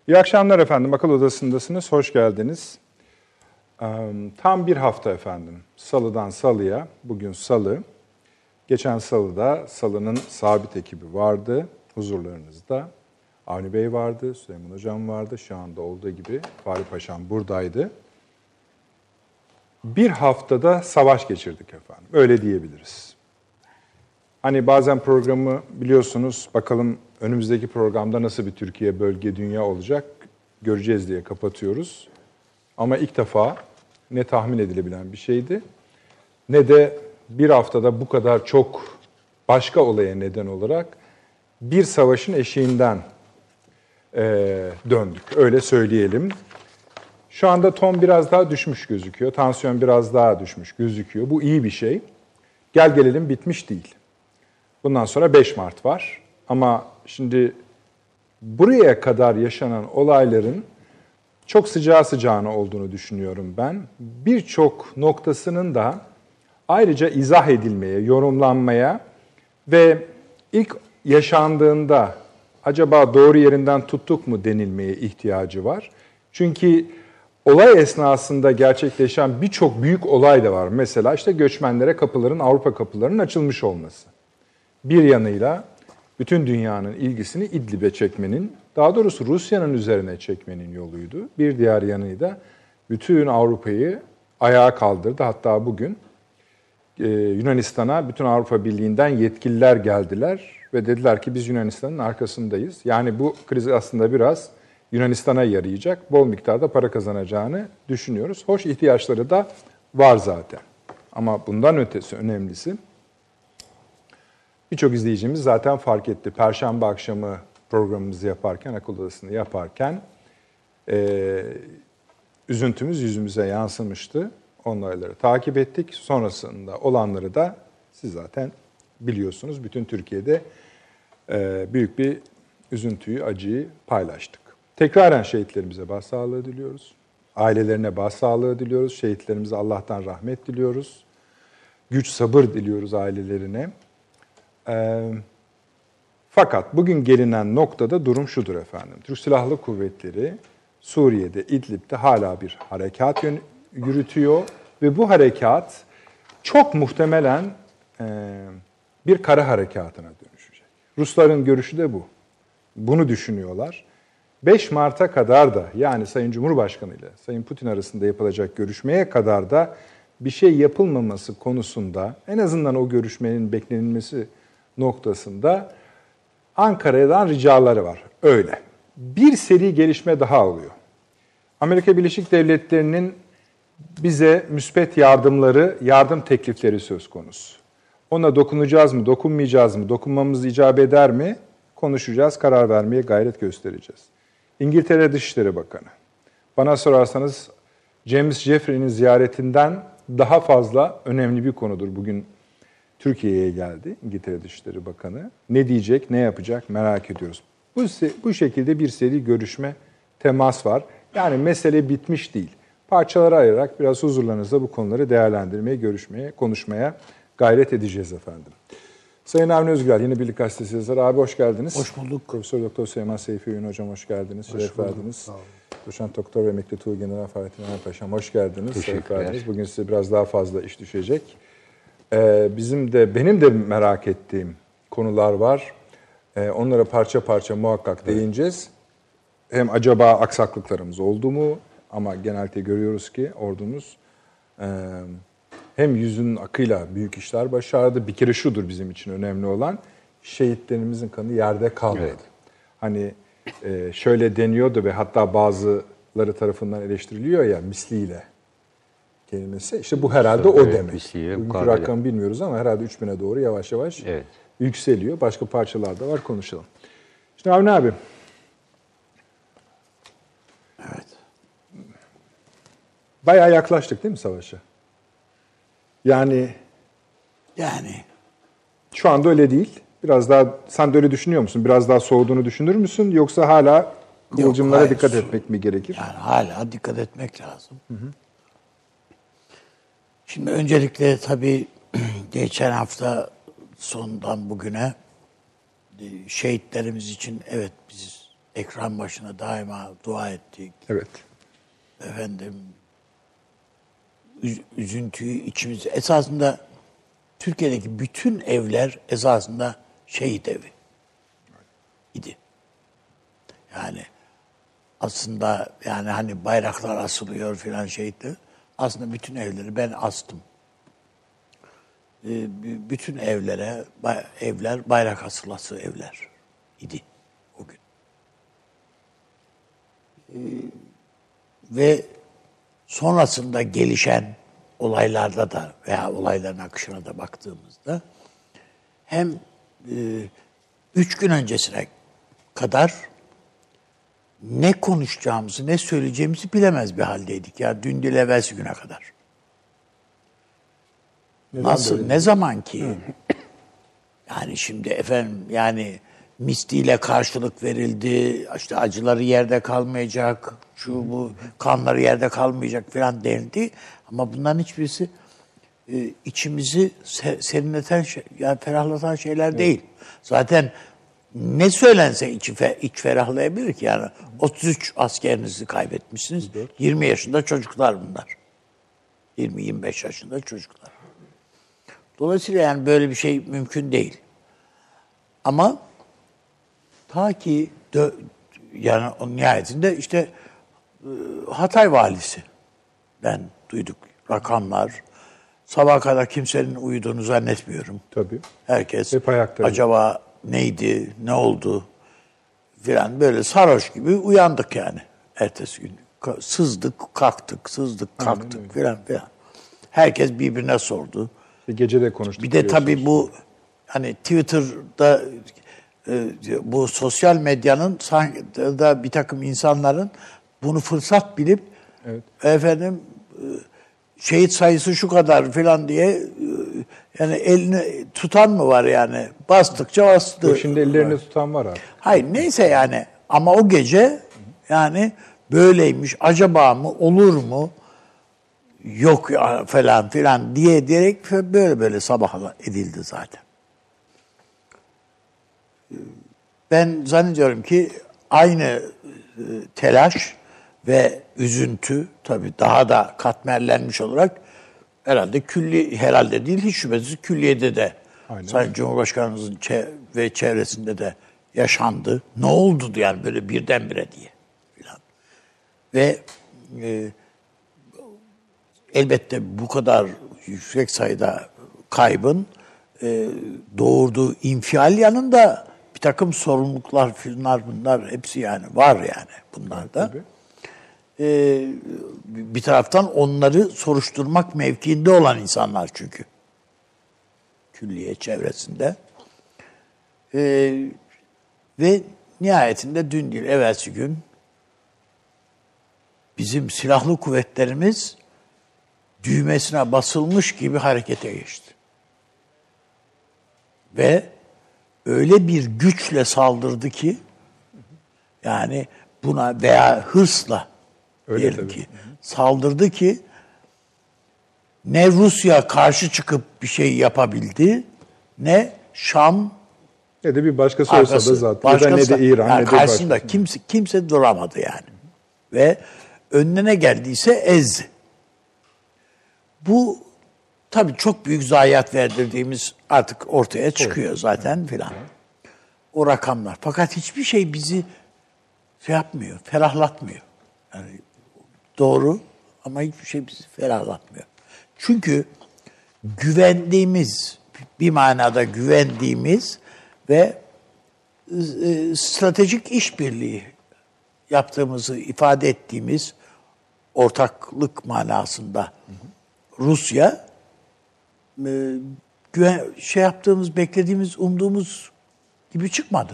İyi akşamlar efendim. Akıl Odası'ndasınız. Hoş geldiniz. Tam bir hafta efendim. Salıdan salıya. Bugün salı. Geçen salıda salının sabit ekibi vardı. Huzurlarınızda. Avni Bey vardı. Süleyman Hocam vardı. Şu anda olduğu gibi Fahri Paşam buradaydı. Bir haftada savaş geçirdik efendim. Öyle diyebiliriz. Hani bazen programı biliyorsunuz, bakalım önümüzdeki programda nasıl bir Türkiye, bölge, dünya olacak göreceğiz diye kapatıyoruz. Ama ilk defa ne tahmin edilebilen bir şeydi, ne de bir haftada bu kadar çok başka olaya neden olarak bir savaşın eşiğinden döndük, öyle söyleyelim. Şu anda ton biraz daha düşmüş gözüküyor, tansiyon biraz daha düşmüş gözüküyor. Bu iyi bir şey. Gel gelelim bitmiş değil. Bundan sonra 5 Mart var. Ama şimdi buraya kadar yaşanan olayların çok sıcağı sıcağına olduğunu düşünüyorum ben. Birçok noktasının da ayrıca izah edilmeye, yorumlanmaya ve ilk yaşandığında acaba doğru yerinden tuttuk mu denilmeye ihtiyacı var. Çünkü olay esnasında gerçekleşen birçok büyük olay da var. Mesela işte göçmenlere kapıların, Avrupa kapılarının açılmış olması. Bir yanıyla bütün dünyanın ilgisini İdlib'e çekmenin, daha doğrusu Rusya'nın üzerine çekmenin yoluydu. Bir diğer yanıyla bütün Avrupa'yı ayağa kaldırdı. Hatta bugün Yunanistan'a bütün Avrupa Birliği'nden yetkililer geldiler ve dediler ki biz Yunanistan'ın arkasındayız. Yani bu kriz aslında biraz Yunanistan'a yarayacak, bol miktarda para kazanacağını düşünüyoruz. Hoş, ihtiyaçları da var zaten. Ama bundan ötesi önemlisi, birçok izleyicimiz zaten fark etti. Perşembe akşamı programımızı yaparken, Akıl Odası'nı yaparken üzüntümüz yüzümüze yansımıştı. Onları takip ettik. Sonrasında olanları da siz zaten biliyorsunuz. Bütün Türkiye'de büyük bir üzüntüyü, acıyı paylaştık. Tekraren şehitlerimize başsağlığı diliyoruz. Ailelerine başsağlığı diliyoruz. Şehitlerimize Allah'tan rahmet diliyoruz. Güç, sabır diliyoruz ailelerine. Fakat bugün gelinen noktada durum şudur efendim. Türk Silahlı Kuvvetleri Suriye'de, İdlib'de hala bir harekat yürütüyor ve bu harekat çok muhtemelen bir kara harekatına dönüşecek. Rusların görüşü de bu. Bunu düşünüyorlar. 5 Mart'a kadar da, yani Sayın Cumhurbaşkanı ile Sayın Putin arasında yapılacak görüşmeye kadar da bir şey yapılmaması konusunda, en azından o görüşmenin beklenilmesi noktasında Ankara'dan ricaları var. Öyle. Bir seri gelişme daha oluyor. Amerika Birleşik Devletleri'nin bize müspet yardımları, yardım teklifleri söz konusu. Ona dokunacağız mı, dokunmayacağız mı, dokunmamız icap eder mi? Konuşacağız, karar vermeye gayret göstereceğiz. İngiltere Dışişleri Bakanı, bana sorarsanız James Jeffrey'nin ziyaretinden daha fazla önemli bir konudur. Bugün Türkiye'ye geldi İngiltere Dışişleri Bakanı. Ne diyecek, ne yapacak merak ediyoruz. Bu şekilde bir seri görüşme, temas var. Yani mesele bitmiş değil. Parçalara ayırarak biraz huzurlarınızda bu konuları değerlendirmeye, görüşmeye, konuşmaya gayret edeceğiz efendim. Sayın Avni Özgürel, Yeni Birlik Gazetesi yazarı. Abi hoş geldiniz. Hoş bulduk. Profesör Doktor Süleyman Seyfi Öğün Hocam hoş geldiniz. Şeref verdiniz. Doçent Doktor ve Emekli Tuğgeneral Fahrettin Paşam hoş geldiniz. Teşekkürler. Bugün size biraz daha fazla iş düşecek. Benim de merak ettiğim konular var. Onlara parça parça muhakkak değineceğiz. Hem acaba aksaklıklarımız oldu mu? Ama genelde görüyoruz ki ordumuz hem yüzünün akıyla büyük işler başardı. Bir kere şudur bizim için önemli olan, şehitlerimizin kanı yerde kalmadı. Evet. Hani şöyle deniyordu ve hatta bazıları tarafından eleştiriliyor ya, misliyle kelimesi. İşte bu herhalde o demek. Bugünkü rakamı bilmiyoruz ama herhalde 3000'e doğru yavaş yavaş yükseliyor. Başka parçalar da var, konuşalım. Şimdi Avni abi. Evet. Bayağı yaklaştık değil mi savaşa? Yani şu anda öyle değil. Biraz daha, sen de öyle düşünüyor musun? Biraz daha soğuduğunu düşünür müsün? Yoksa hala kıvılcımlara dikkat etmek mi gerekir? Yani hala dikkat etmek lazım. Hı hı. Şimdi öncelikle tabii geçen hafta sonundan bugüne şehitlerimiz için evet biz ekran başına daima dua ettik. Evet. Efendim, üzüntüyü içimizde. Esasında Türkiye'deki bütün evler esasında şehit evi idi. Yani aslında yani hani bayraklar asılıyor filan şehitler. Aslında bütün evleri ben astım. Bütün evler bayrak asılası evler idi o gün. Ve sonrasında gelişen olaylarda da veya olayların akışına da baktığımızda hem 3 gün öncesine kadar ne konuşacağımızı, ne söyleyeceğimizi bilemez bir haldeydik. Ya dün değil evvelsi güne kadar. Nasıl, ne zaman ki yani şimdi efendim yani misliyle karşılık verildi, işte acıları yerde kalmayacak, şu bu kanları yerde kalmayacak falan denildi. Ama bunların hiçbirisi içimizi serinleten, yani ferahlatan şeyler değil. Zaten ne söylense iç ferahlayabilir ki yani 33 askerinizi kaybetmişsiniz. 20 yaşında çocuklar bunlar. 20-25 yaşında çocuklar. Dolayısıyla yani böyle bir şey mümkün değil. Ama ta ki yani onun nihayetinde işte Hatay valisinden duyduk rakamlar. Sabaha kadar kimsenin uyuduğunu zannetmiyorum. Tabii. Herkes hep ayakta. Acaba neydi, ne oldu filan böyle sarhoş gibi uyandık yani ertesi gün. Sızdık, kalktık, sızdık, kalktık filan filan. Herkes birbirine sordu. Gece de konuştuk. Bir de tabii bu hani Twitter'da bu sosyal medyanın da bir takım insanların bunu fırsat bilip efendim şehit sayısı şu kadar filan diye yani elini tutan mı var yani? Bastıkça bastı. Şimdi ellerini tutan var abi. Hayır neyse yani ama o gece yani böyleymiş acaba mı olur mu yok ya falan filan diyerek böyle sabah edildi zaten. Ben zannediyorum ki aynı telaş ve üzüntü tabii daha da katmerlenmiş olarak herhalde değil hiç şüphesiz külliyede de Sayın Cumhurbaşkanımızın ve çevresinde de yaşandı. Ne oldu yani böyle birdenbire diye filan. Ve elbette bu kadar yüksek sayıda kaybın doğurduğu infial yanında bir takım sorumluluklar, bunlar hepsi yani var yani bunlarda. Bir taraftan onları soruşturmak mevkiinde olan insanlar çünkü. Külliye çevresinde. Ve nihayetinde dün değil, evvelsi gün bizim silahlı kuvvetlerimiz düğmesine basılmış gibi harekete geçti. Ve öyle bir güçle saldırdı ki yani buna veya hırsla diyelim ki saldırdı ki ne Rusya karşı çıkıp bir şey yapabildi ne Şam ne de bir başkası olsa da zaten başkası, ne de İran yani ne de karşısında kimse duramadı yani. Ve önüne geldiyse ezdi. Bu tabii çok büyük zayiat verdirdiğimiz artık ortaya çıkıyor zaten filan. O rakamlar. Fakat hiçbir şey bizi yapmıyor, ferahlatmıyor. Yani doğru ama hiçbir şey bizi ferahlatmıyor. Çünkü bir manada güvendiğimiz ve stratejik işbirliği yaptığımızı ifade ettiğimiz ortaklık manasında Rusya beklediğimiz, umduğumuz gibi çıkmadı.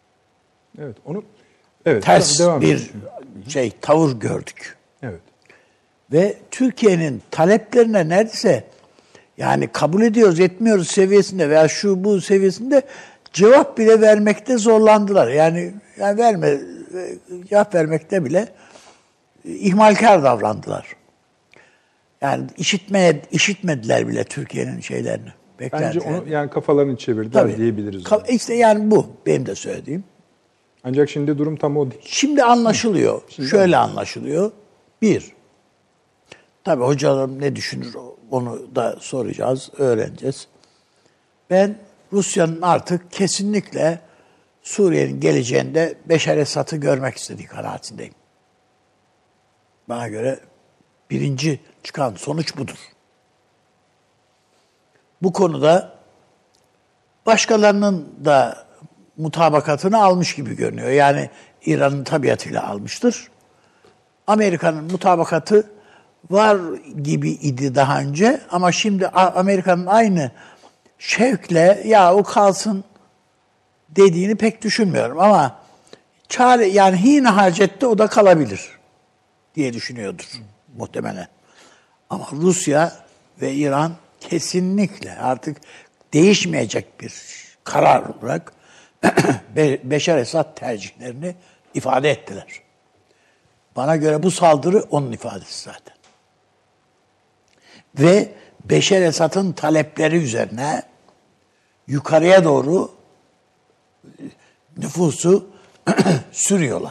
Ters bir tavır gördük. Evet. Ve Türkiye'nin taleplerine neredeyse yani kabul ediyoruz, etmiyoruz seviyesinde veya şu bu seviyesinde cevap bile vermekte zorlandılar. Yani cevap vermekte bile ihmalkar davrandılar. Yani işitmediler bile Türkiye'nin şeylerini. Bence onu yani kafalarını çevirdiler diyebiliriz. İşte yani bu benim de söylediğim. Ancak şimdi durum tam o değil. Şimdi anlaşılıyor. Şöyle anlaşılıyor. Bir, tabii hocalarım ne düşünür onu da soracağız, öğreneceğiz. Ben Rusya'nın artık kesinlikle Suriye'nin geleceğinde Beşar Esad'ı görmek istediği kanaatindeyim. Bana göre birinci çıkan sonuç budur. Bu konuda başkalarının da mutabakatını almış gibi görünüyor. Yani İran'ın tabiatıyla almıştır. Amerika'nın mutabakatı var gibi idi daha önce ama şimdi Amerika'nın aynı şevkle ya o kalsın dediğini pek düşünmüyorum ama çare yani hine hacette o da kalabilir diye düşünüyordur muhtemelen. Ama Rusya ve İran kesinlikle artık değişmeyecek bir karar olarak Beşar Esad tercihlerini ifade ettiler. Bana göre bu saldırı onun ifadesi zaten. Ve Beşar Esad'ın talepleri üzerine yukarıya doğru nüfusu sürüyorlar.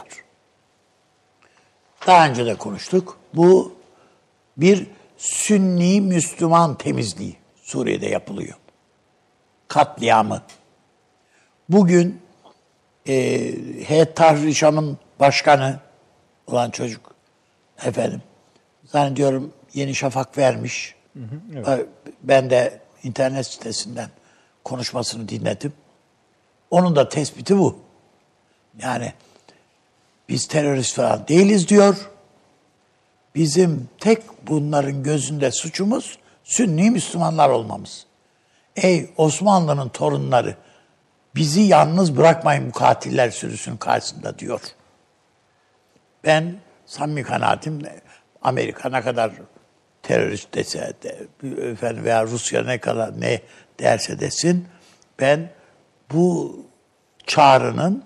Daha önce de konuştuk. Bu bir Sünni Müslüman temizliği Suriye'de yapılıyor. Katliamı. Bugün Heyet Tahrir Şam'ın başkanı olan çocuk efendim zannediyorum Yeni Şafak vermiş. Evet. Ben de internet sitesinden konuşmasını dinledim. Onun da tespiti bu. Yani biz terörist falan değiliz diyor. Bizim tek bunların gözünde suçumuz Sünni Müslümanlar olmamız. Ey Osmanlı'nın torunları bizi yalnız bırakmayın bu katiller sürüsünün karşısında diyor. Ben samimi kanaatim Amerika ne kadar terörist dese de efendim veya Rusya ne kadar ne derse desin ben bu çağrının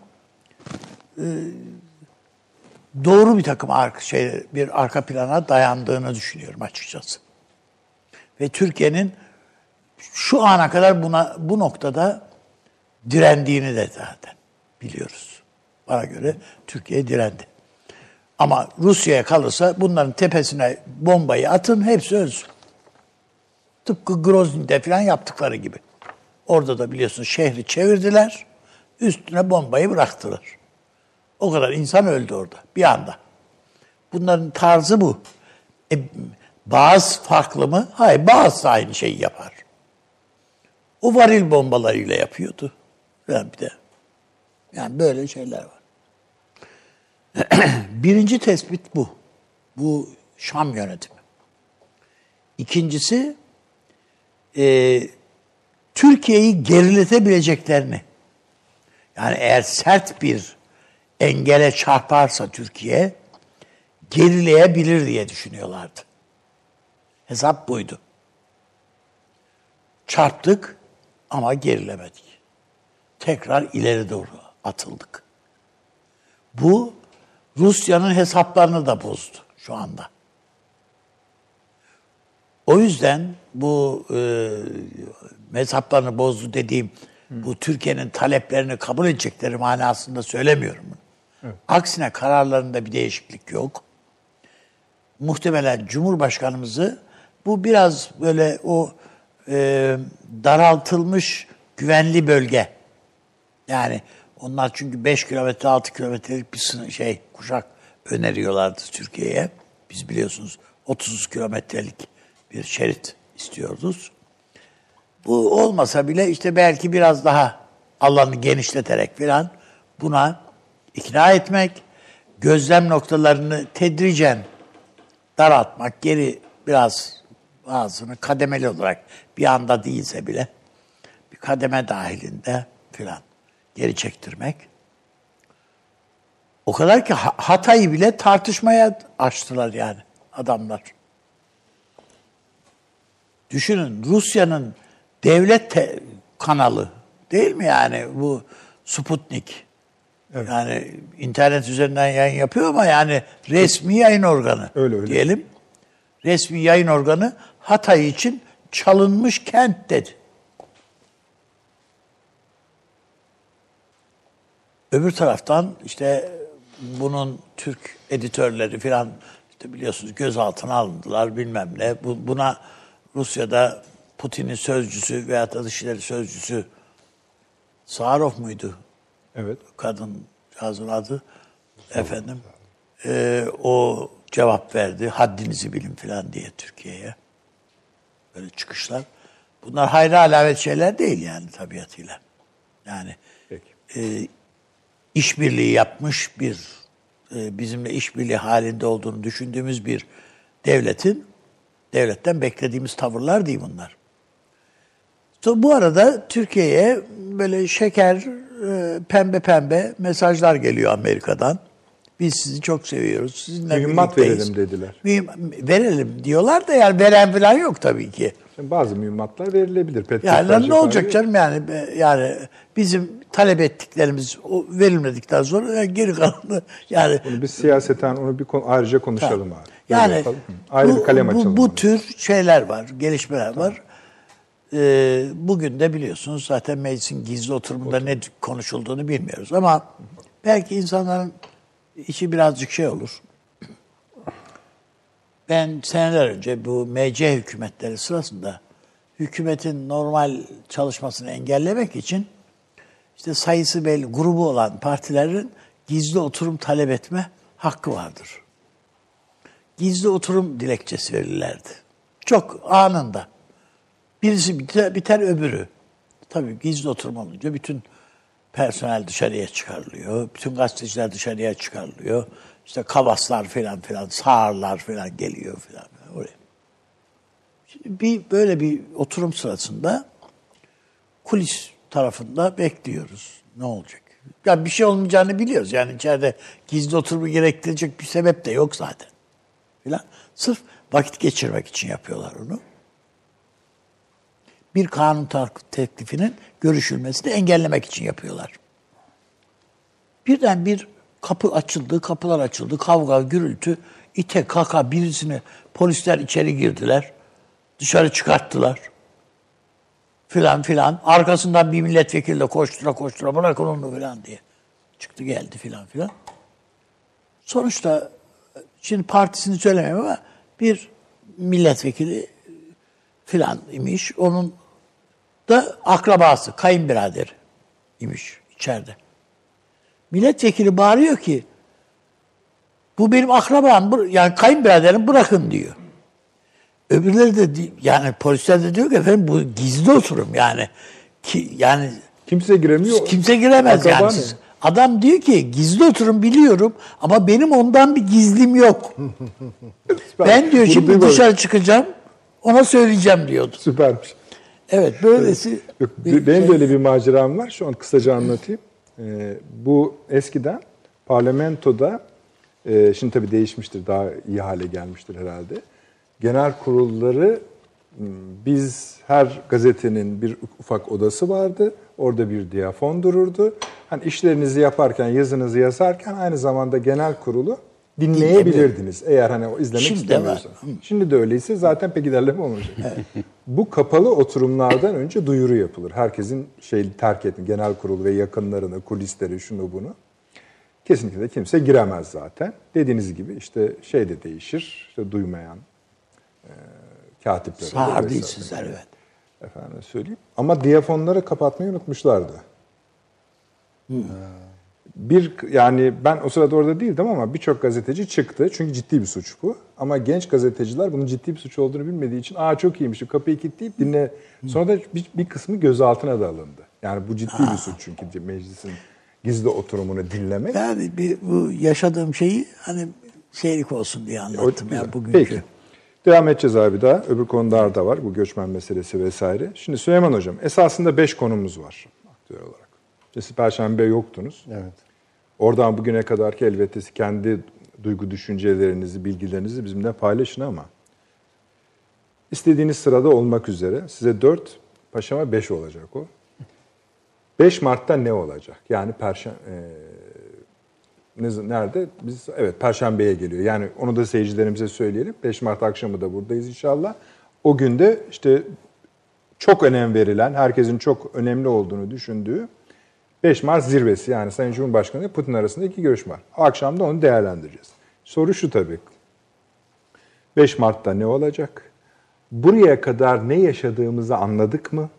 doğru bir takım bir arka plana dayandığını düşünüyorum açıkçası. Ve Türkiye'nin şu ana kadar bu noktada direndiğini de zaten biliyoruz. Bana göre Türkiye direndi. Ama Rusya'ya kalırsa bunların tepesine bombayı atın hepsi ölsün. Tıpkı Grozny'de falan yaptıkları gibi. Orada da biliyorsunuz şehri çevirdiler, üstüne bombayı bıraktılar. O kadar insan öldü orada bir anda. Bunların tarzı bu. Bazı farklı mı? Hayır, bazı aynı şeyi yapar. O varil bombalarıyla yapıyordu. Bir de. Yani böyle şeyler var. Birinci tespit bu. Bu Şam yönetimi. İkincisi Türkiye'yi geriletebileceklerini. Yani eğer sert bir engele çarparsa Türkiye gerileyebilir diye düşünüyorlardı. Hesap buydu. Çarptık ama gerilemedik. Tekrar ileri doğru atıldık. Bu Rusya'nın hesaplarını da bozdu şu anda. O yüzden bu hesaplarını bozdu dediğim bu Türkiye'nin taleplerini kabul edecekleri manasında söylemiyorum. Evet. Aksine kararlarında bir değişiklik yok. Muhtemelen Cumhurbaşkanımızı bu biraz böyle o daraltılmış güvenli bölge. Yani onlar çünkü 5 kilometre 6 kilometrelik bir kuşak öneriyorlardı Türkiye'ye. Biz biliyorsunuz 30 kilometrelik bir şerit istiyorduk. Bu olmasa bile işte belki biraz daha alanı genişleterek falan buna ikna etmek, gözlem noktalarını tedricen daraltmak, geri biraz bazısını kademeli olarak bir anda değilse bile bir kademe dahilinde falan geri çektirmek. O kadar ki Hatay'ı bile tartışmaya açtılar yani adamlar. Düşünün Rusya'nın devlet kanalı değil mi yani bu Sputnik? Evet. Yani internet üzerinden yayın yapıyor ama yani resmi yayın organı öyle. Diyelim. Resmi yayın organı Hatay için çalınmış kent dedi. Öbür taraftan işte bunun Türk editörleri falan işte biliyorsunuz gözaltına alındılar bilmem ne. Buna Rusya'da Putin'in sözcüsü veya da Dışişleri Sözcüsü Sarov muydu? Evet. Kadıncağızın adı. Efendim. O cevap verdi. Haddinizi bilin falan diye Türkiye'ye. Böyle çıkışlar. Bunlar hayra alamet şeyler değil yani tabiatıyla. Yani işbirliği yapmış bizimle işbirliği halinde olduğunu düşündüğümüz bir devletten beklediğimiz tavırlar değil bunlar. Bu arada Türkiye'ye böyle şeker, pembe pembe mesajlar geliyor Amerika'dan. Biz sizi çok seviyoruz. Sizinle mühimmat birlikteyiz. verelim dediler. Verelim diyorlar da yani veren falan yok tabii ki. Şimdi bazı mühimmatlar verilebilir. Yani ne olacak canım yani bizim talep ettiklerimiz verilmedikten sonra geri kalanı yani. Bunu biz siyaseten onu ayrıca konuşalım abi. Yani ayrı bir kalem açalım. Bu tür şeyler var, gelişmeler var. Bugün de biliyorsunuz zaten meclisin gizli oturumunda ne konuşulduğunu bilmiyoruz ama belki insanların içi birazcık şey olur. Ben seneler önce bu MC hükümetleri sırasında hükümetin normal çalışmasını engellemek için işte sayısı belli, grubu olan partilerin gizli oturum talep etme hakkı vardır. Gizli oturum dilekçesi verirlerdi. Çok anında. Birisi biter öbürü. Tabii gizli oturum olunca bütün personel dışarıya çıkarılıyor. Bütün gazeteciler dışarıya çıkarılıyor. İşte kavaslar falan sağırlar falan geliyor falan oraya. Şimdi böyle bir oturum sırasında kulis tarafında bekliyoruz. Ne olacak? Ya bir şey olmayacağını biliyoruz. Yani içeride gizli oturumu gerektirecek bir sebep de yok zaten. Falan. Sırf vakit geçirmek için yapıyorlar onu. Bir kanun teklifinin görüşülmesini engellemek için yapıyorlar. Birden bir kapılar açıldı, kavga, gürültü, ite kaka birisini polisler içeri girdiler, dışarı çıkarttılar. Filan. Arkasından bir milletvekili de koştura bırakın onu filan diye. Çıktı geldi filan. Sonuçta şimdi partisini söylemem ama bir milletvekili filan imiş. Onun da akrabası, kayınbiraderi imiş içeride. Milletvekili bağırıyor ki bu benim akrabam, yani kayınbiraderim bırakın diyor. Öbürleri de yani polisler de diyor ki efendim bu gizli oturum yani kimse giremiyor. Kimse giremez akraba yani. Adam diyor ki gizli oturum biliyorum ama benim ondan bir gizlim yok. Ben diyor şimdi dışarı çıkacağım ona söyleyeceğim diyordu. Süpermiş. Evet böylesi. Benim de öyle bir maceram var. Şu an kısaca anlatayım. Bu eskiden parlamentoda, şimdi tabii değişmiştir, daha iyi hale gelmiştir herhalde. Genel kurulları, biz her gazetenin bir ufak odası vardı. Orada bir diyafon dururdu. Hani işlerinizi yaparken, yazınızı yazarken aynı zamanda genel kurulu dinleyebilirdiniz. Eğer hani o izlemek istemiyorsanız. Şimdi de öyleyse zaten pek ilerleme olmayacak. Evet. Bu kapalı oturumlardan önce duyuru yapılır. Herkesin terk ettiğini, genel kurulu ve yakınlarını, kulisleri, şunu bunu. Kesinlikle de kimse giremez zaten. Dediğiniz gibi işte şey de değişir. İşte duymayan katipler. Sağır değilsizler evet. Efendim söyleyeyim. Ama diyafonları kapatmayı unutmuşlardı. Yani ben o sırada orada değildim ama birçok gazeteci çıktı. Çünkü ciddi bir suç bu. Ama genç gazeteciler bunun ciddi bir suç olduğunu bilmediği için çok iyiymiş, kapıyı kilitleyip dinle. Sonra da bir kısmı gözaltına da alındı. Yani bu ciddi bir suç çünkü meclisin gizli oturumunu dinlemek. Yani bu yaşadığım şeyi hani şeylik olsun diye anlattım ya bugünkü. Peki. Devam edeceğiz abi daha. Öbür konular da var. Bu göçmen meselesi vesaire. Şimdi Süleyman Hocam, esasında 5 konumuz var aktör olarak. Siz Perşembe yoktunuz. Evet. Oradan bugüne kadar ki elbette kendi duygu düşüncelerinizi, bilgilerinizi bizimle paylaşın ama istediğiniz sırada olmak üzere size 4, paşama 5 olacak o. 5 Mart'ta ne olacak? Yani nerede? Perşembe'ye geliyor. Yani onu da seyircilerimize söyleyelim. 5 Mart akşamı da buradayız inşallah. O günde işte çok önem verilen, herkesin çok önemli olduğunu düşündüğü 5 Mart zirvesi, yani Sayın Cumhurbaşkanı ile Putin arasında 2 görüşme var. Akşam da onu değerlendireceğiz. Soru şu tabii. 5 Mart'ta ne olacak? Buraya kadar ne yaşadığımızı anladık mı?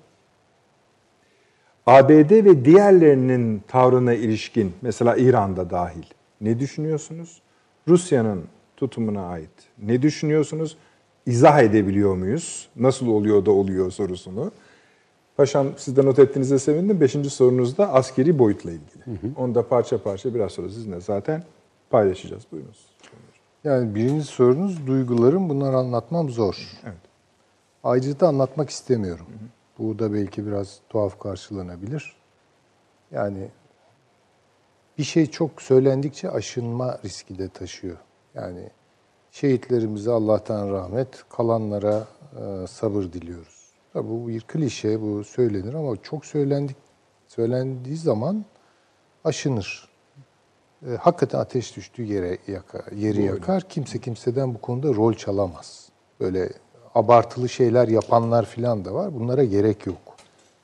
ABD ve diğerlerinin tavrına ilişkin, mesela İran'da dahil, ne düşünüyorsunuz? Rusya'nın tutumuna ait ne düşünüyorsunuz? İzah edebiliyor muyuz? Nasıl oluyor da oluyor sorusunu. Paşam, siz de not ettiğinize sevindim. 5. sorunuz da askeri boyutla ilgili. Onu da parça parça biraz sonra sizinle zaten paylaşacağız. Buyurunuz. Yani birinci sorunuz duygularım, bunları anlatmam zor. Evet. Ayrıca anlatmak istemiyorum. Bu da belki biraz tuhaf karşılanabilir. Yani bir şey çok söylendikçe aşınma riski de taşıyor. Yani şehitlerimize Allah'tan rahmet, kalanlara sabır diliyoruz. Tabii bu bir klişe, bu söylenir ama çok söylendiği zaman aşınır. Hakikaten ateş düştüğü yeri yakar. Kimse kimseden bu konuda rol çalamaz. Böyle abartılı şeyler yapanlar falan da var. Bunlara gerek yok.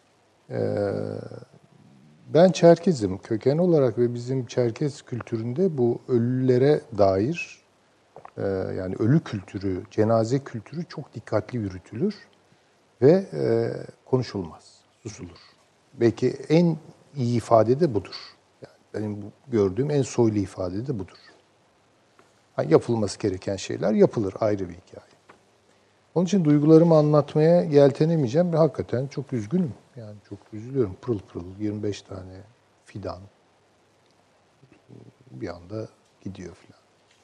Ben Çerkezim köken olarak ve bizim Çerkez kültüründe bu ölülere dair yani ölü kültürü, cenaze kültürü çok dikkatli yürütülür ve konuşulmaz, susulur. Belki en iyi ifade de budur. Yani benim gördüğüm en soylu ifade de budur. Yani yapılması gereken şeyler yapılır, ayrı bir hikaye. Onun için duygularımı anlatmaya yeltenemeyeceğim ve hakikaten çok üzgünüm. Yani çok üzülüyorum. Pırıl pırıl 25 tane fidan bir anda gidiyor filan.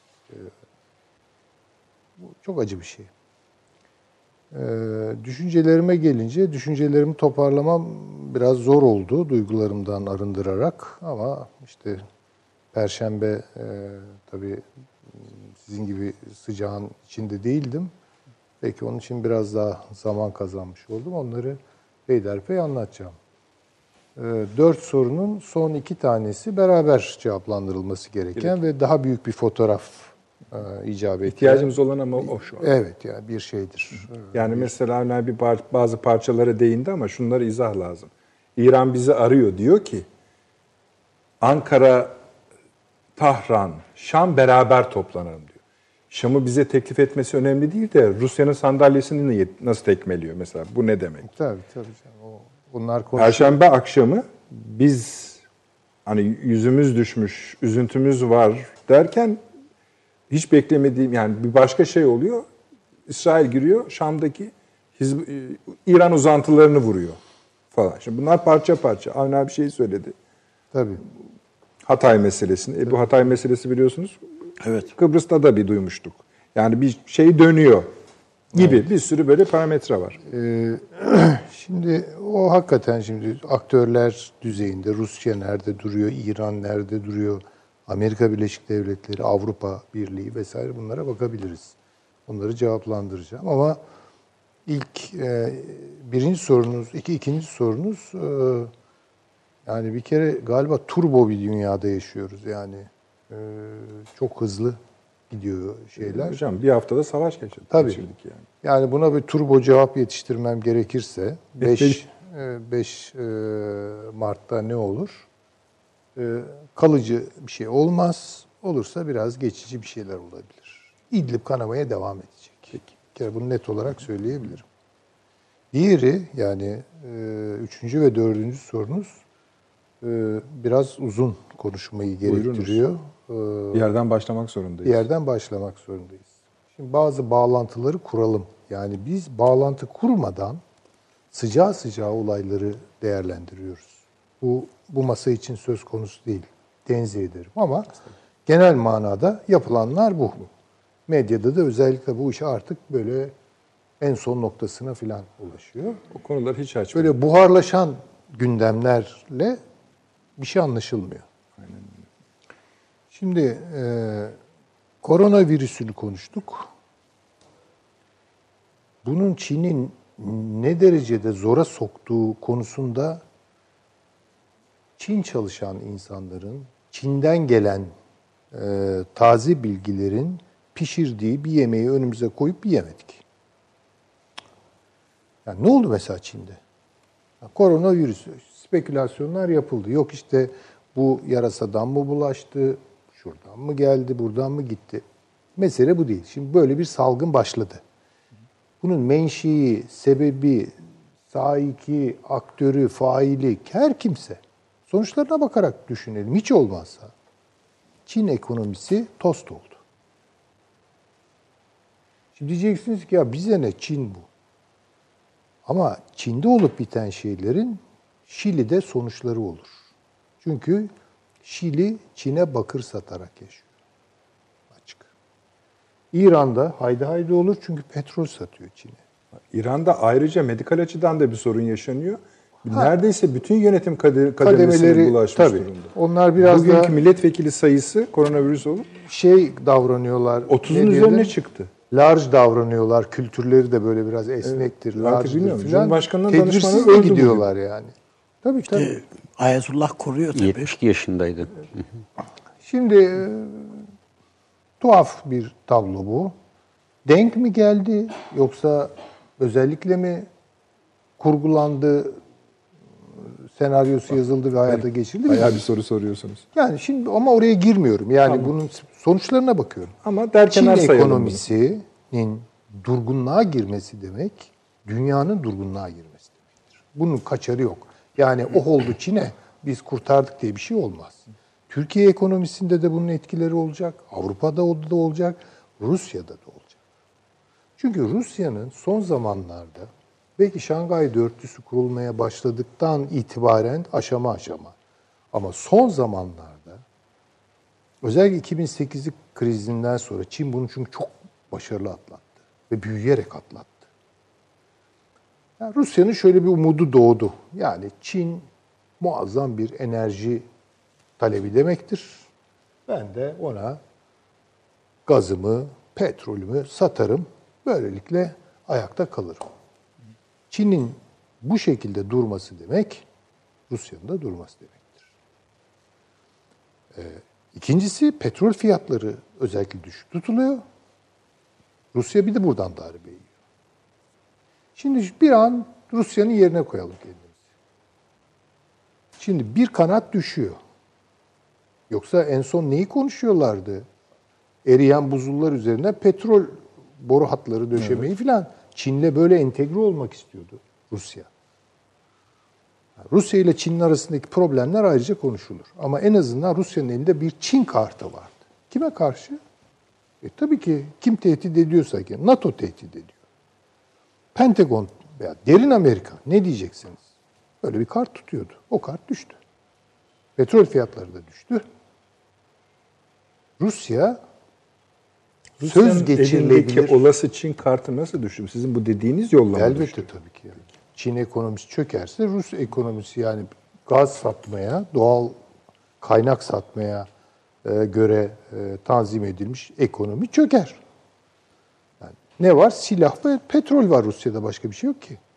Bu çok acı bir şey. Düşüncelerime gelince, düşüncelerimi toparlamam biraz zor oldu duygularımdan arındırarak. Ama işte Perşembe tabii sizin gibi sıcağın içinde değildim. Belki onun için biraz daha zaman kazanmış oldum. Onları peyderpey anlatacağım. 4 sorunun son 2 tanesi beraber cevaplandırılması gereken ve daha büyük bir fotoğraf icap ediyor. İhtiyacımız olan ama o şu an. Evet, yani bir şeydir. Yani mesela Avni bazı parçalara değindi ama şunları izah lazım. İran bizi arıyor, diyor ki Ankara, Tahran, Şam beraber toplanalım diyor. Şam'ı bize teklif etmesi önemli değil de Rusya'nın sandalyesini nasıl tekmeliyor mesela? Bu ne demek? Tabii canım. Bunlar konuşuyor. Perşembe akşamı biz hani yüzümüz düşmüş, üzüntümüz var derken hiç beklemediğim, yani bir başka şey oluyor. İsrail giriyor, Şam'daki İran uzantılarını vuruyor falan. Şimdi bunlar parça parça. Avni abi şey söyledi. Tabii. Hatay meselesini. Bu Hatay meselesi biliyorsunuz. Evet. Kıbrıs'ta da bir duymuştuk. Yani bir şey dönüyor gibi bir sürü böyle parametre var. Şimdi o hakikaten şimdi aktörler düzeyinde Rusya nerede duruyor, İran nerede duruyor, Amerika Birleşik Devletleri, Avrupa Birliği vesaire bunlara bakabiliriz. Onları cevaplandıracağım ama ilk birinci sorunuz, ikinci sorunuz yani bir kere galiba turbo bir dünyada yaşıyoruz yani çok hızlı gidiyor şeyler. Hocam bir haftada savaş geçirdik. Tabii. Yani. Yani buna bir turbo cevap yetiştirmem gerekirse 5 Mart'ta ne olur? Kalıcı bir şey olmaz. Olursa biraz geçici bir şeyler olabilir. İdlib kanamaya devam edecek. Peki. Bir kere bunu net olarak söyleyebilirim. Diğeri yani 3. ve 4. sorunuz biraz uzun konuşmayı gerektiriyor. Bir yerden başlamak zorundayız. Bir yerden başlamak zorundayız. Şimdi bazı bağlantıları kuralım. Yani biz bağlantı kurmadan sıcağı sıcağı olayları değerlendiriyoruz. Bu masa için söz konusu değil. Tenzih ederim ama genel manada yapılanlar bu. Medyada da özellikle bu iş artık böyle en son noktasına falan ulaşıyor. O konuları hiç açmıyor. Böyle buharlaşan gündemlerle bir şey anlaşılmıyor. Aynen. Şimdi koronavirüsünü konuştuk. Bunun Çin'in ne derecede zora soktuğu konusunda Çin çalışan insanların, Çin'den gelen taze bilgilerin pişirdiği bir yemeği önümüze koyup yemedik. Yani ne oldu mesela Çin'de? Koronavirüs spekülasyonlar yapıldı. Yok işte bu yarasadan mı bulaştı, şuradan mı geldi, buradan mı gitti? Mesele bu değil. Şimdi böyle bir salgın başladı. Bunun menşei, sebebi, saiki, aktörü, faili, her kimse sonuçlarına bakarak düşünelim. Hiç olmazsa Çin ekonomisi tost oldu. Şimdi diyeceksiniz ki ya bize ne, Çin bu. Ama Çin'de olup biten şeylerin Şili'de sonuçları olur. Çünkü Şili Çin'e bakır satarak yaşıyor. Açık. İran'da haydi haydi olur çünkü petrol satıyor Çin'e. İran'da ayrıca medikal açıdan da bir sorun yaşanıyor. Neredeyse bütün yönetim kademesine Kademeleri bulaşmış tabii. durumda. Onlar biraz Bugünkü da milletvekili sayısı koronavirüs olup davranıyorlar. 30'un üzerine çıktı. Large davranıyorlar. Kültürleri de böyle biraz esnektir. Evet, artık bilmiyorum. Large'dır filan. Cumhurbaşkanı'nın Tedbirsiz danışmanı de öldü gidiyorlar yani. Tabii tabii. Ayetullah koruyor tabii. 72 yaşındaydı. Şimdi tuhaf bir tablo bu. Denk mi geldi yoksa özellikle mi kurgulandı, senaryosu yazıldı ve hayata geçirildi? Bayağı bir soru soruyorsunuz. Yani şimdi ama oraya girmiyorum. Yani bunun sonuçlarına bakıyorum. Ama derken Çin sayalım bunu. ekonomisinin durgunluğa girmesi demek, dünyanın durgunluğa girmesi demektir. Bunun kaçarı yok. Yani oh oldu Çin'e, biz kurtardık diye bir şey olmaz. Türkiye ekonomisinde de bunun etkileri olacak, Avrupa'da da olacak, Rusya'da da olacak. Çünkü Rusya'nın son zamanlarda, belki Şangay Dörtlüsü kurulmaya başladıktan itibaren aşama aşama, ama son zamanlarda, özellikle 2008 krizinden sonra Çin bunu çünkü çok başarılı atlattı ve büyüyerek atlattı. Yani Rusya'nın şöyle bir umudu doğdu. Yani Çin muazzam bir enerji talebi demektir. Ben de ona gazımı, petrolümü satarım. Böylelikle ayakta kalırım. Çin'in bu şekilde durması demek, Rusya'nın da durması demektir. İkincisi petrol fiyatları özellikle düşük tutuluyor. Rusya bir de buradan darbe yiyor. Şimdi bir an Rusya'nın yerine koyalım kendimizi. Şimdi bir kanat düşüyor. Yoksa en son neyi konuşuyorlardı? Eriyen buzullar üzerine petrol boru hatları döşemeyi filan. Çin'le böyle entegre olmak istiyordu Rusya. Rusya ile Çin'in arasındaki problemler ayrıca konuşulur. Ama en azından Rusya'nın elinde bir Çin kartı vardı. Kime karşı? Tabii ki kim tehdit ediyorsa ki NATO tehdit ediyor. Pentagon veya derin Amerika ne diyeceksiniz? Böyle bir kart tutuyordu. O kart düştü. Petrol fiyatları da düştü. Rusya söz geçirilebilir. Elindeki olası Çin kartı nasıl düştü? Sizin bu dediğiniz yolla mı Elbette düştü? tabii ki. Yani. Çin ekonomisi çökerse Rus ekonomisi yani gaz satmaya, doğal kaynak satmaya göre tanzim edilmiş ekonomi çöker. Yani ne var? Silah ve petrol var Rusya'da, başka bir şey yok ki.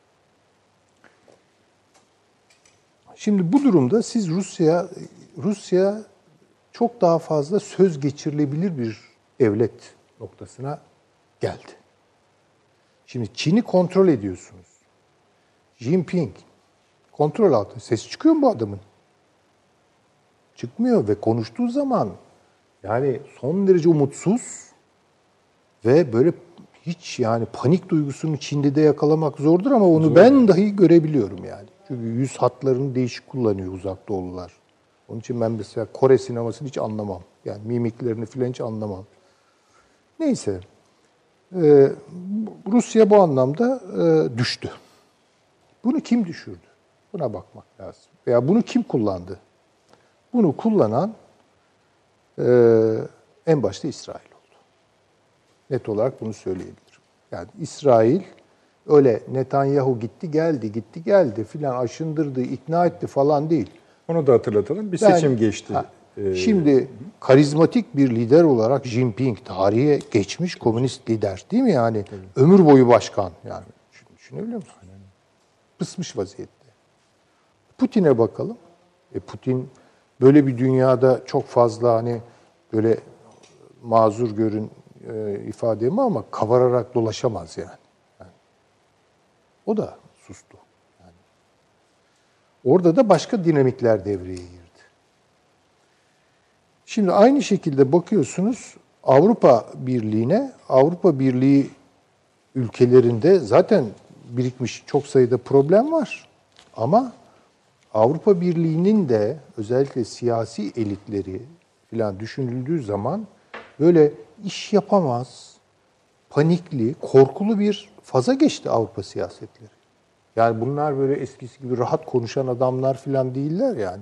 Şimdi bu durumda siz Rusya çok daha fazla söz geçirilebilir bir devlet noktasına geldi. Şimdi Çin'i kontrol ediyorsunuz. Jinping kontrol altında. Sesi çıkıyor mu bu adamın? Çıkmıyor ve konuştuğu zaman yani son derece umutsuz ve böyle hiç yani panik duygusunu Çin'de de yakalamak zordur ama onu ben dahi görebiliyorum yani. Çünkü yüz hatlarını değişik kullanıyor Uzak Doğulular. Onun için ben mesela Kore sinemasını hiç anlamam. Yani mimiklerini falan hiç anlamam. Neyse. Rusya bu anlamda düştü. Bunu kim düşürdü? Buna bakmak lazım. Veya bunu kim kullandı? Bunu kullanan en başta İsrail oldu. Net olarak bunu söyleyebilirim. Yani İsrail öyle Netanyahu gitti geldi filan aşındırdı, ikna etti falan değil. Onu da hatırlatalım. Bir seçim geçti. Şimdi karizmatik bir lider olarak Jinping, tarihe geçmiş komünist lider değil mi yani? Evet. Ömür boyu başkan yani. Düşünebiliyor musun? Pısmış vaziyette. Putin'e bakalım. Putin böyle bir dünyada çok fazla hani böyle mazur görün ifademi ama kavararak dolaşamaz yani. O da sustu. Yani Orada da başka dinamikler devreye girdi. Şimdi aynı şekilde bakıyorsunuz Avrupa Birliği'ne, Avrupa Birliği ülkelerinde zaten birikmiş çok sayıda problem var. Ama Avrupa Birliği'nin de özellikle siyasi elitleri falan düşünüldüğü zaman böyle iş yapamaz, panikli, korkulu bir faza geçti Avrupa siyasetleri. Yani bunlar böyle eskisi gibi rahat konuşan adamlar falan değiller yani.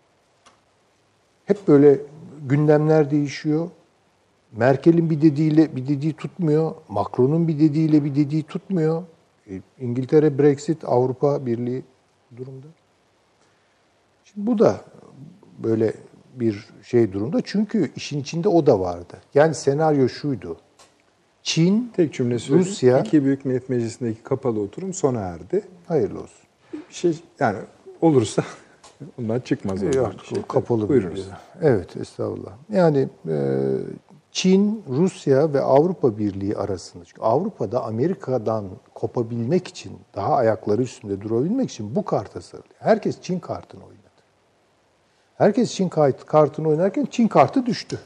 Hep böyle gündemler değişiyor. Merkel'in bir dediğiyle bir dediği tutmuyor. Macron'un bir dediğiyle bir dediği tutmuyor. İngiltere Brexit, Avrupa Birliği durumda. Şimdi bu da böyle bir şey durumda. Çünkü işin içinde o da vardı. Yani senaryo şuydu. Çin, Tek cümle söyleyeyim. Rusya... İki Büyük Millet Meclisi'ndeki kapalı oturum sona erdi. Hayırlı olsun. Bir şey yani olursa ondan çıkmaz. Yok, kapalı bir Buyurunuz. Evet, estağfurullah. Yani Çin, Rusya ve Avrupa Birliği arasında. Çünkü Avrupa'da Amerika'dan kopabilmek için, daha ayakları üstünde durabilmek için bu karta sarılıyor. Herkes Çin kartını oynadı. Herkes Çin kartını oynarken Çin kartı düştü.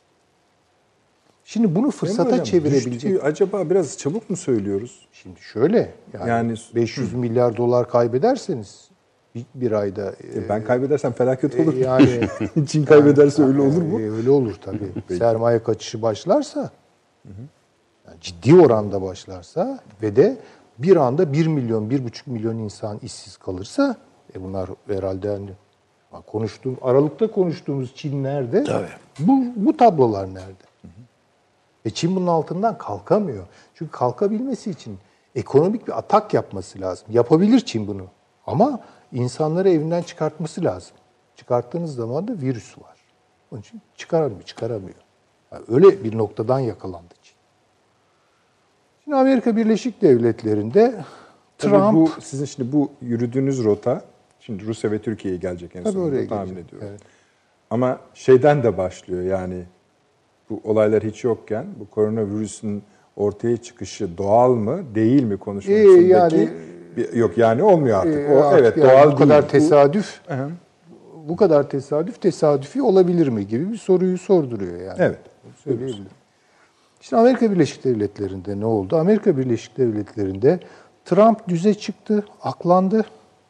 Şimdi bunu fırsata Hocam, çevirebilecek... düştüğü acaba biraz çabuk mu söylüyoruz? Şimdi şöyle, yani 500 milyar dolar kaybederseniz bir ayda... Ben kaybedersem felaket olur. Yani Çin kaybederse öyle olur mu? Öyle olur tabii. Sermaye kaçışı başlarsa, yani ciddi oranda başlarsa ve de bir anda 1 milyon, 1,5 milyon insan işsiz kalırsa, bunlar herhalde yani Aralık'ta konuştuğumuz Çin nerede? Tabii. Bu tablolar nerede? Çin bunun altından kalkamıyor. Çünkü kalkabilmesi için ekonomik bir atak yapması lazım. Yapabilir Çin bunu. Ama insanları evinden çıkartması lazım. Çıkarttığınız zaman da virüs var. Onun için çıkaramıyor. Yani öyle bir noktadan yakalandı Çin. Şimdi Amerika Birleşik Devletleri'nde Trump... Bu, sizin şimdi bu yürüdüğünüz rota, şimdi Rusya ve Türkiye'ye gelecek en sonunda tahmin ediyorum. Evet. Ama şeyden de başlıyor yani bu olaylar hiç yokken bu koronavirüsün ortaya çıkışı doğal mı değil mi konuşmasındaki yani, yok yani olmuyor artık. Evet yani doğal bu kadar değil. Tesadüf. Bu kadar tesadüfi olabilir mi gibi bir soruyu sorduruyor yani. Evet. Söyleyebilirim. İşte Amerika Birleşik Devletleri'nde ne oldu? Amerika Birleşik Devletleri'nde Trump düze çıktı, aklandı.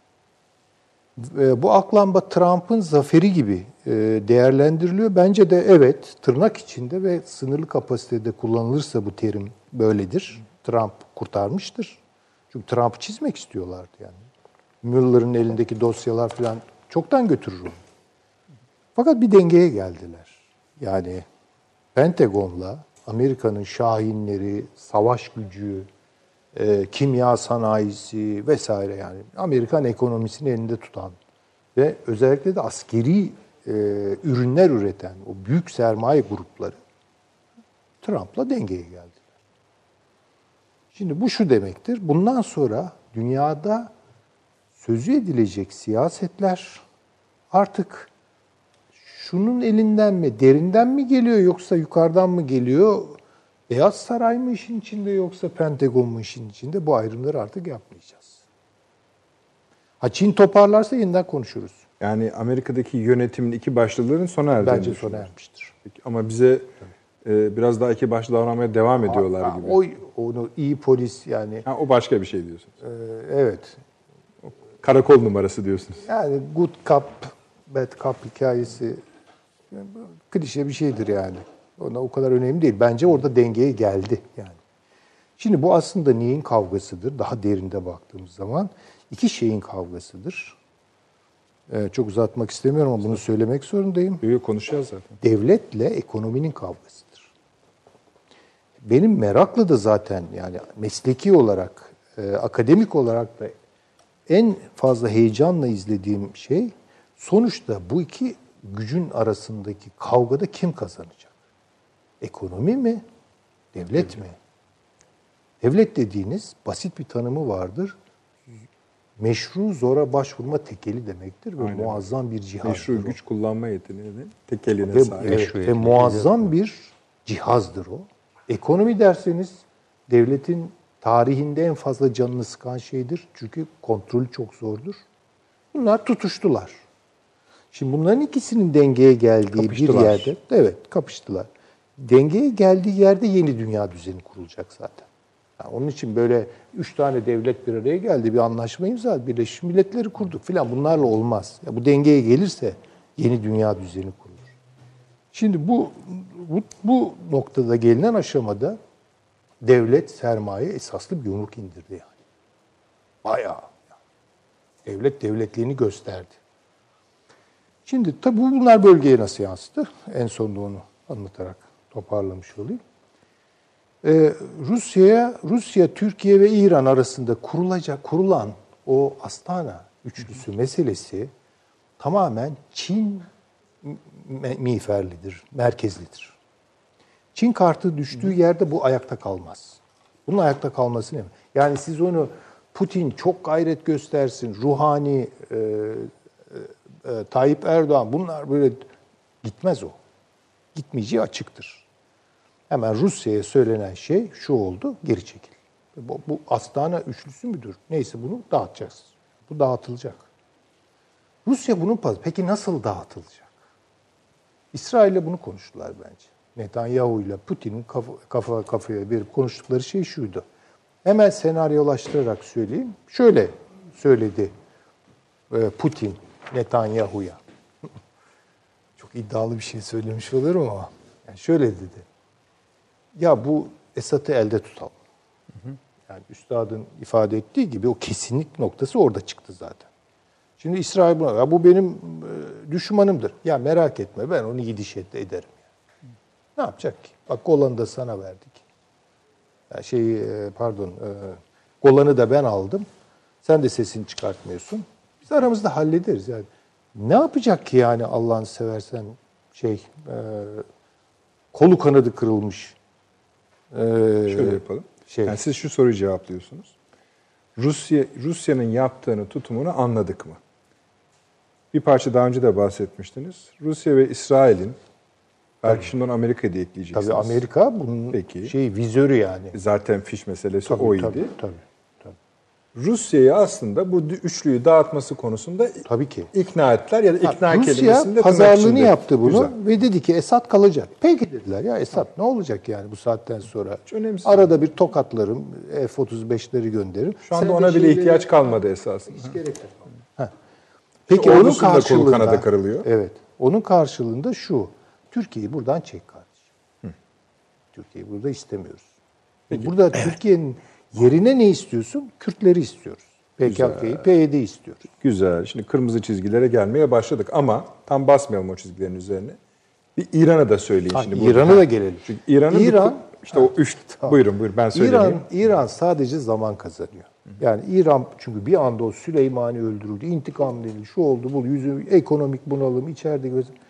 Bu aklanma Trump'ın zaferi gibi değerlendiriliyor. Bence de evet, tırnak içinde ve sınırlı kapasitede kullanılırsa bu terim böyledir. Trump kurtarmıştır. Çünkü Trump'ı çizmek istiyorlardı yani. Mueller'ın elindeki dosyalar falan çoktan götürür onu. Fakat bir dengeye geldiler. Yani Pentagon'la Amerika'nın şahinleri, savaş gücü, kimya sanayisi vesaire yani Amerikan ekonomisini elinde tutan ve özellikle de askeri ürünler üreten o büyük sermaye grupları Trump'la dengeye geldiler. Şimdi bu şu demektir. Bundan sonra dünyada sözü edilecek siyasetler artık şunun elinden mi, derinden mi geliyor yoksa yukarıdan mı geliyor? Beyaz Saray mı işin içinde yoksa Pentagon mu işin içinde? Bu ayrımları artık yapmayacağız. Çin toparlarsa yeniden konuşuruz. Yani Amerika'daki yönetimin iki başlılığının sona erdiğini bence sona ermiştir. Peki, ama bize biraz daha iki başlı davranmaya devam ediyorlar gibi. Onu iyi polis yani. O başka bir şey diyorsunuz. Evet. Karakol numarası diyorsunuz. Yani good cop, bad cop hikayesi klişe bir şeydir yani. Ona o kadar önemli değil. Bence orada dengeye geldi yani. Şimdi bu aslında neyin kavgasıdır? Daha derinde baktığımız zaman iki şeyin kavgasıdır. Çok uzatmak istemiyorum ama bunu söylemek zorundayım. Yok, konuşacağız zaten. Devletle ekonominin kavgasıdır. Benim merakla da zaten yani mesleki olarak, akademik olarak da en fazla heyecanla izlediğim şey sonuçta bu iki gücün arasındaki kavgada kim kazanacak? Ekonomi mi? Devlet mi? Devlet dediğiniz basit bir tanımı vardır. Meşru zora başvurma tekeli demektir ve muazzam bir cihazdır. Meşru güç kullanma yeteneğinin tekeline sahip. Ve muazzam bir cihazdır o. Ekonomi derseniz devletin tarihinde en fazla canını sıkan şeydir. Çünkü kontrolü çok zordur. Bunlar tutuştular. Şimdi bunların ikisinin dengeye geldiği Kapıştılar. bir yerde, evet kapıştılar. Dengeye geldiği yerde yeni dünya düzeni kurulacak zaten. Yani onun için böyle 3 tane devlet bir araya geldi, bir anlaşma imzaladı, Birleşmiş Milletleri kurduk filan. Bunlarla olmaz. Ya bu dengeye gelirse yeni dünya düzeni kurulur. Şimdi bu noktada gelinen aşamada devlet sermaye esaslı bir yumruk indirdi yani. Bayağı. Devlet devletliğini gösterdi. Şimdi tabii bunlar bölgeye nasıl yansıdı? En sonunda onu anlatarak toparlamış olayım. Rusya, Türkiye ve İran arasında kurulan o Astana üçlüsü meselesi tamamen Çin miğferlidir, merkezlidir. Çin kartı düştüğü yerde bu ayakta kalmaz. Bunun ayakta kalması ne? Yani siz onu Putin çok gayret göstersin, Ruhani, Tayyip Erdoğan bunlar böyle gitmez o. Gitmeyeceği açıktır. Hemen Rusya'ya söylenen şey şu oldu, geri çekil. Bu Astana üçlüsü müdür? Neyse bunu dağıtacağız. Bu dağıtılacak. Rusya bunun peki nasıl dağıtılacak? İsrail'le bunu konuştular bence. Netanyahu ile Putin'in kafaya verip konuştukları şey şuydu. Hemen senaryolaştırarak söyleyeyim. Şöyle söyledi Putin Netanyahu'ya. Çok iddialı bir şey söylemiş olurum ama. Yani şöyle dedi. Ya bu Esad'ı elde tutalım. Yani üstadın ifade ettiği gibi o kesinlik noktası orada çıktı zaten. Şimdi İsrail buna, ya bu benim düşmanımdır. Ya merak etme ben onu gidiş ederim. Yani. Ne yapacak ki? Bak Golan'ı da sana verdik. Golan'ı da ben aldım. Sen de sesini çıkartmıyorsun. Biz aramızda hallederiz yani. Ne yapacak ki yani Allah'ını seversen kolu kanadı kırılmış. Şöyle yapalım. Yani siz şu soruyu cevaplıyorsunuz. Rusya'nın yaptığını, tutumunu anladık mı? Bir parça daha önce de bahsetmiştiniz. Rusya ve İsrail'in, belki şimdi onu Amerika'yı da ekleyeceksiniz. Tabii Amerika bunun vizörü yani. Zaten fiş meselesi tabii, oydu. Tabii. Rusya'yı aslında bu üçlüyü dağıtması konusunda tabii ki ikna ettiler ya da ikna Rusya kelimesinde pazarlığını yaptı bunu Güzel. ve dedi ki Esad kalacak. Peki dediler ya Esad ne olacak yani bu saatten sonra? Hiç önemsiz. Arada bir tokatlarım, F-35'leri gönderirim. Şu anda ona bile ihtiyaç kalmadı esasında. Hiç gerek yok. Peki onun karşılığında kolu kanada kırılıyor. Evet. Onun karşılığında şu. Türkiye'yi buradan çek kardeşim. Türkiye'yi burada istemiyoruz. Peki. Burada Türkiye'nin yerine ne istiyorsun? Kürtleri istiyoruz. PKK'yı, PYD'yi istiyoruz. Güzel. Şimdi kırmızı çizgilere gelmeye başladık ama tam basmayalım o çizgilerin üzerine. Bir İran'a da söyleyin şimdi. İran'a da gelelim. Çünkü o üç. Tamam. Buyurun ben söyleyeyim. İran sadece zaman kazanıyor. Yani İran çünkü bir anda o Süleymani öldürüldü, intikam denildi, şu oldu, bu yüzü ekonomik bunalım içeride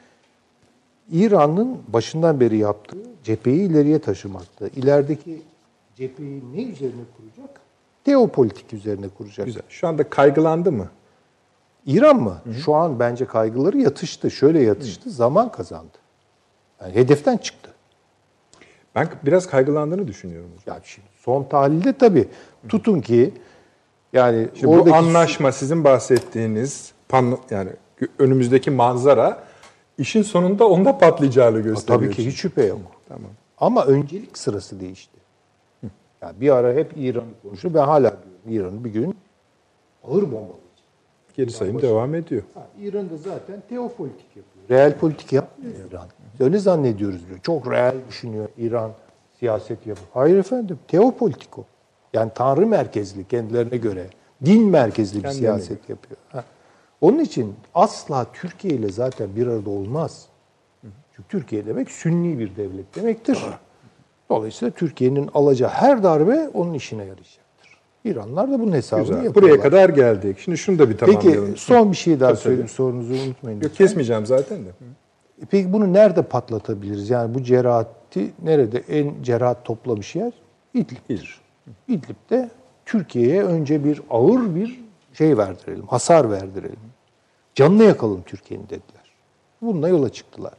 İran'ın başından beri yaptığı cepheyi ileriye taşımakta. İlerideki cepheyi ne üzerine kuracak? Teopolitik üzerine kuracak. Güzel. Şu anda kaygılandı mı? İran mı? Şu an bence kaygıları yatıştı. Şöyle yatıştı, zaman kazandı. Yani hedeften çıktı. Ben biraz kaygılandığını düşünüyorum. Yani şimdi son tahlilde tabii tutun ki yani şimdi bu anlaşma sizin bahsettiğiniz yani önümüzdeki manzara işin sonunda onda patlayacağını gösteriyor. Tabii ki hiç şüphe yok. Tamam. Ama öncelik sırası değişti. Yani bir ara hep İran'ı konuşuyor. Ben hala diyorum İran'ı bir gün ağır bombalayacak. Geri sayım devam ediyor. İran da zaten teopolitik yapıyor. Real politik yapmıyor İran. Öyle zannediyoruz diyor. Çok real düşünüyor İran siyaset yapıyor. Hayır efendim. Teopolitik o. Yani tanrı merkezli kendilerine göre. Din merkezli bir siyaset yapıyor. Onun için asla Türkiye ile zaten bir arada olmaz. Çünkü Türkiye demek Sünni bir devlet demektir. Dolayısıyla Türkiye'nin alacağı her darbe onun işine yarayacaktır. İranlılar da bunun hesabını yapıyorlar. Buraya kadar geldik. Şimdi şunu da bir tamamlayalım. Peki son bir şey daha söyleyeyim. Sorunuzu unutmayın. Yok kesmeyeceğim zaten de. Peki bunu nerede patlatabiliriz? Yani bu cerahati nerede? En cerahat toplamış yer İdlib'dir. İdlib'de Türkiye'ye önce bir ağır bir şey verdirelim, hasar verdirelim. Canını yakalım Türkiye'nin dediler. Bununla yola çıktılar.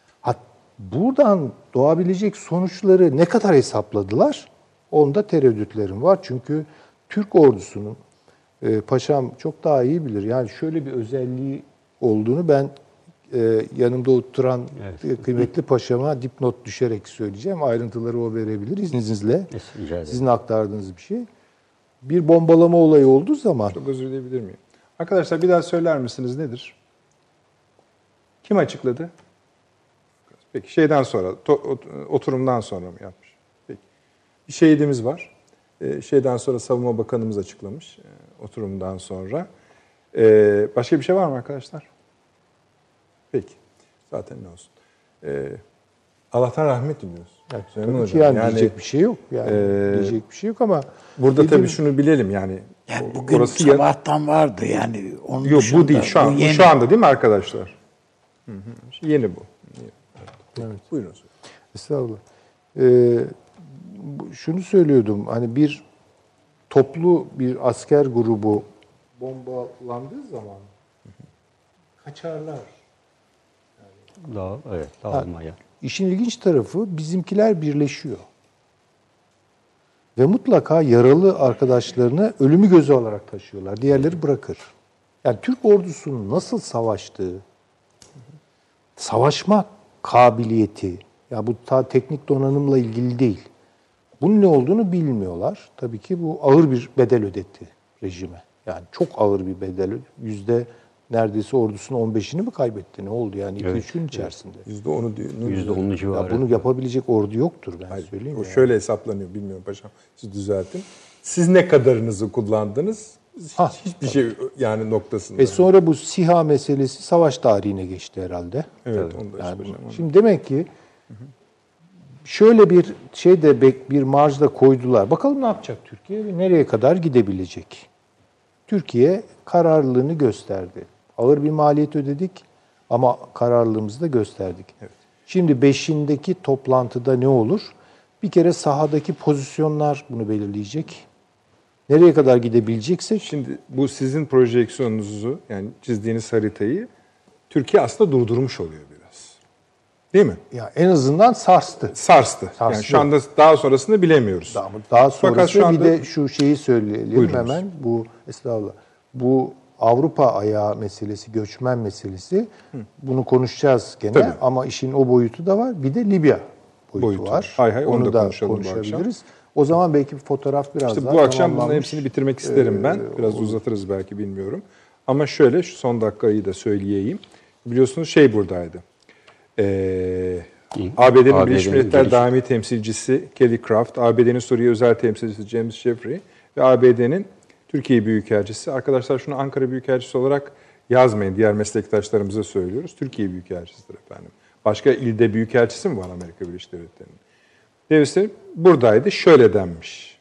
Buradan doğabilecek sonuçları ne kadar hesapladılar? Onda tereddütlerim var. Çünkü Türk ordusunun Paşam çok daha iyi bilir. Yani şöyle bir özelliği olduğunu ben yanımda oturan kıymetli paşama dipnot düşerek söyleyeceğim. Ayrıntıları o verebilir izninizle. Sizin aktardığınız bir şey. Bir bombalama olayı olduğu zaman... Çok özür dileyebilir miyim? Arkadaşlar bir daha söyler misiniz nedir? Kim açıkladı? Peki şeyden sonra, oturumdan sonra mı yapmış? Peki. Bir şehidimiz var. Şeyden sonra Savunma Bakanımız açıklamış oturumdan sonra. Başka bir şey var mı arkadaşlar? Peki. Zaten ne olsun. Allah'tan rahmet diliyoruz. Yani diyecek bir şey yok. Diyecek bir şey yok ama burada tabii şunu bilelim yani. Bugün orası sabahtan vardı yani. Onun yok bu değil şu an. Bu şu anda değil mi arkadaşlar? Hı. Yeni bu. Evet. Buyurun. Estağfurullah. Şunu söylüyordum. Hani bir toplu bir asker grubu bombalandığı zaman kaçarlar. Dağılmaya. İşin ilginç tarafı bizimkiler birleşiyor. Ve mutlaka yaralı arkadaşlarını ölümü göze alarak taşıyorlar. Diğerleri bırakır. Yani Türk ordusunun nasıl savaştığı, savaşma kabiliyeti, ya bu teknik donanımla ilgili değil. Bunun ne olduğunu bilmiyorlar. Tabii ki bu ağır bir bedel ödetti rejime. Yani çok ağır bir bedel. Neredeyse ordusunun 15'ini mi kaybetti? Ne oldu yani 2-3 gün içerisinde? %10'u diyor. %10'u civarı. Bunu yapabilecek ordu yoktur ben söyleyeyim. O şöyle hesaplanıyor bilmiyorum paşam. Siz düzeltin. Siz ne kadarınızı kullandınız? Hiçbir şey yani noktasında. Sonra bu SİHA meselesi savaş tarihine geçti herhalde. Evet. Onu da yani şimdi demek ki şöyle bir şey de bir marj da koydular. Bakalım ne yapacak Türkiye ve nereye kadar gidebilecek? Türkiye kararlılığını gösterdi. Ağır bir maliyet ödedik ama kararlılığımızı da gösterdik. Evet. Şimdi 5'indeki toplantıda ne olur? Bir kere sahadaki pozisyonlar bunu belirleyecek. Nereye kadar gidebileceksek? Şimdi bu sizin projeksiyonunuzu yani çizdiğiniz haritayı Türkiye aslında durdurmuş oluyor biraz. Değil mi? Ya en azından sarstı. Sarstı. Yani şu anda daha sonrasını bilemiyoruz. Daha sonrasında fakat şu anda... bir de şu şeyi söyleyelim. Buyurunuz. Hemen. Bu Avrupa ayağı meselesi, göçmen meselesi. Bunu konuşacağız gene. Tabii. Ama işin o boyutu da var. Bir de Libya boyutu var. Onu da konuşabiliriz. O zaman belki bir fotoğraf biraz işte daha bu akşam bunun hepsini bitirmek isterim ben. Biraz uzatırız belki bilmiyorum. Ama şöyle şu son dakikayı da söyleyeyim. Biliyorsunuz buradaydı. ABD'nin Birleşmiş Milletler Daimi Temsilcisi Kelly Craft, ABD'nin Suriye Özel Temsilcisi James Jeffrey ve ABD'nin Türkiye Büyükelçisi. Arkadaşlar şunu Ankara Büyükelçisi olarak yazmayın. Diğer meslektaşlarımıza söylüyoruz. Türkiye Büyükelçisidir efendim. Başka ilde Büyükelçisi mi var Amerika Birleşik Devletleri'nin? Dolayısıyla buradaydı. Şöyle denmiş.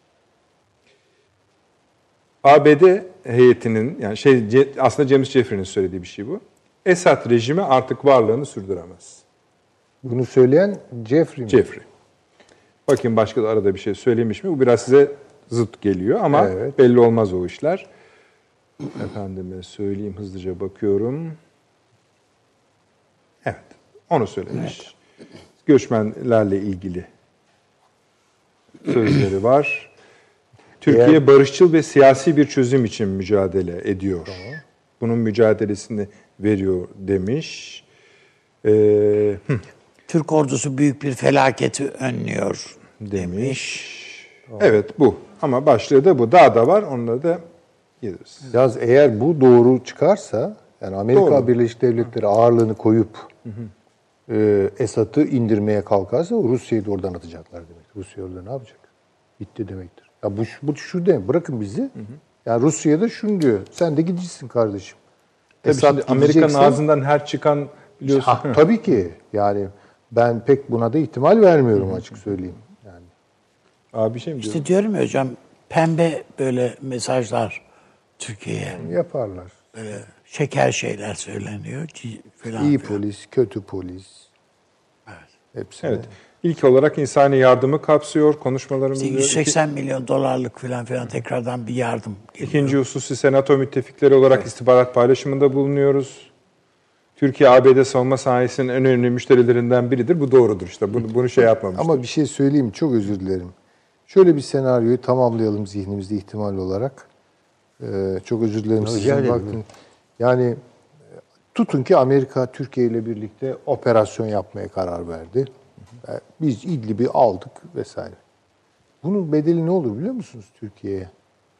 ABD heyetinin yani aslında James Jeffrey'nin söylediği bir şey bu. Esad rejimi artık varlığını sürdüremez. Bunu söyleyen Jeffrey mi? Jeffrey. Bakın başka da arada bir şey söylemiş mi? Bu biraz size zıt geliyor ama belli olmaz o işler. Efendime söyleyeyim hızlıca bakıyorum. Evet. Onu söylemiş. Evet. Göçmenlerle ilgili sözleri var. Türkiye barışçıl ve siyasi bir çözüm için mücadele ediyor. Tamam. Bunun mücadelesini veriyor demiş. Türk ordusu büyük bir felaketi önlüyor demiş. Tamam. Evet bu. Ama başlığı da bu. Daha da var. Onları da geliriz. Yalnız eğer bu doğru çıkarsa yani Amerika Birleşik Devletleri ağırlığını koyup Esad'ı indirmeye kalkarsa Rusya'yı da oradan atacaklar demek. Rusya orada ne yapacak? Bitti demektir. Ya bu şu demek. Bırakın bizi. Yani Rusya'ya da şunu diyor. Sen de gideceksin kardeşim. Tabii Amerika'nın ağzından her çıkan biliyorsun. Tabii ki. Yani ben pek buna da ihtimal vermiyorum açık söyleyeyim. Yani. Abi bir şey mi İşte diyorum ya hocam pembe böyle mesajlar Türkiye'ye. Yaparlar. Böyle şeker şeyler söyleniyor falan. İyi polis, kötü polis. Evet. Hepsine. Evet. İlk olarak insani yardımı kapsıyor konuşmalarımızda. İşte 180 milyon dolarlık falan tekrardan bir yardım geliyor. İkinci hususi senato müttefikleri olarak istihbarat paylaşımında bulunuyoruz. Türkiye ABD savunma sanayisinin en önemli müşterilerinden biridir. Bu doğrudur işte. Bunu yapmamıştır. Ama bir şey söyleyeyim çok özür dilerim. Şöyle bir senaryoyu tamamlayalım zihnimizde ihtimal olarak. Çok özür dilerim Rica sizin ederim. vaktiniz. Yani tutun ki Amerika Türkiye ile birlikte operasyon yapmaya karar verdi. Biz İdlib'i aldık vesaire. Bunun bedeli ne olur biliyor musunuz Türkiye'ye?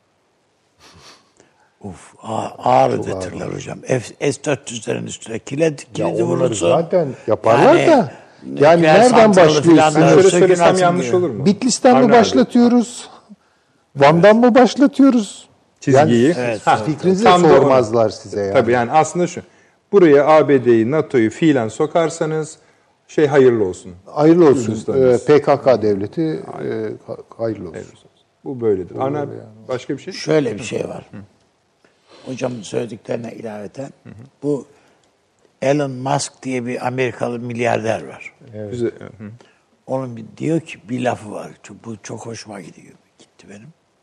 Ağır ödetirler hocam. S-400'lerin üstüne kilidi Onları vurursun. zaten yaparlar Yani da. Yani nükleer nereden santralı filan başlıyorsunuz? da Şöyle sökün söylesem atsın yanlış diyor. olur mu? Bitlis'ten mi Avni abi, başlatıyoruz? Van'dan mı başlatıyoruz? Çizgiyi. Evet, Ha, Fikrinizi de tam da ona. sormazlar size yani. Tabii yani aslında şu. Buraya ABD'yi, NATO'yu fiilen sokarsanız hayırlı olsun. Hayırlı olsun. Gürcistan'ımız. PKK devleti hayırlı olsun. Bu böyledir. Ana başka bir şey? Şöyle bir şey var. Hocamın söylediklerine ilaveten bu Elon Musk diye bir Amerikalı milyarder var. Güzel. Onun diyor ki bir lafı var. Bu çok hoşuma gitti benim.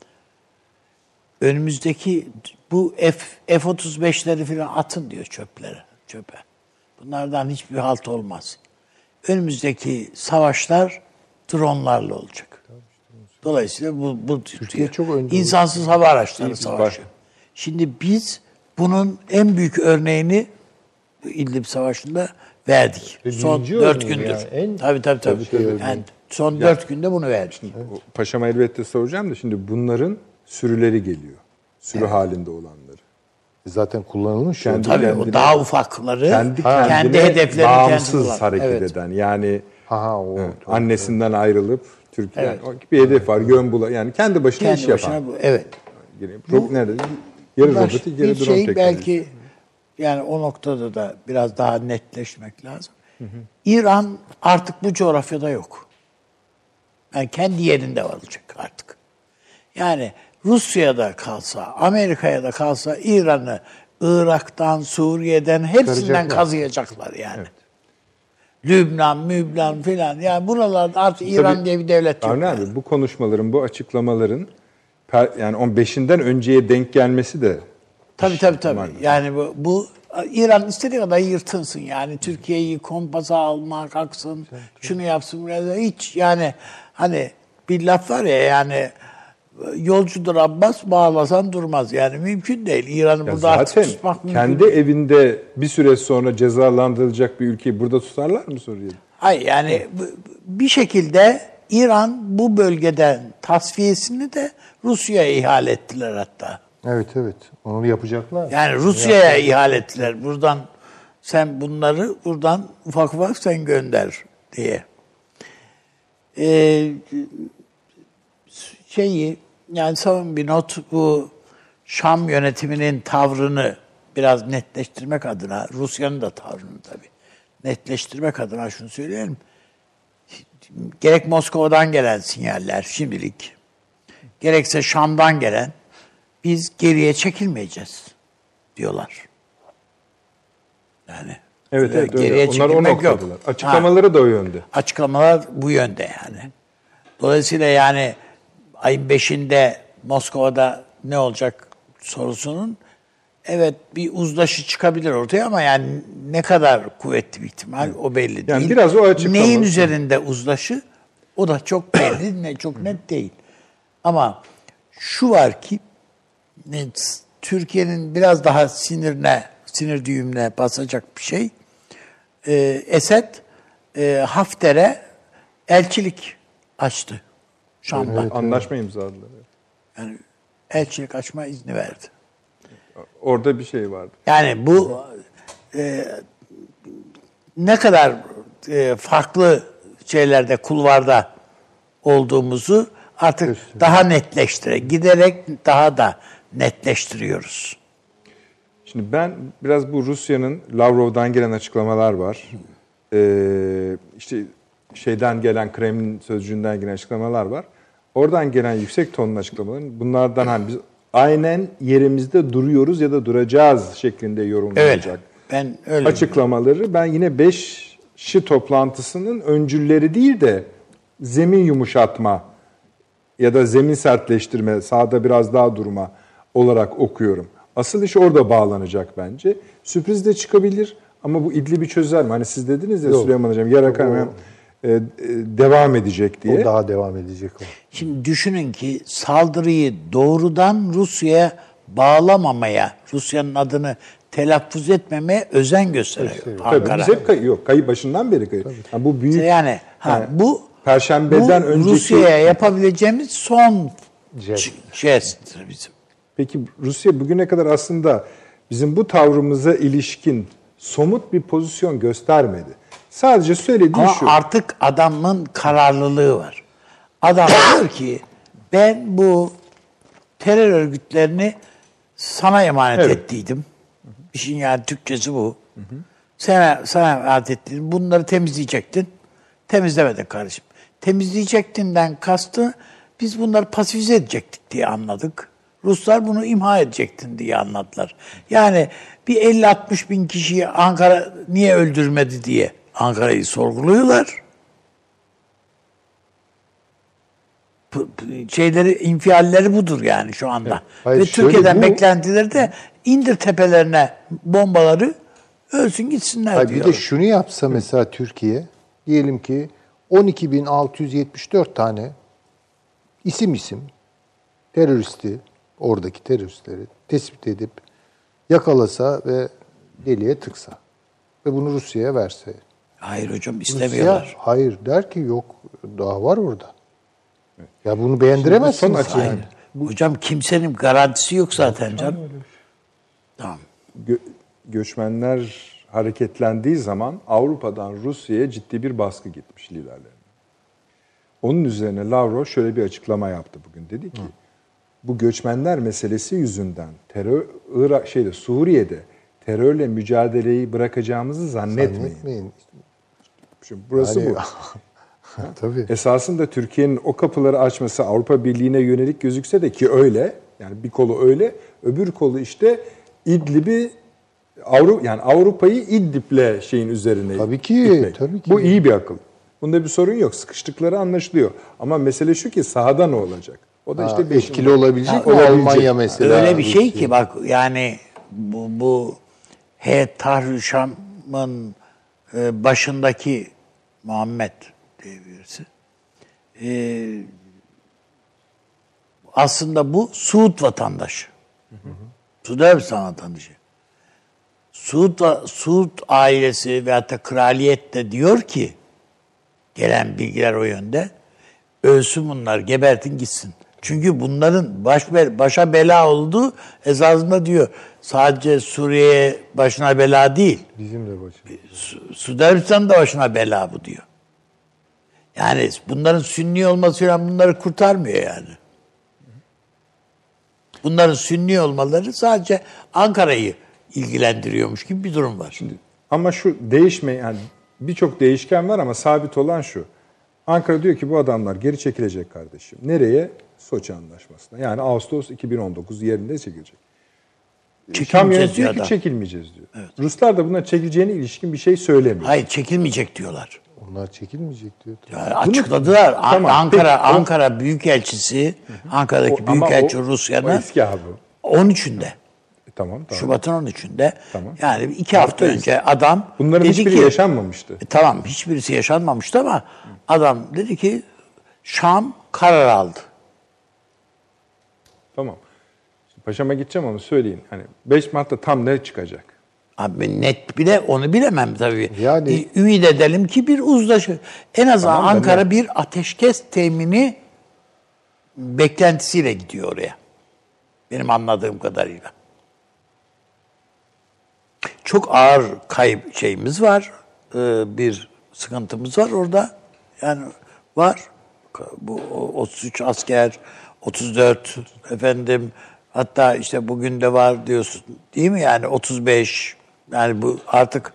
Önümüzdeki bu F-35'leri falan atın diyor çöpe. Bunlardan hiçbir halt olmaz. Önümüzdeki savaşlar dronlarla olacak. Dolayısıyla bu Türkiye çok önde insansız hava araçları savaşı. Şimdi biz bunun en büyük örneğini İdlib Savaşı'nda verdik. Son birinci 4 örneği gündür. yani. En- Tabii. Yani son 4 günde bunu verdik. Paşama elbette soracağım da şimdi bunların sürüleri geliyor. Sürü halinde olanları. Zaten kullanılmış şu. Kendi Tabii o kendine- daha ufakları Kendi kendi hedeflerini bağımsız kendi bulan. hareket Evet. eden. Yani O. annesinden ayrılıp Türkiye Evet. bir hedef var. Yani kendi başına iş Kendi başına yapan. bu. Evet. Nerede? Yarı Bunlar robotik, yarı bir drone şey teknolojisi. belki yani o noktada da biraz daha netleşmek lazım. İran artık bu coğrafyada yok. Yani kendi yerinde olacak artık. Yani Rusya'da kalsa, Amerika'ya da kalsa İran'ı Irak'tan, Suriye'den hepsinden Çıkaracaklar. kazıyacaklar yani. Lübnan filan. Yani buralarda artık İran diye bir devlet yok. Avni yani. abi bu konuşmaların, bu açıklamaların yani 15'inden önceye denk gelmesi de Tabii. Yani bu İran istediği kadar yırtınsın yani Türkiye'yi kompasa almak kalksın, şunu yapsın biraz hiç yani hani bir laf var ya yani yolcudur Abbas bağlasan durmaz yani mümkün değil. İran'ı ya burada artık zaten tutmak mümkün kendi değil. evinde bir süre sonra cezalandırılacak bir ülkeyi burada tutarlar mı Suriye'de? Hayır yani bir şekilde İran bu bölgeden tasfiyesini de Rusya'ya ihale ettiler hatta. Evet. Onu yapacaklar. Yani Rusya'ya ihale ettiler. Buradan sen bunları buradan ufak sen gönder diye. Yani son bir not bu Şam yönetiminin tavrını biraz netleştirmek adına Rusya'nın da tavrını tabii netleştirmek adına şunu söyleyelim. Gerek Moskova'dan gelen sinyaller şimdilik gerekse Şam'dan gelen biz geriye çekilmeyeceğiz diyorlar. Yani Evet geriye öyle. Onlar o çekilmek yok. noktadalar. Açıklamaları da o yönde. Açıklamalar bu yönde yani. Dolayısıyla yani ayın 5'inde Moskova'da ne olacak sorusunun evet bir uzlaşı çıkabilir ortaya ama yani ne kadar kuvvetli bir ihtimal o belli Yani değil. biraz o açıklama. Neyin üzerinde uzlaşı o da çok belli çok net değil. Ama şu var ki Türkiye'nin biraz daha sinir düğümüne basacak bir şey. Esed Hafter'e elçilik açtı Şam'da. Evet. Anlaşma imzaladılar. Yani elçilik açma izni verdi. Orada bir şey vardı. Yani bu ne kadar farklı şeylerde, kulvarda olduğumuzu artık daha giderek daha da netleştiriyoruz. Şimdi ben biraz bu Rusya'nın Lavrov'dan gelen açıklamalar var. İşte şeyden gelen Kremlin sözcüğünden gelen açıklamalar var. Oradan gelen yüksek tonlu açıklamaların bunlardan hani biz aynen yerimizde duruyoruz ya da duracağız şeklinde yorumlanacak. Evet. Ben öyle açıklamaları ben yine 5'şi toplantısının öncülleri değil de zemin yumuşatma ya da zemin sertleştirme, sahada biraz daha durma olarak okuyorum. Asıl iş orada bağlanacak bence. Sürpriz de çıkabilir ama bu İdlib'i çözer mi? Hani siz dediniz ya Süleyman Hocam yarın devam edecek diye. O daha devam edecek o. Şimdi düşünün ki saldırıyı doğrudan Rusya'ya bağlamamaya, Rusya'nın adını telaffuz etmemeye özen gösteriyor Tabii Ankara. biz hep kayıp başından beri kayıp. Yani bu büyük Yani bu Perşembeden bu önceki Rusya'ya yapabileceğimiz son jesttir bizim. Peki Rusya bugüne kadar aslında bizim bu tavrımıza ilişkin somut bir pozisyon göstermedi. Sadece söylediği Ama şu. artık adamın kararlılığı var. Adam diyor ki ben bu terör örgütlerini sana emanet ettiydim. İşin yani Türkçesi bu. Sana emanet ettim. Bunları temizleyecektin. Temizlemedin kardeşim. Temizleyecektinden kastı biz bunları pasifize edecektik diye anladık. Ruslar bunu imha edecektin diye anladılar. Yani bir 50-60 bin kişiyi Ankara niye öldürmedi diye Ankara'yı sorguluyorlar. İnfialleri budur yani şu anda. Evet. Hayır, ve şöyle, Türkiye'den bu- beklentileri de indir tepelerine bombaları ölsün gitsinler Hayır, diyor. bir de şunu yapsa mesela Türkiye, diyelim ki 12.674 tane isim teröristi, oradaki teröristleri tespit edip yakalasa ve deliğe tıksa ve bunu Rusya'ya verse. Hayır hocam Rusya istemiyorlar. hayır der ki yok, daha var orada. Ya bunu beğendiremezsiniz. Son açı yani. Hocam kimsenin garantisi yok zaten canım. Tamam. Göçmenler hareketlendiği zaman Avrupa'dan Rusya'ya ciddi bir baskı gitmiş liderlerine. Onun üzerine Lavrov şöyle bir açıklama yaptı bugün. Dedi ki bu göçmenler meselesi yüzünden Suriye'de terörle mücadeleyi bırakacağımızı zannetmeyin. Zannetmeyin. Şimdi burası Yani- bu. Tabii. Esasında Türkiye'nin o kapıları açması Avrupa Birliği'ne yönelik gözükse de ki öyle. Yani bir kolu öyle, öbür kolu işte İdlib'i yani Avrupa'yı İdlib'le şeyin üzerine Tabii ki, itmek. tabii ki. Bu iyi bir akıl. Bunda bir sorun yok. Sıkıştıkları anlaşılıyor. Ama mesele şu ki sahada ne olacak? O da işte etkili olabilecek mi olabilecek. Almanya mesela? Öyle bir şey Rusya? ki bak yani bu Heyet Tahrir Şam'ın başındaki Muhammed diye birisi. Aslında bu Suud vatandaşı. Suudi Arabistan vatandaşı. Suud ailesi veyahut da kraliyet de diyor ki gelen bilgiler o yönde ölsün bunlar, gebertin gitsin. Çünkü bunların başa bela olduğu esasında diyor. Sadece Suriye başına bela değil. Bizim de başımız. Suudi Arabistan da başına bela bu diyor. Yani bunların Sünni olmasıyla bunları kurtarmıyor yani. Bunların Sünni olmaları sadece Ankara'yı ilgilendiriyormuş gibi bir durum var. Ama şu yani birçok değişken var ama sabit olan şu. Ankara diyor ki bu adamlar geri çekilecek kardeşim. Nereye? Soçi Anlaşması'na. Yani Ağustos 2019 yerinde çekilecek. Şam yönetimi diyor ki çekilmeyeceğiz diyor. Evet. Ruslar da buna çekileceğine ilişkin bir şey söylemiyor. Hayır çekilmeyecek diyorlar. Onlar çekilmeyecek diyor. Yani açıkladılar. Tamam, Ankara Büyükelçisi, Ankara'daki Büyükelçi Rusya'nın eski abi. 13'ünde. Tamam. Şubat'ın 13'ünde. Tamam. Yani 2 hafta önce adam bunların dedi hiçbiri ki, yaşanmamıştı. Tamam hiçbirisi yaşanmamıştı ama adam dedi ki Şam karar aldı. Tamam. Paşama gideceğim ama söyleyin. Hani 5 Mart'ta tam ne çıkacak? Abi net bile onu bilemem tabii. Yani ümit edelim ki bir uzlaşı. En azından Tamam da Ankara bir ateşkes temini beklentisiyle gidiyor oraya. Benim anladığım kadarıyla. Çok ağır şeyimiz var. Bir sıkıntımız var orada. Yani var. Bu 33 asker, 34 efendim, hatta işte bugün de var diyorsun. Değil mi? Yani 35. Yani bu artık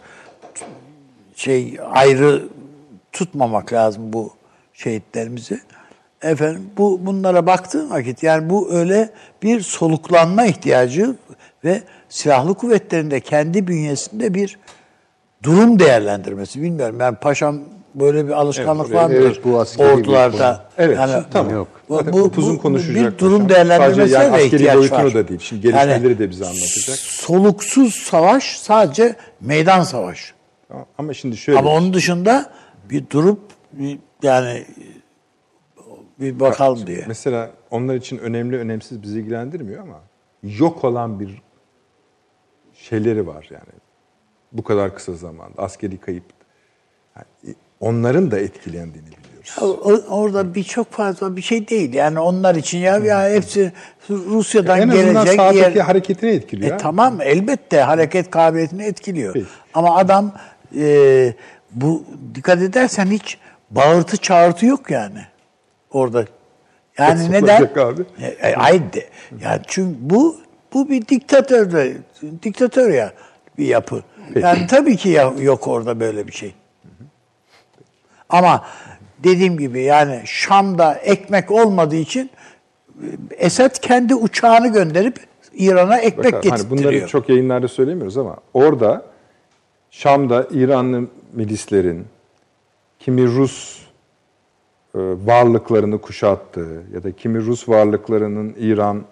ayrı tutmamak lazım bu şehitlerimizi. Efendim bunlara baktığın vakit yani bu öyle bir soluklanma ihtiyacı ve silahlı kuvvetlerinde kendi bünyesinde bir durum değerlendirmesi. Bilmiyorum yani paşam böyle bir alışkanlık var mıdır? Evet, bu askeri ordularda. Evet, yani, tamam. Yok. Bu uzun konuşacak. bir durum paşam. değerlendirmesine Sadece yani de askeri ihtiyaç boyutunu var. da değil. Şimdi gelişmeleri de bize anlatacak. Soluksuz savaş sadece meydan savaşı. Tamam. Ama şimdi şöyle. Ama onun dışında bir durup yani bir bakalım diye. Mesela onlar için önemli önemsiz bizi ilgilendirmiyor ama yok olan bir şeyleri var yani. Bu kadar kısa zamanda askeri kayıp. Yani onların da etkilendiğini biliyoruz. Ya orada birçok fazla bir şey değil. Yani onlar için ya hepsi Rusya'dan en gelecek. azından sahadaki hareketini etkiliyor. Tamam, elbette hareket kabiliyetini etkiliyor. Peki. Ama adam bu dikkat edersen hiç bağırtı çağırtı yok yani orada. Yani Nasıl neden? olacak abi? Hayır. Yani çünkü bu bir diktatör ya bir yapı. Peki. Yani tabii ki yok orada böyle bir şey. Ama dediğim gibi yani Şam'da ekmek olmadığı için Esad kendi uçağını gönderip İran'a ekmek Bakın, getirtiyor. bunları çok yayınlarda söylemiyoruz ama orada Şam'da İranlı milislerin kimi Rus varlıklarını kuşattığı ya da kimi Rus varlıklarının İran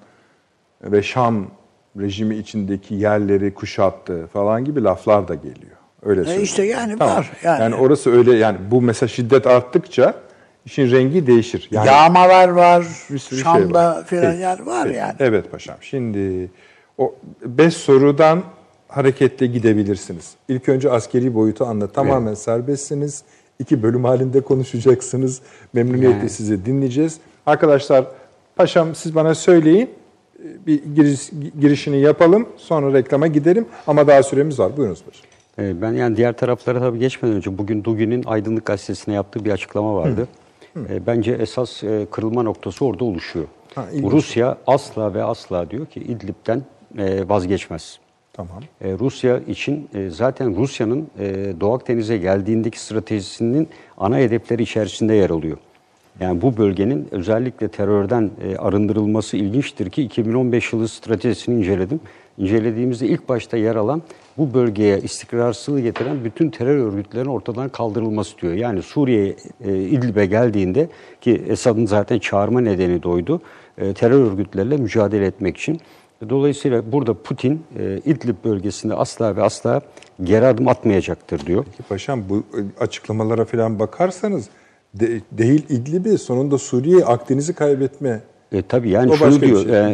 ve Şam rejimi içindeki yerleri kuşattığı falan gibi laflar da geliyor. Öyle söyleyeyim. İşte yani var. Yani orası öyle yani bu mesela şiddet arttıkça işin rengi değişir. Yani yağmalar var, bir sürü Şam'da şey var. filan Peki. yer var Peki. yani. Evet paşam. Şimdi o 5 sorudan hareketle gidebilirsiniz. İlk önce askeri boyutu anlat. Tamamen serbestsiniz. 2 bölüm halinde konuşacaksınız. Memnuniyetle sizi dinleyeceğiz. Arkadaşlar paşam siz bana söyleyin. Bir girişini yapalım. Sonra reklama gidelim. Ama daha süremiz var. Buyurunuz paşam. Ben yani diğer taraflara tabii geçmeden önce bugün Dugin'in Aydınlık Gazetesi'ne yaptığı bir açıklama vardı. Bence esas kırılma noktası orada oluşuyor. Rusya asla ve asla diyor ki İdlib'den vazgeçmez. Tamam. Rusya için zaten Rusya'nın Doğu Akdeniz'e geldiğindeki stratejisinin ana hedefleri içerisinde yer alıyor. Yani bu bölgenin özellikle terörden arındırılması ilginçtir ki 2015 yılı stratejisini inceledim. İncelediğimizde ilk başta yer alan bu bölgeye istikrarsızlığı getiren bütün terör örgütlerinin ortadan kaldırılması diyor. Yani Suriye İdlib'e geldiğinde ki Esad'ın zaten çağırma nedeni de oydu. Terör örgütlerle mücadele etmek için. Dolayısıyla burada Putin İdlib bölgesinde asla ve asla geri adım atmayacaktır diyor. Peki paşam bu açıklamalara falan bakarsanız değil İdlib'i sonunda Suriye Akdeniz'i kaybetme. Tabii yani o şunu diyor, şey.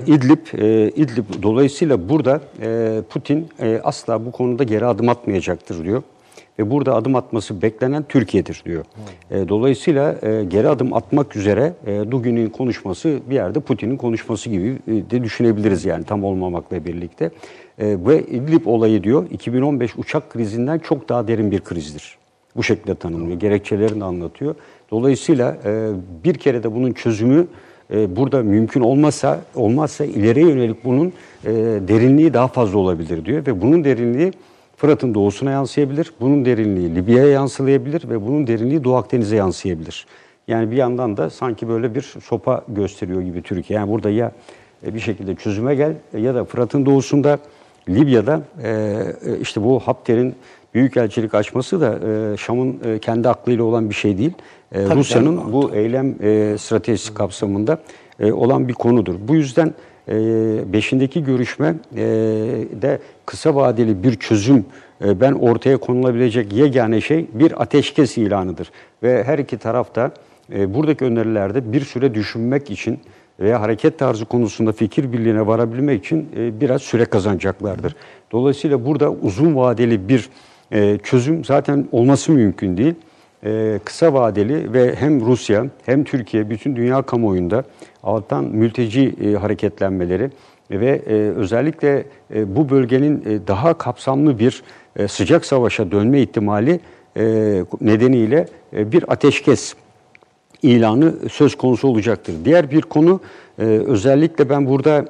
İdlib dolayısıyla burada Putin asla bu konuda geri adım atmayacaktır diyor. Ve burada adım atması beklenen Türkiye'dir diyor. Dolayısıyla geri adım atmak üzere Dugin'in konuşması bir yerde Putin'in konuşması gibi de düşünebiliriz yani tam olmamakla birlikte. Ve İdlib olayı diyor 2015 uçak krizinden çok daha derin bir krizdir. Bu şekilde tanımlıyor. Gerekçelerini anlatıyor. Dolayısıyla bir kere de bunun çözümü burada mümkün olmazsa ileriye yönelik bunun derinliği daha fazla olabilir diyor. Ve bunun derinliği Fırat'ın doğusuna yansıyabilir, bunun derinliği Libya'ya yansıyabilir ve bunun derinliği Doğu Akdeniz'e yansıyabilir. Yani bir yandan da sanki böyle bir sopa gösteriyor gibi Türkiye. Yani burada ya bir şekilde çözüme gel ya da Fırat'ın doğusunda Libya'da işte bu Hafter'in büyükelçilik açması da Şam'ın kendi aklıyla olan bir şey değil. Rusya'nın bu eylem stratejisi kapsamında olan bir konudur. Bu yüzden 5'indeki görüşme de kısa vadeli bir çözüm ben ortaya konulabilecek yegane şey bir ateşkes ilanıdır. Ve her iki taraf da buradaki önerilerde bir süre düşünmek için veya hareket tarzı konusunda fikir birliğine varabilmek için biraz süre kazanacaklardır. Dolayısıyla burada uzun vadeli bir çözüm zaten olması mümkün değil. Kısa vadeli ve hem Rusya hem Türkiye bütün dünya kamuoyunda alttan mülteci hareketlenmeleri ve özellikle bu bölgenin daha kapsamlı bir sıcak savaşa dönme ihtimali nedeniyle bir ateşkes ilanı söz konusu olacaktır. Diğer bir konu özellikle ben burada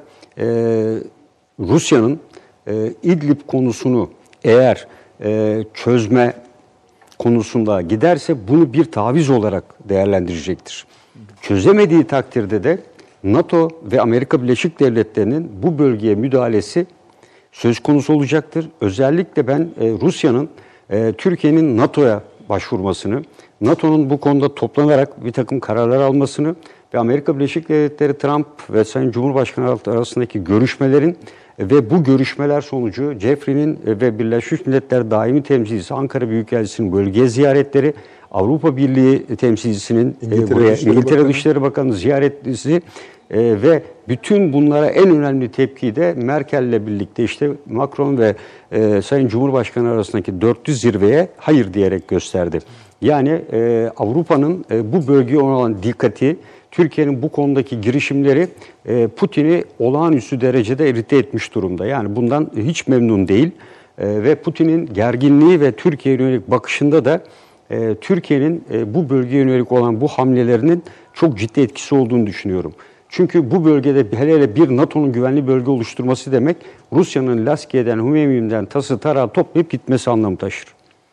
Rusya'nın İdlib konusunu eğer çözme konusunda giderse bunu bir taviz olarak değerlendirecektir. Çözemediği takdirde de NATO ve Amerika Birleşik Devletleri'nin bu bölgeye müdahalesi söz konusu olacaktır. Özellikle ben Rusya'nın Türkiye'nin NATO'ya başvurmasını, NATO'nun bu konuda toplanarak bir takım kararlar almasını ve Amerika Birleşik Devletleri Trump ve Sayın Cumhurbaşkanı arasındaki görüşmelerin ve bu görüşmeler sonucu Jeffrey'nin ve Birleşmiş Milletler Daimi Temsilcisi Ankara Büyükelçisi'nin bölgeye ziyaretleri, Avrupa Birliği temsilcisinin İngiltere İngiltere Dışişleri Bakanı ziyaretlisi ve bütün bunlara en önemli tepkiyi de Merkel'le birlikte işte Macron ve Sayın Cumhurbaşkanı arasındaki dörtlü zirveye hayır diyerek gösterdi. Yani Avrupa'nın bu bölgeye olan dikkati, Türkiye'nin bu konudaki girişimleri Putin'i olağanüstü derecede irite etmiş durumda. Yani bundan hiç memnun değil ve Putin'in gerginliği ve Türkiye'ye yönelik bakışında da Türkiye'nin bu bölgeye yönelik olan bu hamlelerinin çok ciddi etkisi olduğunu düşünüyorum. Çünkü bu bölgede hele bir NATO'nun güvenli bölge oluşturması demek Rusya'nın Laskiye'den, Hümeymi'den tası tarağı toplayıp gitmesi anlamı taşır.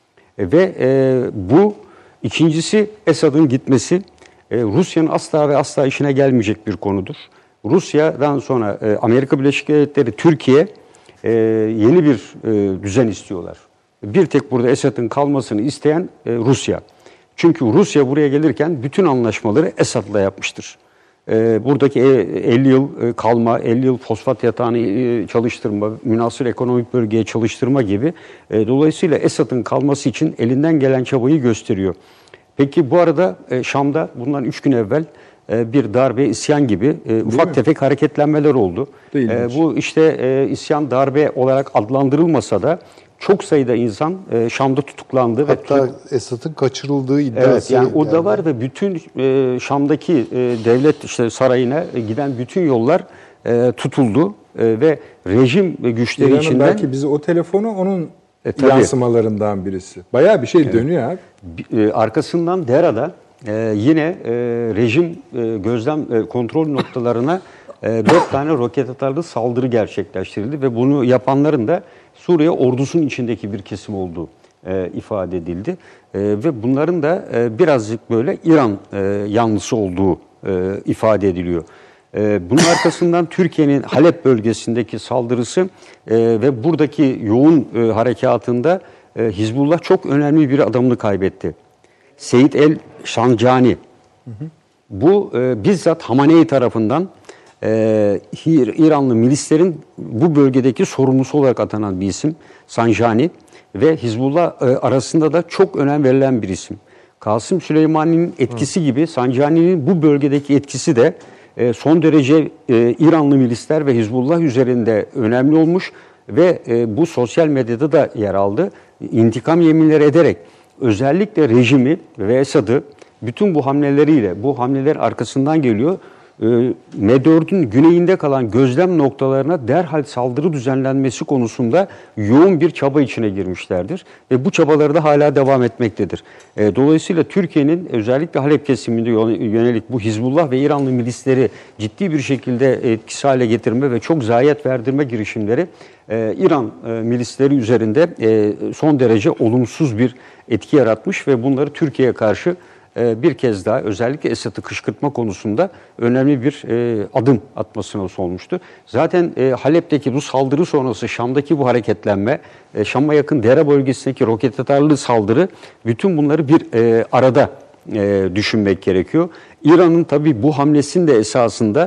Ve bu ikincisi Esad'ın gitmesi Rusya'nın asla ve asla işine gelmeyecek bir konudur. Rusya'dan sonra Amerika Birleşik Devletleri, Türkiye yeni bir düzen istiyorlar. Bir tek burada Esad'ın kalmasını isteyen Rusya. Çünkü Rusya buraya gelirken bütün anlaşmaları Esad'la yapmıştır. Buradaki 50 yıl kalma, 50 yıl fosfat yatağını çalıştırma, münhasır ekonomik bölgeye çalıştırma gibi. Dolayısıyla Esad'ın kalması için elinden gelen çabayı gösteriyor. Peki bu arada Şam'da bundan 3 gün evvel bir darbe, isyan gibi ufak tefek hareketlenmeler oldu. Bu işte isyan, darbe olarak adlandırılmasa da çok sayıda insan Şam'da tutuklandı. Hatta Esad'ın kaçırıldığı iddiası. Evet, yani o da var da bütün Şam'daki devlet işte sarayına giden bütün yollar tutuldu ve rejim güçleri İran'ın içinden... belki bizi o telefonu onun yansımalarından birisi. Bayağı bir şey dönüyor abi. Arkasından Dera'da yine rejim gözlem kontrol noktalarına 4 tane roket atarlı saldırı gerçekleştirildi ve bunu yapanların da Suriye ordusunun içindeki bir kesim olduğu ifade edildi. Ve bunların da birazcık böyle İran yanlısı olduğu ifade ediliyor. Bunun arkasından Türkiye'nin Halep bölgesindeki saldırısı ve buradaki yoğun harekatında Hizbullah çok önemli bir adamını kaybetti. Seyit el-Şancani. Bu bizzat Hamaney tarafından İranlı milislerin bu bölgedeki sorumlusu olarak atanan bir isim. Sanjani ve Hizbullah arasında da çok önem verilen bir isim. Kasım Süleyman'ın etkisi gibi Sanjani'nin bu bölgedeki etkisi de son derece İranlı milisler ve Hizbullah üzerinde önemli olmuş ve bu sosyal medyada da yer aldı. İntikam yeminleri ederek özellikle rejimi ve Esad'ı bütün bu hamleleriyle, bu hamleler arkasından geliyor. M4'ün güneyinde kalan gözlem noktalarına derhal saldırı düzenlenmesi konusunda yoğun bir çaba içine girmişlerdir. Ve bu çabaları da hala devam etmektedir. Dolayısıyla Türkiye'nin özellikle Halep kesiminde yönelik bu Hizbullah ve İranlı milisleri ciddi bir şekilde etkisiz hale getirme ve çok zayiat verdirme girişimleri İran milisleri üzerinde son derece olumsuz bir etki yaratmış ve bunları Türkiye'ye karşı bir kez daha özellikle Esad'ı kışkırtma konusunda önemli bir adım atmasına olmuştu. Zaten Halep'teki bu saldırı sonrası Şam'daki bu hareketlenme, Şam'a yakın Dera bölgesindeki roket atarlı saldırı, bütün bunları bir arada düşünmek gerekiyor. İran'ın tabii bu hamlesinin de esasında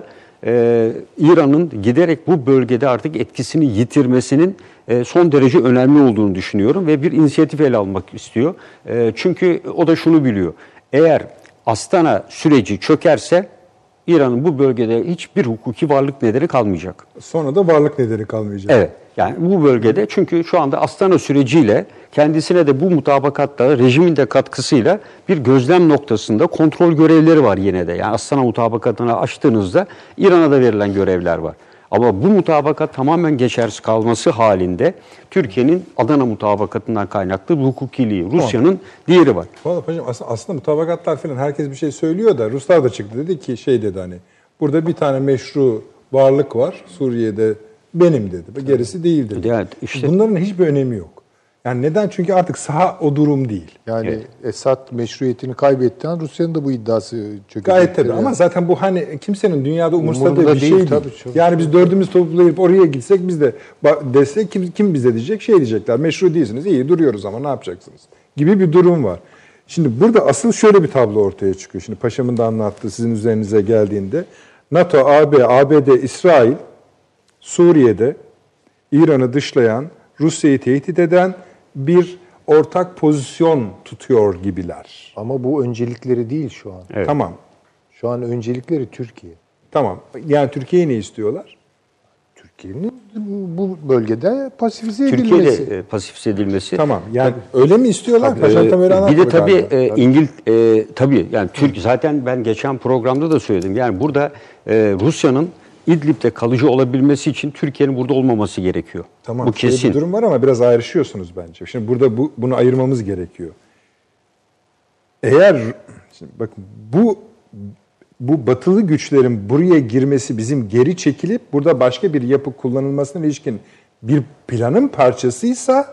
İran'ın giderek bu bölgede artık etkisini yitirmesinin son derece önemli olduğunu düşünüyorum ve bir inisiyatif ele almak istiyor. Çünkü o da şunu biliyor. Eğer Astana süreci çökerse İran'ın bu bölgede hiçbir hukuki varlık nedeni kalmayacak. Sonra da varlık nedeni kalmayacak. Evet. Yani bu bölgede çünkü şu anda Astana süreciyle kendisine de bu mutabakatta rejimin de katkısıyla bir gözlem noktasında kontrol görevleri var yine de. Yani Astana mutabakatını açtığınızda İran'a da verilen görevler var. Ama bu mutabakat tamamen geçersiz kalması halinde Türkiye'nin Adana mutabakatından kaynaklı bir hukukiliği, Rusya'nın diğeri var. Vallahi hocam aslında mutabakatlar falan herkes bir şey söylüyor da Ruslar da çıktı dedi ki dedi hani burada bir tane meşru varlık var Suriye'de benim dedi. Gerisi değil dedi. Yani işte, bunların hiçbir önemi yok. Yani neden? Çünkü artık saha o durum değil. Yani evet. Esad meşruiyetini kaybettiği an Rusya'nın da bu iddiası çökecek. Gayet tabii ama zaten bu hani kimsenin dünyada umursadığı bir şey değil. Yani biz dördümüz toplayıp oraya gitsek biz de desek kim bize diyecek diyecekler. Meşru değilsiniz. İyi duruyoruz ama ne yapacaksınız? Gibi bir durum var. Şimdi burada asıl şöyle bir tablo ortaya çıkıyor. Şimdi Paşam'ın da anlattığı sizin üzerinize geldiğinde NATO, AB, ABD, İsrail Suriye'de İran'ı dışlayan, Rusya'yı tehdit eden bir ortak pozisyon tutuyor gibiler. Ama bu öncelikleri değil şu an. Evet. Tamam. Şu an öncelikleri Türkiye. Tamam. Yani Türkiye'yi ne istiyorlar? Türkiye'nin bu bölgede pasifize edilmesi. Türkiye'de pasifize edilmesi. Tamam. Yani öyle mi istiyorlar? Kaşan Tamer'i Bir de anlatmadı tabii galiba. tabii yani Türk zaten ben geçen programda da söyledim. Yani burada Rusya'nın İdlib'de kalıcı olabilmesi için Türkiye'nin burada olmaması gerekiyor. Tamam. Bu şöyle kesin. bir durum var ama biraz ayrışıyorsunuz bence. Şimdi burada bunu ayırmamız gerekiyor. Eğer şimdi bakın bu batılı güçlerin buraya girmesi bizim geri çekilip burada başka bir yapı kullanılmasına ilişkin bir planın parçasıysa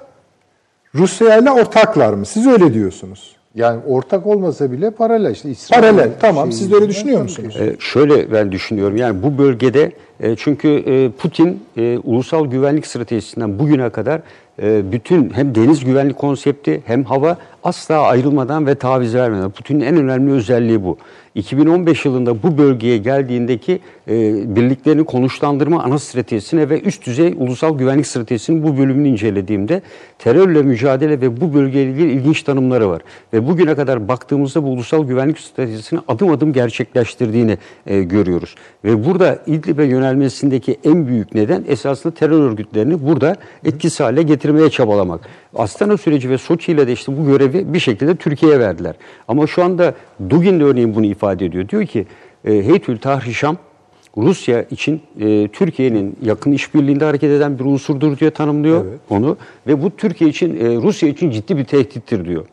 Rusya ile ortaklar mı? Siz öyle diyorsunuz. Yani ortak olmasa bile paralel işte. İsrail Paralel. Tamam. şeyi Siz de öyle yüzünden düşünüyor tabii musunuz? ki. Şöyle ben düşünüyorum yani bu bölgede çünkü Putin ulusal güvenlik stratejisinden bugüne kadar bütün hem deniz güvenlik konsepti hem hava asla ayrılmadan ve taviz vermeden. Putin'in en önemli özelliği bu. 2015 yılında bu bölgeye geldiğindeki birliklerini konuşlandırma ana stratejisine ve üst düzey ulusal güvenlik stratejisinin bu bölümünü incelediğimde terörle mücadele ve bu bölgeyle ilgili ilginç tanımları var. Ve bugüne kadar baktığımızda bu ulusal güvenlik stratejisini adım adım gerçekleştirdiğini görüyoruz. Ve burada İdlib'e yönelmesindeki en büyük neden esasında terör örgütlerini burada etkisiz hale getirmeye çabalamak. Astana süreci ve Soçi ile de işte bu görevi bir şekilde Türkiye'ye verdiler. Ama şu anda Dugin de örneğin bunu ifade ediyor. Diyor ki Heytül Tahrir Şam Rusya için Türkiye'nin yakın işbirliğinde hareket eden bir unsurdur diye tanımlıyor onu. Ve bu Türkiye için, Rusya için ciddi bir tehdittir diyor.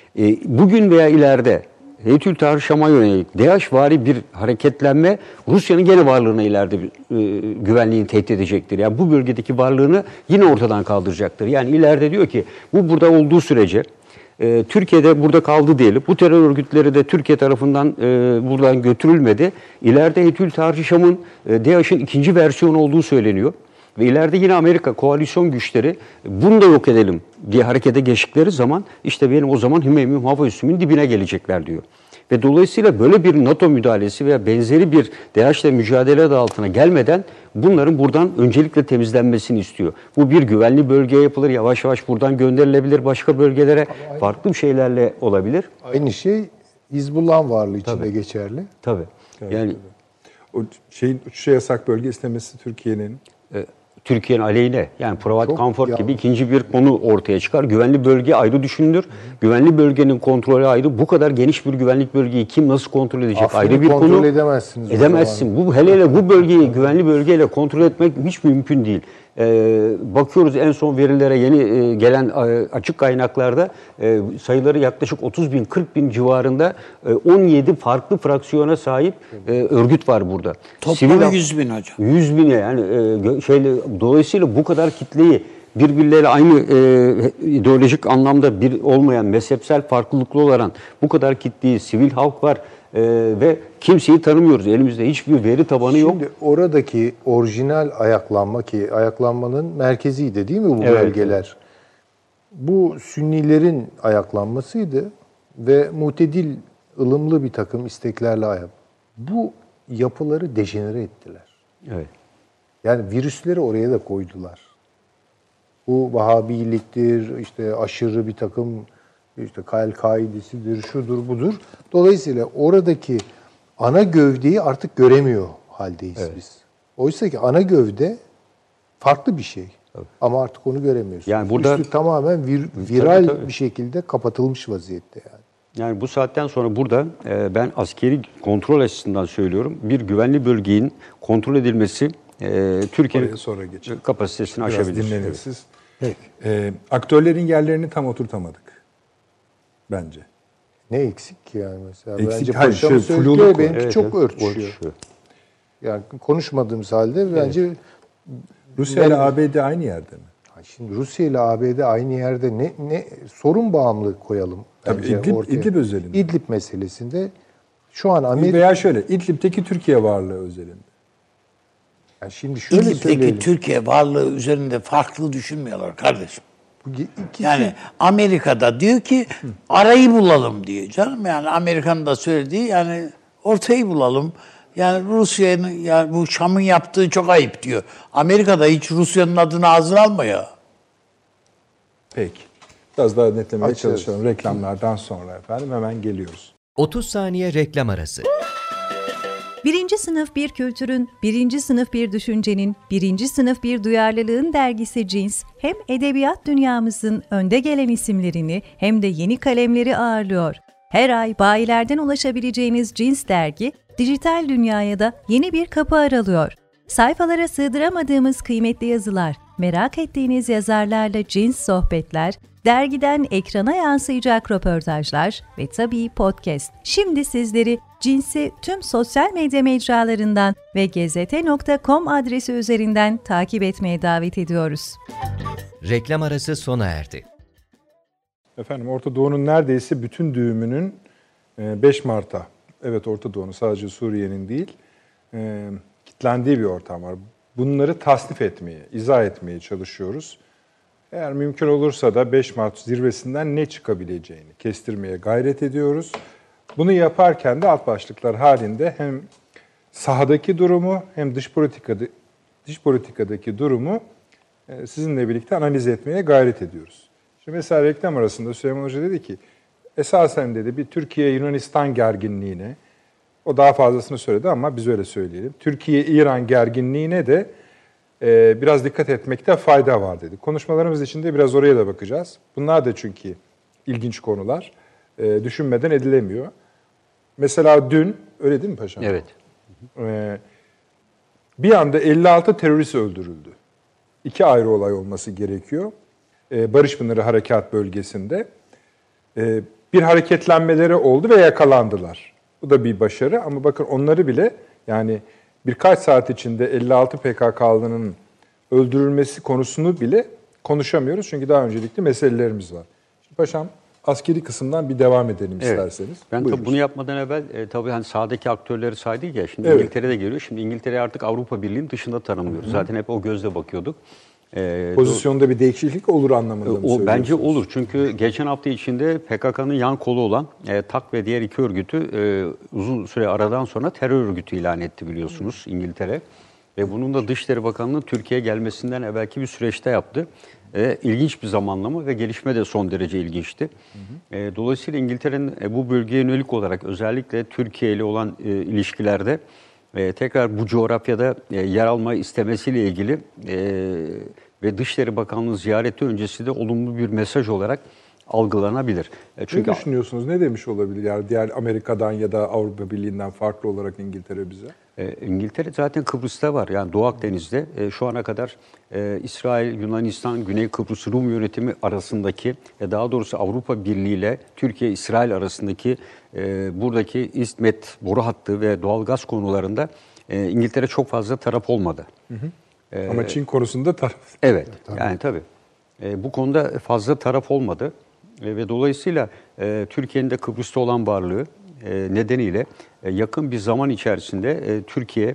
Bugün veya ileride Heytül Tahrir Şam'a yönelik DAEŞ-vari bir hareketlenme Rusya'nın gene varlığına ileride güvenliğini tehdit edecektir. Yani bu bölgedeki varlığını yine ortadan kaldıracaktır. Yani ileride diyor ki bu burada olduğu sürece Türkiye'de burada kaldı diyelim. Bu terör örgütleri de Türkiye tarafından buradan götürülmedi. İleride Heytül Tahrir Şam'ın DAEŞ'in ikinci versiyonu olduğu söyleniyor. Ve ileride yine Amerika koalisyon güçleri bunu da yok edelim diye harekete geçtikleri zaman işte benim o zaman Hümeymi'm hava üssümün dibine gelecekler diyor. Ve dolayısıyla böyle bir NATO müdahalesi veya benzeri bir DAEŞ'le mücadele adı altına gelmeden bunların buradan öncelikle temizlenmesini istiyor. Bu bir güvenli bölgeye yapılır, yavaş yavaş buradan gönderilebilir başka bölgelere, farklı şeylerle olabilir. Aynı şey Hizbullah'ın varlığı için de geçerli. Tabii. Yani O şeyin uçuşa yasak bölge istemesi Türkiye'nin Türkiye'nin aleyhine yani Provide Çok Comfort yanlış. gibi ikinci bir konu ortaya çıkar. Güvenli bölge ayrı düşünülür. Güvenli bölgenin kontrolü ayrı. Bu kadar geniş bir güvenlik bölgeyi kim nasıl kontrol edecek Afrin'i ayrı bir kontrol konu. edemezsiniz o Edemezsin. Bu hele bu bölgeyi güvenli bölgeyle kontrol etmek hiç mümkün değil. Bakıyoruz en son verilere yeni gelen açık kaynaklarda sayıları yaklaşık 30 bin 40 bin civarında 17 farklı fraksiyona sahip örgüt var burada. Toplamı 100 bin hocam. 100 bine yani dolayısıyla bu kadar kitleyi birbirleriyle aynı ideolojik anlamda bir olmayan mezhepsel farklılıklı olan bu kadar kitleyi sivil halk var ve kimseyi tanımıyoruz. Elimizde hiçbir veri tabanı yok. Şimdi oradaki orijinal ayaklanma ki ayaklanmanın merkeziydi değil mi bu bölgeler? Bu Sünnilerin ayaklanmasıydı ve mutedil, ılımlı bir takım isteklerle bu yapıları dejenere ettiler. Evet. Yani virüsleri oraya da koydular. Bu Vahabiliktir, işte aşırı bir takım işte El-Kaide'sidir, şudur budur. Dolayısıyla oradaki ana gövdeyi artık göremiyor haldeyiz biz. Oysa ki ana gövde farklı bir şey. Ama artık onu göremiyorsunuz. Yani burada üstü tamamen viral tabii. bir şekilde kapatılmış vaziyette yani. Yani bu saatten sonra burada ben askeri kontrol açısından söylüyorum. Bir güvenli bölgenin kontrol edilmesi Türkiye'nin sonra geçelim. kapasitesini Biraz aşabilir. dinlenir siz. Aktörlerin yerlerini tam oturtamadık. Bence. Ne eksik ki yani mesela? Eksik, bence hayır, Paşa'mın fluluk söylediği var. benimki Evet, çok evet, örtüşüyor. Yani konuşmadığımız halde bence Rusya ile ABD aynı yerde mi? şimdi Rusya ile ABD aynı yerde ne sorun bağımlılık koyalım bence Tabii ortaya. İdlib özelinde. İdlib meselesinde şu an Amerika Veya şöyle, İdlib'teki Türkiye varlığı özelinde. yani şimdi şöyle İdlib'deki söyleyelim. Türkiye varlığı üzerinde farklı düşünmüyorlar kardeşim. Bu ikisi- Yani Amerika'da diyor ki arayı bulalım diyor canım. Yani Amerika'nın da söylediği yani ortayı bulalım. Yani Rusya'nın yani bu Şam'ın yaptığı çok ayıp diyor. Amerika'da hiç Rusya'nın adını ağzına almıyor. Peki. Biraz daha netlemeye Açarız. çalışalım. Reklamlardan sonra efendim hemen geliyoruz. 30 saniye reklam arası. Birinci sınıf bir kültürün, birinci sınıf bir düşüncenin, birinci sınıf bir duyarlılığın dergisi Cins, hem edebiyat dünyamızın önde gelen isimlerini hem de yeni kalemleri ağırlıyor. Her ay bayilerden ulaşabileceğiniz Cins dergi, dijital dünyaya da yeni bir kapı aralıyor. Sayfalara sığdıramadığımız kıymetli yazılar, merak ettiğiniz yazarlarla cins sohbetler, dergiden ekrana yansıyacak röportajlar ve tabii podcast. Şimdi sizleri Cins'i tüm sosyal medya mecralarından ve gezete.com adresi üzerinden takip etmeye davet ediyoruz. Reklam arası sona erdi. Efendim Orta Doğu'nun neredeyse bütün düğümünün 5 Mart'a, evet Orta Doğu'nun sadece Suriye'nin değil, kilitlendiği bir ortam var. Bunları tasnif etmeye, izah etmeye çalışıyoruz. Eğer mümkün olursa da 5 Mart zirvesinden ne çıkabileceğini kestirmeye gayret ediyoruz. Bunu yaparken de alt başlıklar halinde hem sahadaki durumu hem dış politikadaki durumu sizinle birlikte analiz etmeye gayret ediyoruz. Şimdi mesela reklam arasında Süleyman Hoca dedi ki, esasen dedi bir Türkiye-Yunanistan gerginliğine, o daha fazlasını söyledi ama biz öyle söyleyelim, Türkiye-İran gerginliğine de biraz dikkat etmekte fayda var dedi. Konuşmalarımız içinde biraz oraya da bakacağız. Bunlar da çünkü ilginç konular. Düşünmeden edilemiyor. Mesela dün, öyle değil mi paşam? Evet. Bir anda 56 terörist öldürüldü. 2 ayrı olay olması gerekiyor. Barış Pınarı Harekat Bölgesi'nde. Bir hareketlenmeleri oldu ve yakalandılar. Bu da bir başarı ama bakın onları bile yani birkaç saat içinde 56 PKK'lının öldürülmesi konusunu bile konuşamıyoruz. Çünkü daha öncelikli meselelerimiz var. Şimdi paşam askeri kısımdan bir devam edelim isterseniz. Ben tabii bunu yapmadan evvel tabii hani sahadaki aktörleri saydık ya. Şimdi İngiltere'de geliyor. Şimdi İngiltere'yi artık Avrupa Birliği'nin dışında tanımlıyoruz. Zaten hep o gözle bakıyorduk. Pozisyonda bir değişiklik olur anlamında mı söylüyorsunuz? Bence olur. Çünkü geçen hafta içinde PKK'nın yan kolu olan TAK ve diğer 2 örgütü uzun süre aradan sonra terör örgütü ilan etti biliyorsunuz İngiltere. Ve bunun da Dışişleri Bakanlığı'nın Türkiye'ye gelmesinden evvelki bir süreçte yaptı. İlginç bir zamanlama ve gelişme de son derece ilginçti. Dolayısıyla İngiltere'nin bu bölgeye yönelik olarak özellikle Türkiye ile olan ilişkilerde tekrar bu coğrafyada yer almayı istemesiyle ilgili ve Dışişleri Bakanlığı ziyareti öncesi de olumlu bir mesaj olarak algılanabilir. Çünkü ne düşünüyorsunuz? Ne demiş olabilir? Yani diğer Amerika'dan ya da Avrupa Birliği'nden farklı olarak İngiltere bize? İngiltere zaten Kıbrıs'ta var. Yani Doğu Akdeniz'de şu ana kadar İsrail, Yunanistan, Güney Kıbrıs Rum yönetimi arasındaki daha doğrusu Avrupa Birliği ile Türkiye, İsrail arasındaki buradaki İzmit boru hattı ve doğalgaz konularında İngiltere çok fazla taraf olmadı. Ama Çin konusunda taraf. Evet, yani tabii. Bu konuda fazla taraf olmadı ve dolayısıyla Türkiye'nin de Kıbrıs'ta olan varlığı nedeniyle yakın bir zaman içerisinde Türkiye,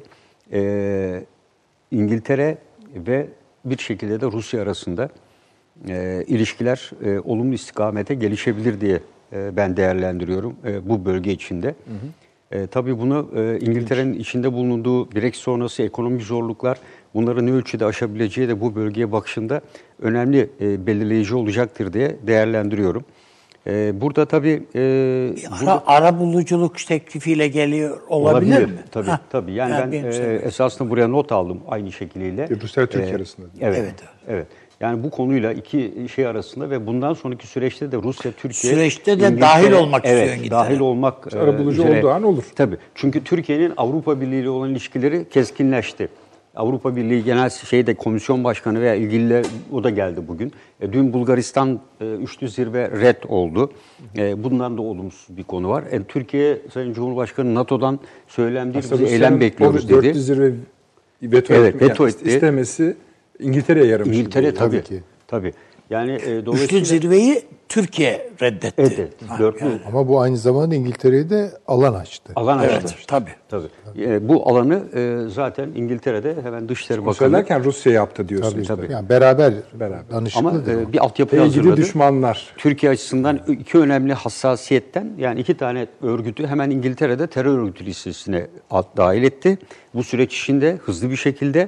İngiltere ve bir şekilde de Rusya arasında ilişkiler olumlu istikamete gelişebilir diye ben değerlendiriyorum bu bölge içinde. Tabii bunu İngiltere'nin içinde bulunduğu Brexit sonrası ekonomik zorluklar bunları ne ölçüde aşabileceği de bu bölgeye bakışında önemli belirleyici olacaktır diye değerlendiriyorum. Burada tabii ara buluculuk teklifiyle geliyor olabilir mi? Tabii, tabii. Yani ben esasında buraya not aldım aynı şekliyle. Rusya Türkiye arasında. Evet. Yani bu konuyla iki şey arasında ve bundan sonraki süreçte de Rusya, Türkiye... Süreçte de dahil olmak istiyor İngiltere. Dahil olmak arabulucu olduğu an olur. Tabii. Çünkü Türkiye'nin Avrupa Birliği ile olan ilişkileri keskinleşti. Avrupa Birliği Genel Komisyon Başkanı veya ilgililer o da geldi bugün. Dün Bulgaristan üçlü zirve red oldu. Bundan da olumsuz bir konu var. Türkiye Sayın Cumhurbaşkanı NATO'dan söylemdir bize eylem bekliyoruz dedi. Dörtlü zirve veto etti. İstemesi İngiltere'ye yaramış. İngiltere tabii ki. Tabii. Yani dolayısıyla üçlü zirveyi Türkiye reddetti. Ama bu aynı zamanda İngiltere'ye de alan açtı. Evet, tabii. Bu alanı zaten İngiltere'de hemen Dışişleri Bakanı... Söylerken Rusya yaptı diyorsunuz. Tabii. Yani beraber. Ama bir altyapı hazırladı. Düşmanlar. Türkiye açısından iki önemli hassasiyetten yani 2 tane örgütü hemen İngiltere'de terör örgütü listesine dahil etti. Bu süreç içinde hızlı bir şekilde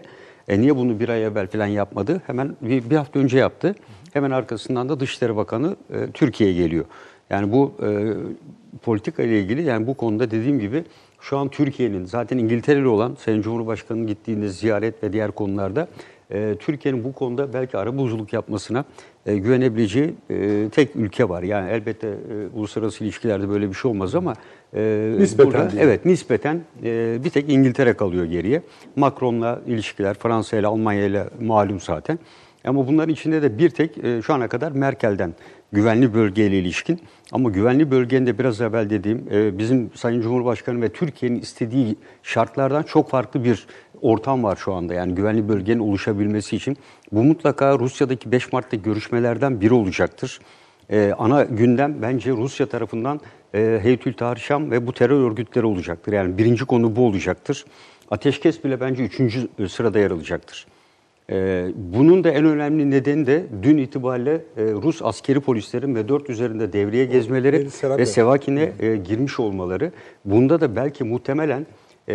Niye bunu bir ay evvel falan yapmadı? Hemen bir hafta önce yaptı. Hemen arkasından da Dışişleri Bakanı Türkiye'ye geliyor. Yani bu politika ile ilgili, yani bu konuda dediğim gibi şu an Türkiye'nin zaten İngiltere'li olan Sayın Cumhurbaşkanı'nın gittiğinde ziyaret ve diğer konularda Türkiye'nin bu konuda belki arabuluculuk yapmasına güvenebileceği tek ülke var. Yani elbette uluslararası ilişkilerde böyle bir şey olmaz ama nispeten burada, evet, nispeten bir tek İngiltere kalıyor geriye. Macron'la ilişkiler, Fransa ile Almanya ile malum zaten. Ama bunların içinde de bir tek şu ana kadar Merkel'den güvenli bölgeyle ilişkin. Ama güvenli bölgenin de biraz evvel dediğim bizim Sayın Cumhurbaşkanı ve Türkiye'nin istediği şartlardan çok farklı bir ortam var şu anda. Yani güvenli bölgenin oluşabilmesi için. Bu mutlaka Rusya'daki 5 Mart'taki görüşmelerden biri olacaktır. Ana gündem bence Rusya tarafından Heyetül Tahrir Şam ve bu terör örgütleri olacaktır. Yani birinci konu bu olacaktır. Ateşkes bile bence 3. sırada yer alacaktır. Bunun da en önemli nedeni de dün itibariyle Rus askeri polislerin ve 4 üzerinde devreye gezmeleri ve Sevakin'e girmiş olmaları. Bunda da belki muhtemelen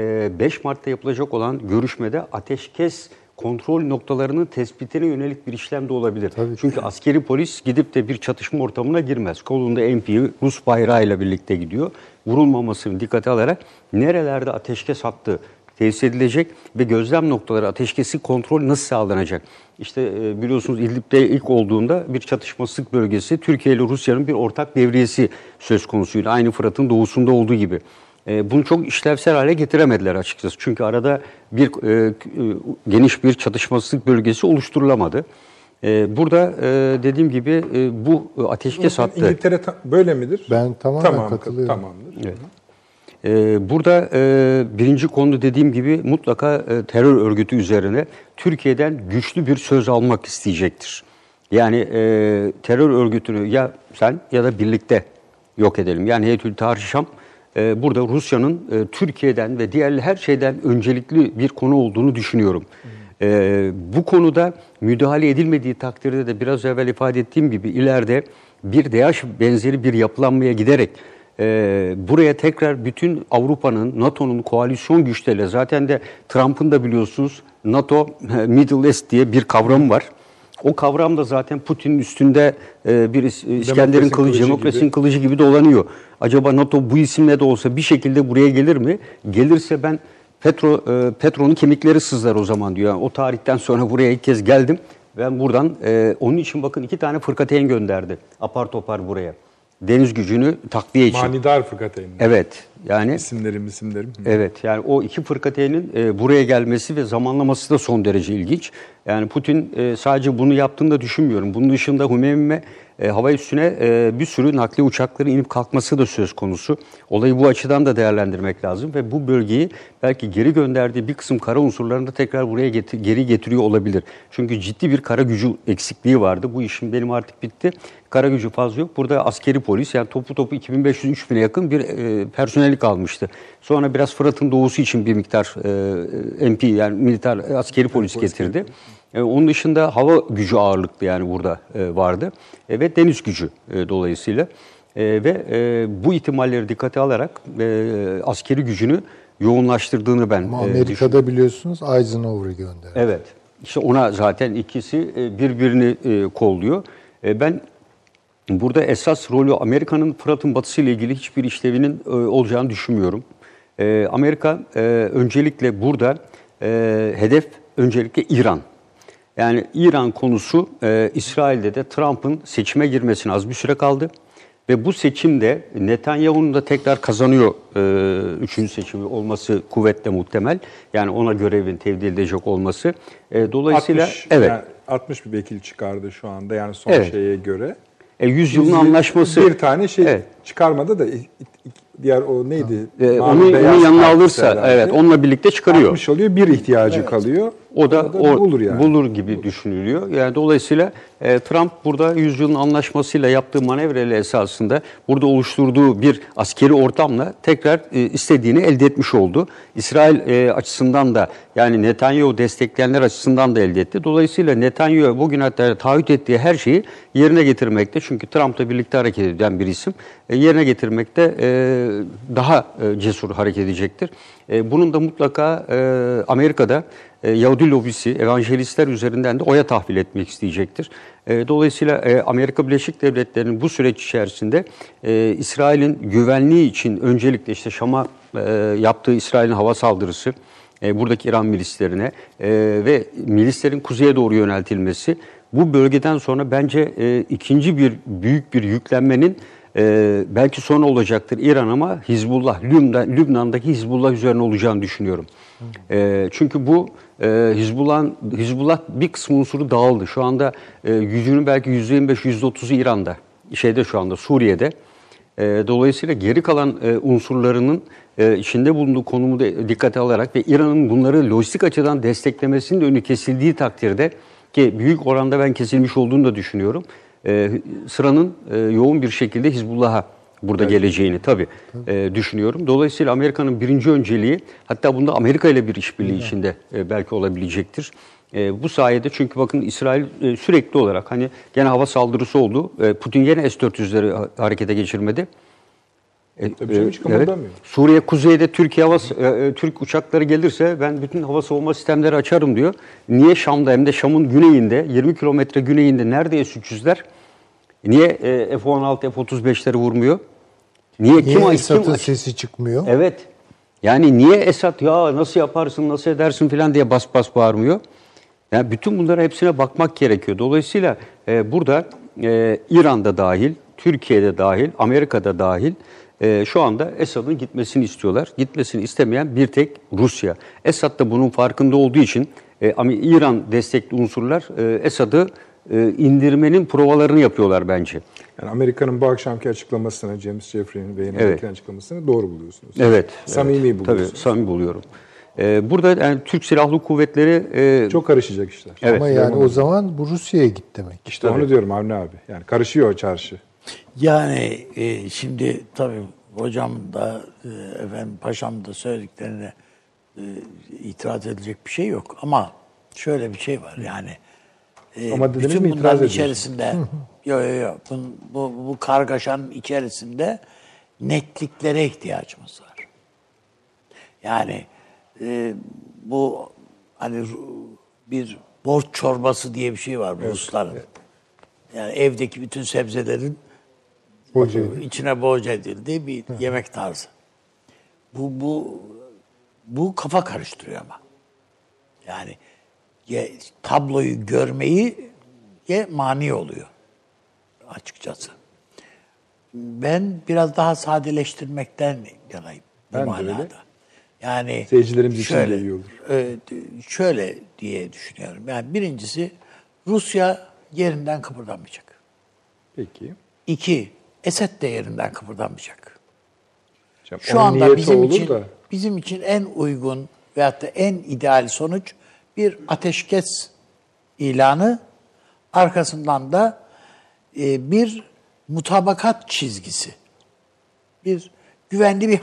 5 Mart'ta yapılacak olan görüşmede ateşkes kontrol noktalarının tespitine yönelik bir işlem de olabilir. Tabii. Çünkü askeri polis gidip de bir çatışma ortamına girmez. Kolunda MP'yi Rus bayrağıyla birlikte gidiyor. Vurulmamasını dikkate alarak nerelerde ateşkes hattı tesis edilecek ve gözlem noktaları, ateşkesi kontrol nasıl sağlanacak? İşte biliyorsunuz İdlib'de ilk olduğunda bir çatışmasızlık bölgesi, Türkiye ile Rusya'nın bir ortak devriyesi söz konusuydu. Aynı Fırat'ın doğusunda olduğu gibi. Bunu çok işlevsel hale getiremediler açıkçası. Çünkü arada bir geniş bir çatışmasızlık bölgesi oluşturulamadı. Burada dediğim gibi bu ateşkes hattı... İngiltere böyle midir? Ben tamamen katılıyorum. Tamamdır. Evet. Burada birinci konu dediğim gibi mutlaka terör örgütü üzerine Türkiye'den güçlü bir söz almak isteyecektir. Yani terör örgütünü ya sen ya da birlikte yok edelim. Yani Heyetül Tahrir Şam burada Rusya'nın Türkiye'den ve diğer her şeyden öncelikli bir konu olduğunu düşünüyorum. Bu konuda müdahale edilmediği takdirde de biraz evvel ifade ettiğim gibi ileride bir DAEŞ benzeri bir yapılanmaya giderek buraya tekrar bütün Avrupa'nın, NATO'nun koalisyon güçleriyle, zaten de Trump'ın da biliyorsunuz NATO Middle East diye bir kavramı var. O kavram da zaten Putin'in üstünde bir İskender'in kılıcı, demokrasinin kılıcı gibi dolanıyor. Acaba NATO bu isimle de olsa bir şekilde buraya gelir mi? Gelirse ben Petro'nun kemikleri sızlar o zaman diyor. Yani o tarihten sonra buraya ilk kez geldim. Ben buradan onun için bakın 2 tane fırkateyn gönderdi apar topar buraya. Deniz gücünü takviye için. Manidar fırkateynler. Evet. Yani isimlerim. Evet. Yani o 2 fırkateynin buraya gelmesi ve zamanlaması da son derece ilginç. Yani Putin sadece bunu yaptığını da düşünmüyorum. Bunun dışında Hümeymi hava üssüne bir sürü nakliye uçakları inip kalkması da söz konusu. Olayı bu açıdan da değerlendirmek lazım ve bu bölgeyi belki geri gönderdiği bir kısım kara unsurlarını da tekrar buraya geri getiriyor olabilir. Çünkü ciddi bir kara gücü eksikliği vardı. Bu işim benim artık bitti. Kara gücü fazla yok. Burada askeri polis, yani topu 2500-3000'e yakın bir personeli kalmıştı. Sonra biraz Fırat'ın doğusu için bir miktar MP, yani militer askeri polis getirdi. Onun dışında hava gücü ağırlıklı yani burada vardı ve deniz gücü dolayısıyla ve bu ihtimalleri dikkate alarak askeri gücünü yoğunlaştırdığını ben Amerika'da biliyorsunuz Eisenhower'ı gönderdi. Evet. İşte ona zaten ikisi birbirini kolluyor. Ben burada esas rolü Amerika'nın Fırat'ın batısı ile ilgili hiçbir işlevinin olacağını düşünmüyorum. Amerika öncelikle burada hedef öncelikle İran. Yani İran konusu İsrail'de de Trump'ın seçime girmesine az bir süre kaldı. Ve bu seçimde Netanyahu'nun da tekrar kazanıyor 3. seçimi olması kuvvetle muhtemel. Yani ona görevin tevdi edilecek olması. Dolayısıyla 60, evet. Yani 60 bir vekil çıkardı şu anda yani son Evet. şeye göre. 100 yılın anlaşması. Bir tane şey evet. çıkarmadı da diğer o neydi? Onu yanına alırsa evet onunla birlikte çıkarıyor. 60 oluyor, bir ihtiyacı kalıyor. O da bulur yani. Bulur gibi düşünülüyor. Yani dolayısıyla Trump burada 100 yılın anlaşmasıyla yaptığı manevreyle esasında burada oluşturduğu bir askeri ortamla tekrar istediğini elde etmiş oldu. İsrail açısından da yani Netanyahu destekleyenler açısından da elde etti. Dolayısıyla Netanyahu bugün hatta taahhüt ettiği her şeyi yerine getirmekte. Çünkü Trump'la birlikte hareket eden bir isim. Yerine getirmekte daha cesur hareket edecektir. Bunun da mutlaka Amerika'da Yahudi lobisi, evangelistler üzerinden de oya tahvil etmek isteyecektir. Dolayısıyla Amerika Birleşik Devletleri'nin bu süreç içerisinde İsrail'in güvenliği için öncelikle işte Şam'a yaptığı İsrail'in hava saldırısı, buradaki İran milislerine ve milislerin kuzeye doğru yöneltilmesi, bu bölgeden sonra bence ikinci büyük bir yüklenmenin belki sonra olacaktır İran ama Hizbullah, Lübnan'daki Hizbullah üzerine olacağını düşünüyorum. Çünkü bu Hizbullah bir kısmı unsuru dağıldı. Şu anda gücünün belki %25-%30'u İran'da, şu anda Suriye'de. Dolayısıyla geri kalan unsurlarının içinde bulunduğu konumu da dikkate alarak ve İran'ın bunları lojistik açıdan desteklemesinin de önü kesildiği takdirde, ki büyük oranda ben kesilmiş olduğunu da düşünüyorum, sıranın yoğun bir şekilde Hizbullah'a burada geleceğini tabii düşünüyorum. Dolayısıyla Amerika'nın birinci önceliği, hatta bunda Amerika ile bir işbirliği içinde belki olabilecektir. Bu sayede, çünkü bakın İsrail sürekli olarak hani gene hava saldırısı oldu. Putin gene S-400'leri harekete geçirmedi. Tabii hiç kımıldamıyor. Suriye kuzeyde Türk uçakları gelirse ben bütün hava savunma sistemleri açarım diyor. Niye Şam'da, hem de Şam'ın güneyinde, 20 kilometre güneyinde nerede S-300'ler? Niye F-16, F-35'leri vurmuyor? Niye Esad'ın sesi çıkmıyor? Evet. Yani niye Esad ya nasıl yaparsın, nasıl edersin falan diye bas bas bağırmıyor? Yani bütün bunlara hepsine bakmak gerekiyor. Dolayısıyla burada İran'da dahil, Türkiye'de dahil, Amerika'da dahil şu anda Esad'ın gitmesini istiyorlar. Gitmesini istemeyen bir tek Rusya. Esad da bunun farkında olduğu için İran destekli unsurlar Esad'ı indirmenin provalarını yapıyorlar bence. Yani Amerika'nın bu akşamki açıklamasını, James Jeffrey'nin ve yine açıklamasını doğru buluyorsunuz. Evet. Samimi buluyorsunuz. Tabii, samimi buluyorum. Burada yani Türk Silahlı Kuvvetleri... çok karışacak işler. Evet. Ama yani o zaman bu Rusya'ya git demek. İşte onu diyorum Avni abi. Yani karışıyor çarşı. Yani şimdi tabii hocam da efendim paşam da söylediklerine itiraz edilecek bir şey yok. Ama şöyle bir şey var yani. Ama bütün bunların içerisinde bu kargaşanın içerisinde netliklere ihtiyacımız var. Yani bu hani bir borç çorbası diye bir şey var Rusların. Evet. Yani evdeki bütün sebzelerin içine boğaca edildiği bir yemek tarzı. Bu kafa karıştırıyor ama. Yani tabloyu görmeyi mani oluyor açıkçası. Ben biraz daha sadeleştirmekten yanayım bu manada. Yani seyircilerimiz için de iyi olur. Şöyle diye düşünüyorum. Yani birincisi Rusya yerinden kıpırdamayacak. Peki. 2, Esed de yerinden kıpırdamayacak. Hocam, şu anda bizim için en uygun veyahut da en ideal sonuç bir ateşkes ilanı, arkasından da bir mutabakat çizgisi, bir güvenli bir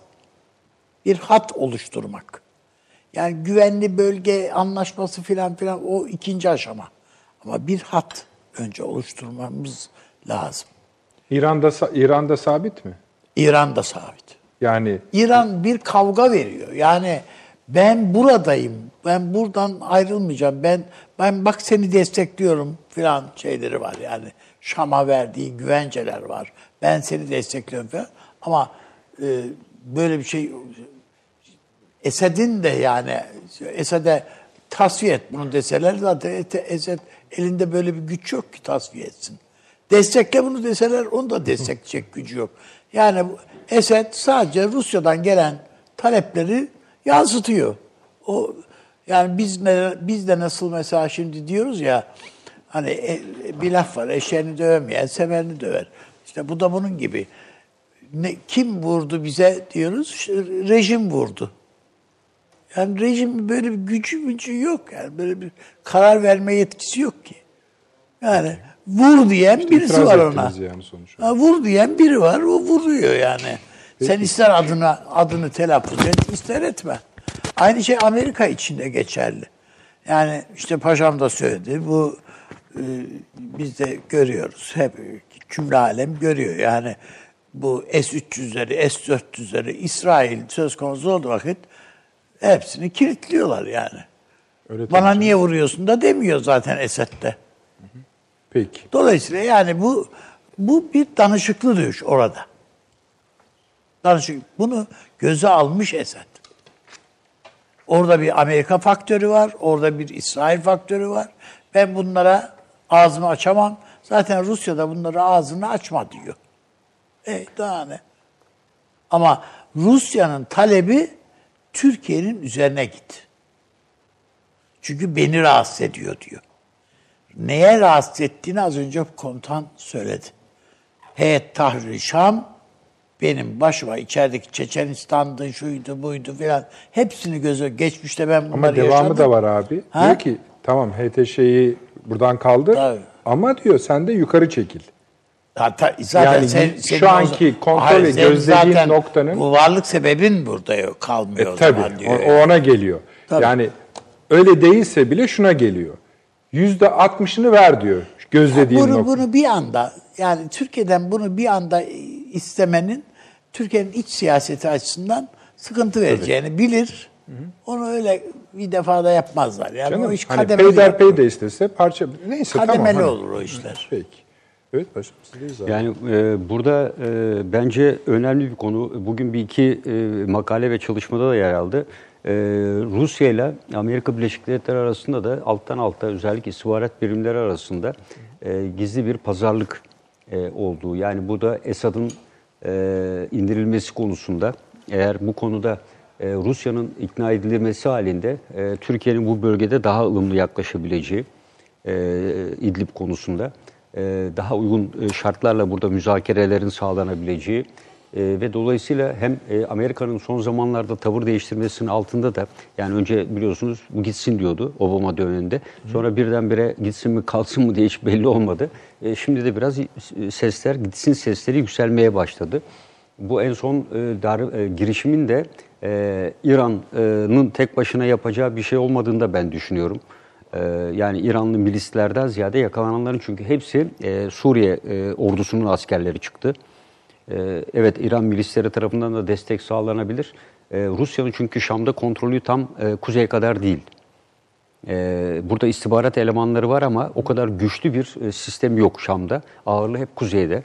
hat oluşturmak. Yani güvenli bölge anlaşması filan o ikinci aşama. Ama bir hat önce oluşturmamız lazım. İran'da sabit mi? İran'da sabit. Yani İran bir kavga veriyor. Yani ben buradayım. Ben buradan ayrılmayacağım. Ben bak seni destekliyorum filan şeyleri var yani. Şam'a verdiği güvenceler var. Ben seni destekliyorum falan. Ama böyle bir şey Esed'in de yani Esed'e tasfiye et bunu deseler zaten Esed elinde böyle bir güç yok ki tasfiye etsin. Destekle bunu deseler onu da destekleyecek gücü yok. Yani Esed sadece Rusya'dan gelen talepleri yansıtıyor. O yani biz de nasıl mesela şimdi diyoruz ya hani bir laf var, eşeğini dövemeyen semerini döver. İşte bu da bunun gibi. Kim vurdu bize diyoruz? Rejim vurdu. Yani rejimin böyle bir gücü yok. Yani böyle bir karar verme yetkisi yok ki. Yani vur diyen işte birisi var ona. Yani vur diyen biri var, o vuruyor yani. Peki. Sen ister adını telaffuz et, ister etme. Aynı şey Amerika için de geçerli. Yani işte paşam da söyledi, bu biz de görüyoruz, hep cümle alem görüyor. Yani bu S-300'leri, S-400'leri İsrail söz konusu olduğu vakit hepsini kilitliyorlar yani. Öyle Bana tabii. niye vuruyorsun da demiyor zaten Esed'de. Peki. Dolayısıyla yani bu bir danışıklı dövüş orada. Bunu göze almış Esed. Orada bir Amerika faktörü var, orada bir İsrail faktörü var. Ben bunlara ağzımı açamam. Zaten Rusya da bunlara ağzını açma diyor. Daha ne? Ama Rusya'nın talebi Türkiye'nin üzerine git. Çünkü beni rahatsız ediyor diyor. Neye rahatsız ettiğini az önce komutan söyledi. Heyet Tahrir-i Şam benim başıma içerideki Çeçenistan'dı, şuydu, buydu filan hepsini geçmişte ben bunları Ama devamı yaşadım. da var abi. Ha? Diyor ki tamam HTŞ'yi buradan kaldır Tabii. ama diyor sen de yukarı çekil. Zaten Yani senin şu anki kontrol ve senin gözlediğin zaten noktanın... bu varlık sebebin burada yok, kalmıyor o Tabii zaman diyor. o ona geliyor. Tabii. Yani öyle değilse bile şuna geliyor. %60'ını ver diyor gözlediğin nokta. Bunu bir anda yani Türkiye'den bunu bir anda istemenin Türkiye'nin iç siyaseti açısından sıkıntı vereceğini bilir. Onu öyle bir defada yapmazlar. Yani Canım, o iş hani kademeli. peyderpey de istese parça neyse Kademeli tamam. olur o işler. Peki. Evet başım sizdeyiz abi. Yani burada bence önemli bir konu. Bugün bir iki makale ve çalışmada da yer aldı. Rusya ile Amerika Birleşik Devletleri arasında da alttan alta özellikle istihbarat birimleri arasında gizli bir pazarlık olduğu. Yani bu da Esad'ın indirilmesi konusunda eğer bu konuda Rusya'nın ikna edilmesi halinde Türkiye'nin bu bölgede daha ılımlı yaklaşabileceği İdlib konusunda daha uygun şartlarla burada müzakerelerin sağlanabileceği ve dolayısıyla hem Amerika'nın son zamanlarda tavır değiştirmesinin altında da yani önce biliyorsunuz bu gitsin diyordu Obama döneminde. Sonra birdenbire gitsin mi kalsın mı diye hiç belli olmadı. Şimdi de biraz gitsin sesleri yükselmeye başladı. Bu en son girişimin de İran'ın tek başına yapacağı bir şey olmadığını da ben düşünüyorum. Yani İranlı milislerden ziyade yakalananların çünkü hepsi Suriye ordusunun askerleri çıktı. Evet İran milisleri tarafından da destek sağlanabilir. Rusya'nın çünkü Şam'da kontrolü tam kuzeye kadar değil. Burada istihbarat elemanları var ama o kadar güçlü bir sistem yok Şam'da. Ağırlığı hep kuzeyde.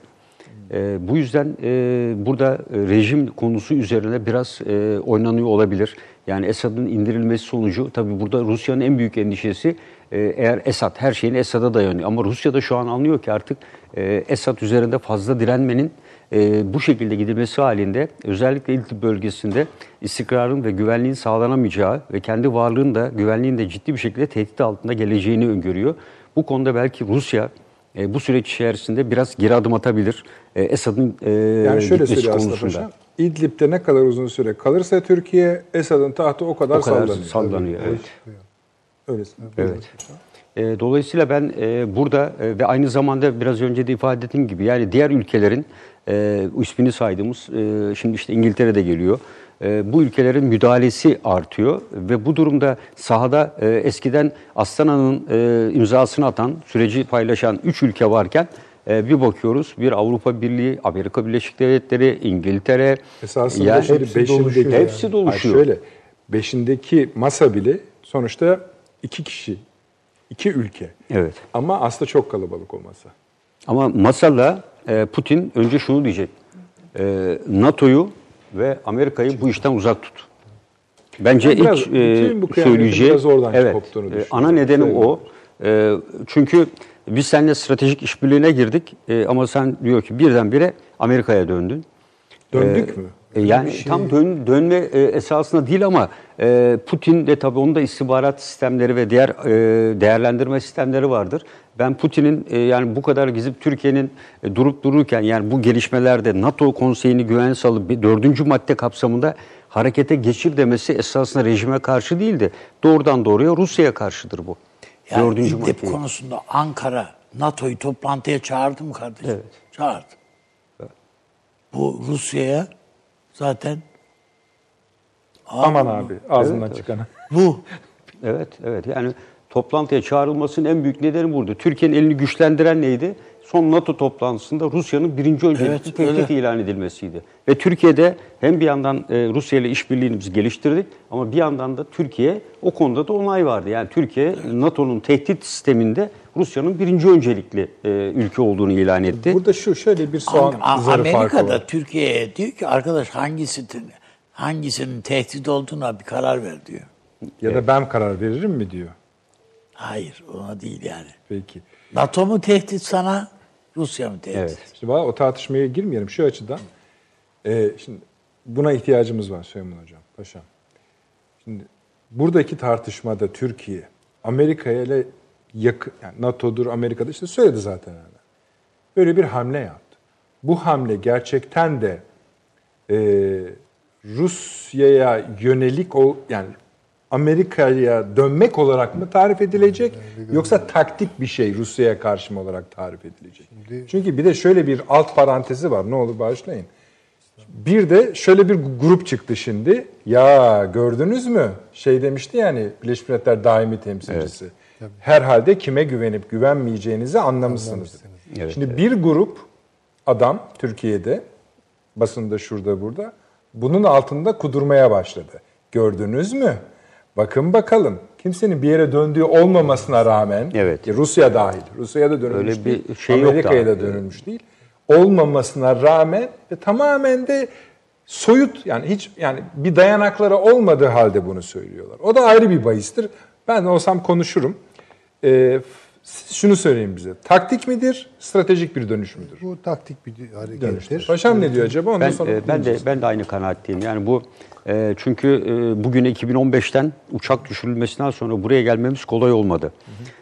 Bu yüzden burada rejim konusu üzerine biraz oynanıyor olabilir. Yani Esad'ın indirilmesi sonucu tabii burada Rusya'nın en büyük endişesi eğer Esad her şeyin Esad'a dayanıyor. Ama Rusya da şu an anlıyor ki artık Esad üzerinde fazla direnmenin bu şekilde gidilmesi halinde özellikle İdlib bölgesinde istikrarın ve güvenliğin sağlanamayacağı ve kendi varlığın da güvenliğin de ciddi bir şekilde tehdit altında geleceğini öngörüyor. Bu konuda belki Rusya bu süreç içerisinde biraz geri adım atabilir. Esad'ın yani şöyle gitmesi söylüyor aslında konusunda. paşam. İdlib'de ne kadar uzun süre kalırsa Türkiye, Esad'ın tahtı o kadar sallanıyor. Evet. Öyle. Evet. Dolayısıyla ben burada ve aynı zamanda biraz önce de ifade ettiğim gibi yani diğer ülkelerin ismini saydığımız şimdi işte İngiltere de geliyor. Bu ülkelerin müdahalesi artıyor ve bu durumda sahada eskiden Astana'nın imzasını atan, süreci paylaşan 3 ülke varken bir bakıyoruz bir Avrupa Birliği, Amerika Birleşik Devletleri, İngiltere. Esasında yani hepsi doluşuyor. Şöyle, beşindeki masa bile sonuçta 2 kişi, 2 ülke. Evet. Ama aslında çok kalabalık o masa. Ama masada Putin önce şunu diyecek. NATO'yu ve Amerika'yı bu işten uzak tut. Bence Yani biraz, ilk bütün bu kıyametin söyleyeceği biraz oradan koptuğunu düşünüyorum. ana nedeni o. Çünkü biz seninle stratejik işbirliğine girdik ama sen diyor ki birdenbire Amerika'ya döndün. Döndük mü? Yani tam dönme esasında değil ama Putin de tabii onun da istihbarat sistemleri ve diğer değerlendirme sistemleri vardır. Ben Putin'in yani bu kadar gizip Türkiye'nin durup dururken yani bu gelişmelerde NATO Konseyi'ni güven salı 4. madde kapsamında harekete geçir demesi esasında rejime karşı değildi. Doğrudan doğruya Rusya'ya karşıdır bu. Yani 4. İdlib madde. konusunda Ankara NATO'yu toplantıya çağırdı mı kardeşim? Evet. Çağırdı. Evet. Bu Rusya'ya zaten Aman abi ağzından çıkanı. bu. Evet yani toplantıya çağrılmasının en büyük nedeni burada. Türkiye'nin elini güçlendiren neydi? Son NATO toplantısında Rusya'nın birinci öncelikli tehdit ilan edilmesiydi. Ve Türkiye'de hem bir yandan Rusya ile işbirliğimizi geliştirdik ama bir yandan da Türkiye o konuda da onay vardı. Yani Türkiye NATO'nun tehdit sisteminde Rusya'nın birinci öncelikli ülke olduğunu ilan etti. Burada şöyle bir soğan zarı farkı var. Amerika'da Türkiye'ye diyor ki arkadaş hangisinin tehdit olduğuna bir karar ver diyor. Ya da ben karar veririm mi diyor. Hayır, ona değil yani. Peki. NATO mu tehdit sana, Rusya mı tehdit? Evet. Şimdi o tartışmaya girmeyelim şu açıdan. Şimdi buna ihtiyacımız var Süleyman Hocam, Paşam. Şimdi buradaki tartışmada Türkiye, Amerika ile yakın, yani NATO'dur, Amerika'da işte söyledi zaten. Yani. Böyle bir hamle yaptı. Bu hamle gerçekten de Rusya'ya yönelik yani Amerika'ya dönmek olarak mı tarif edilecek yoksa taktik bir şey Rusya'ya karşı mı olarak tarif edilecek? Çünkü bir de şöyle bir alt parantezi var. Ne olur bağışlayın. Bir de şöyle bir grup çıktı şimdi. Ya gördünüz mü? Şey demişti yani Birleşmiş Milletler daimi temsilcisi. Evet. Herhalde kime güvenip güvenmeyeceğinizi anlamışsınız. Evet, şimdi bir grup adam Türkiye'de basında şurada burada bunun altında kudurmaya başladı. Gördünüz mü? Bakın bakalım. Kimsenin bir yere döndüğü olmamasına rağmen Rusya dahil. Rusya'ya da dönülmüş öyle değil. Şey Amerika'ya da dönülmüş değil. Olmamasına rağmen ve tamamen de soyut yani bir dayanakları olmadığı halde bunu söylüyorlar. O da ayrı bir bahistir. Ben de olsam konuşurum. Şunu söyleyeyim bize. Taktik midir, stratejik bir dönüş müdür? Bu taktik bir harekettir. Paşam ne diyor acaba? Ondan sonra ben de aynı kanaatteyim. Yani bu çünkü bugüne 2015'ten uçak düşürülmesinden sonra buraya gelmemiz kolay olmadı.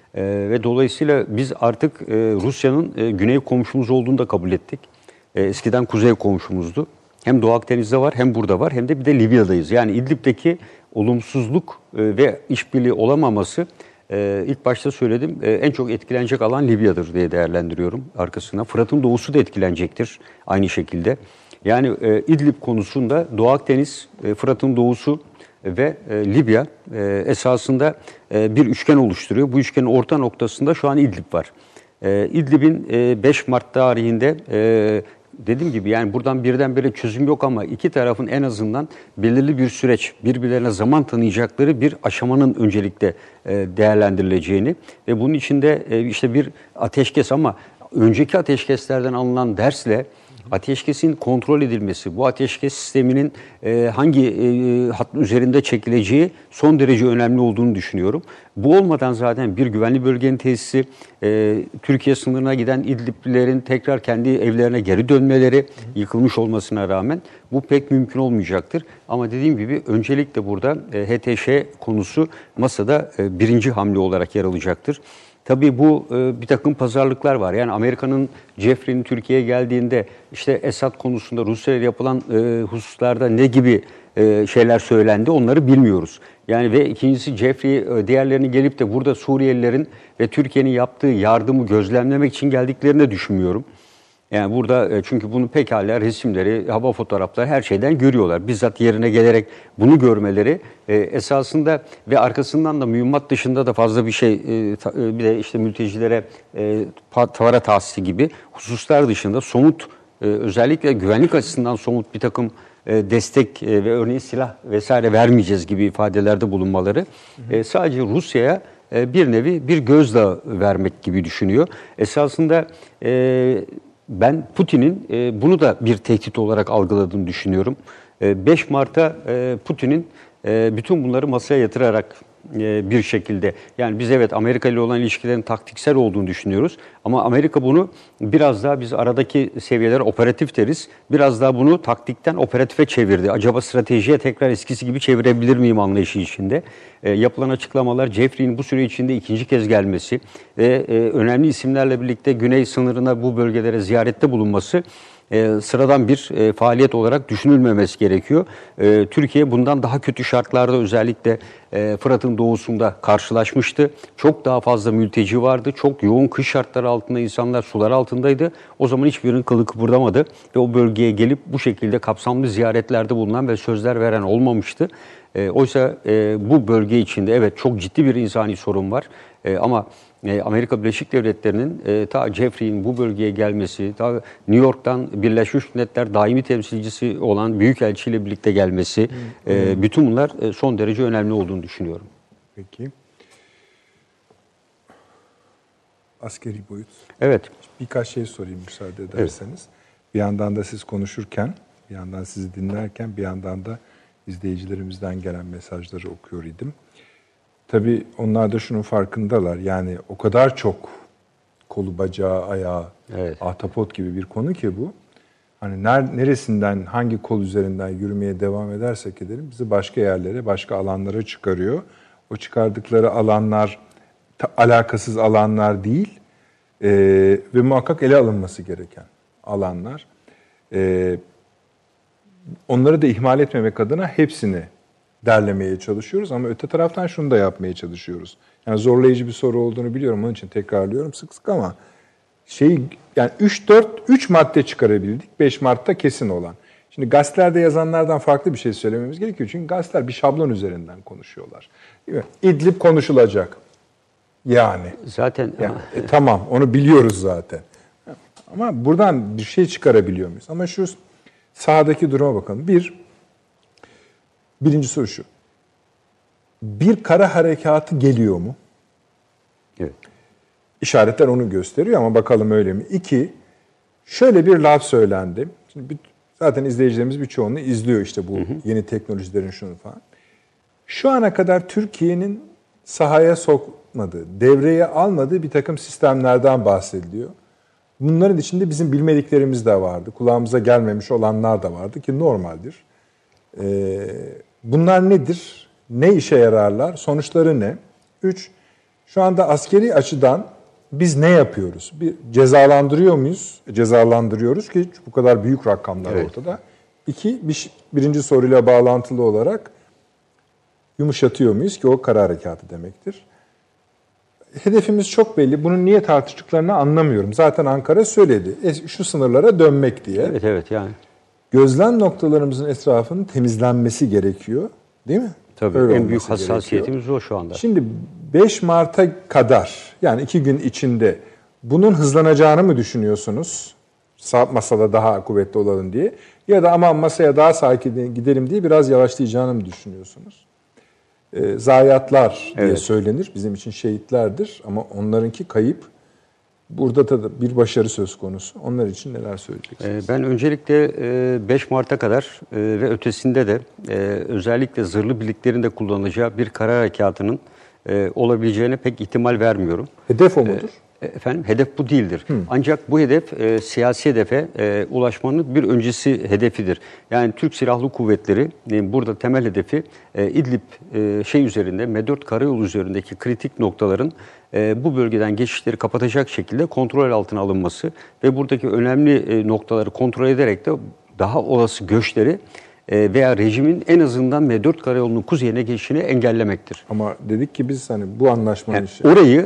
Ve dolayısıyla biz artık Rusya'nın güney komşumuz olduğunu da kabul ettik. Eskiden kuzey komşumuzdu. Hem Doğu Akdeniz'de var, hem burada var, hem de bir de Libya'dayız. Yani İdlib'deki olumsuzluk ve işbirliği olamaması ilk başta söyledim en çok etkilenecek alan Libya'dır diye değerlendiriyorum arkasına. Fırat'ın doğusu da etkilenecektir aynı şekilde. Yani İdlib konusunda Doğu Akdeniz, Fırat'ın doğusu ve Libya esasında bir üçgen oluşturuyor. Bu üçgenin orta noktasında şu an İdlib var. İdlib'in 5 Mart tarihinde dediğim gibi yani buradan birdenbire çözüm yok ama iki tarafın en azından belirli bir süreç, birbirlerine zaman tanıyacakları bir aşamanın öncelikle değerlendirileceğini ve bunun içinde işte bir ateşkes ama önceki ateşkeslerden alınan dersle ateşkesin kontrol edilmesi, bu ateşkes sisteminin hangi hattın üzerinde çekileceği son derece önemli olduğunu düşünüyorum. Bu olmadan zaten bir güvenli bölgenin tesisi, Türkiye sınırına giden İdliblilerin tekrar kendi evlerine geri dönmeleri yıkılmış olmasına rağmen bu pek mümkün olmayacaktır. Ama dediğim gibi öncelikle burada HTŞ konusu masada birinci hamle olarak yer alacaktır. Tabii bu bir takım pazarlıklar var. Yani Amerika'nın Jeffrey'nin Türkiye'ye geldiğinde işte Esad konusunda Rusya ile yapılan hususlarda ne gibi şeyler söylendi onları bilmiyoruz. Yani ve ikincisi Jeffrey diğerlerinin gelip de burada Suriyelilerin ve Türkiye'nin yaptığı yardımı gözlemlemek için geldiklerini de düşünmüyorum. Yani burada çünkü bunu pekala resimleri, hava fotoğrafları her şeyden görüyorlar. Bizzat yerine gelerek bunu görmeleri esasında ve arkasından da mühimmat dışında da fazla bir şey bir de işte mültecilere tavara tahsisi gibi hususlar dışında somut özellikle güvenlik açısından somut bir takım destek ve örneğin silah vesaire vermeyeceğiz gibi ifadelerde bulunmaları sadece Rusya'ya bir nevi bir gözdağı vermek gibi düşünüyor. Esasında ben Putin'in bunu da bir tehdit olarak algıladığını düşünüyorum. 5 Mart'ta Putin'in bütün bunları masaya yatırarak bir şekilde yani biz evet Amerika ile olan ilişkilerin taktiksel olduğunu düşünüyoruz ama Amerika bunu biraz daha biz aradaki seviyeler operatif deriz. Biraz daha bunu taktikten operatife çevirdi. Acaba stratejiye tekrar eskisi gibi çevirebilir miyim anlayışı içinde. Yapılan açıklamalar Jeffrey'nin bu süre içinde ikinci kez gelmesi ve önemli isimlerle birlikte güney sınırına bu bölgelere ziyarette bulunması sıradan bir faaliyet olarak düşünülmemesi gerekiyor. Türkiye bundan daha kötü şartlarda özellikle Fırat'ın doğusunda karşılaşmıştı. Çok daha fazla mülteci vardı. Çok yoğun kış şartları altında insanlar sular altındaydı. O zaman hiçbirinin kılı kıpırdamadı ve o bölgeye gelip bu şekilde kapsamlı ziyaretlerde bulunan ve sözler veren olmamıştı. Oysa bu bölge içinde evet çok ciddi bir insani sorun var. Ama Amerika Birleşik Devletleri'nin ta Jeffrey'in bu bölgeye gelmesi, ta New York'tan Birleşmiş Milletler daimi temsilcisi olan Büyükelçi ile birlikte gelmesi, bütün bunlar son derece önemli olduğunu düşünüyorum. Peki. Askeri boyut. Evet. Birkaç şey sorayım müsaade ederseniz. Bir yandan da siz konuşurken, bir yandan sizi dinlerken, bir yandan da izleyicilerimizden gelen mesajları okuyor idim. Tabii onlar da şunun farkındalar. Yani o kadar çok kolu, bacağı, ayağı, ahtapot gibi bir konu ki bu. Hani neresinden, hangi kol üzerinden yürümeye devam edersek edelim bizi başka yerlere, başka alanlara çıkarıyor. O çıkardıkları alanlar alakasız alanlar değil ve muhakkak ele alınması gereken alanlar. Onları da ihmal etmemek adına hepsini derlemeye çalışıyoruz ama öte taraftan şunu da yapmaya çalışıyoruz. Yani zorlayıcı bir soru olduğunu biliyorum, onun için tekrarlıyorum sık sık ama yani 3 madde çıkarabildik. 5 Mart'ta kesin olan. Şimdi gazetelerde yazanlardan farklı bir şey söylememiz gerekiyor. Çünkü gazeteler bir şablon üzerinden konuşuyorlar. Değil mi? İdlib konuşulacak. Yani. Zaten tamam, onu biliyoruz zaten. Ama buradan bir şey çıkarabiliyor muyuz? Ama şu sahadaki duruma bakalım. Birinci soru şu. Bir kara harekatı geliyor mu? Evet. İşaretler onu gösteriyor ama bakalım öyle mi? 2, şöyle bir laf söylendi. Şimdi zaten izleyicilerimiz birçoğunu izliyor işte bu yeni teknolojilerin şunu falan. Şu ana kadar Türkiye'nin sahaya sokmadığı, devreye almadığı bir takım sistemlerden bahsediliyor. Bunların içinde bizim bilmediklerimiz de vardı. Kulağımıza gelmemiş olanlar da vardı ki normaldir. Bunlar nedir? Ne işe yararlar? Sonuçları ne? 3, şu anda askeri açıdan biz ne yapıyoruz? Bir cezalandırıyor muyuz? Cezalandırıyoruz ki bu kadar büyük rakamlar ortada. 2, birinci soruyla bağlantılı olarak yumuşatıyor muyuz ki o kara harekatı demektir. Hedefimiz çok belli. Bunun niye tartıştıklarını anlamıyorum. Zaten Ankara söyledi. Şu sınırlara dönmek diye. Evet yani. Gözlem noktalarımızın etrafının temizlenmesi gerekiyor. Değil mi? Tabii öyle en büyük hassasiyetimiz gerekiyor. O şu anda. Şimdi 5 Mart'a kadar yani 2 gün içinde bunun hızlanacağını mı düşünüyorsunuz? Masada daha kuvvetli olalım diye. Ya da aman masaya daha sakin gidelim diye biraz yavaşlayacağını mı düşünüyorsunuz? Zayiatlar diye söylenir. Bizim için şehitlerdir ama onlarınki kayıp. Burada da bir başarı söz konusu. Onlar için neler söyleyeceksiniz? Ben öncelikle 5 Mart'a kadar ve ötesinde de özellikle zırhlı birliklerin de kullanacağı bir kara harekatının olabileceğine pek ihtimal vermiyorum. Hedef o mudur? Efendim hedef bu değildir. Ancak bu hedef siyasi hedefe ulaşmanın bir öncesi hedefidir. Yani Türk Silahlı Kuvvetleri burada temel hedefi İdlib üzerinde, M4 karayolu üzerindeki kritik noktaların bu bölgeden geçişleri kapatacak şekilde kontrol altına alınması ve buradaki önemli noktaları kontrol ederek de daha olası göçleri veya rejimin en azından M4 karayolunun kuzeyine geçişini engellemektir. Ama dedik ki biz hani bu anlaşmanın orayı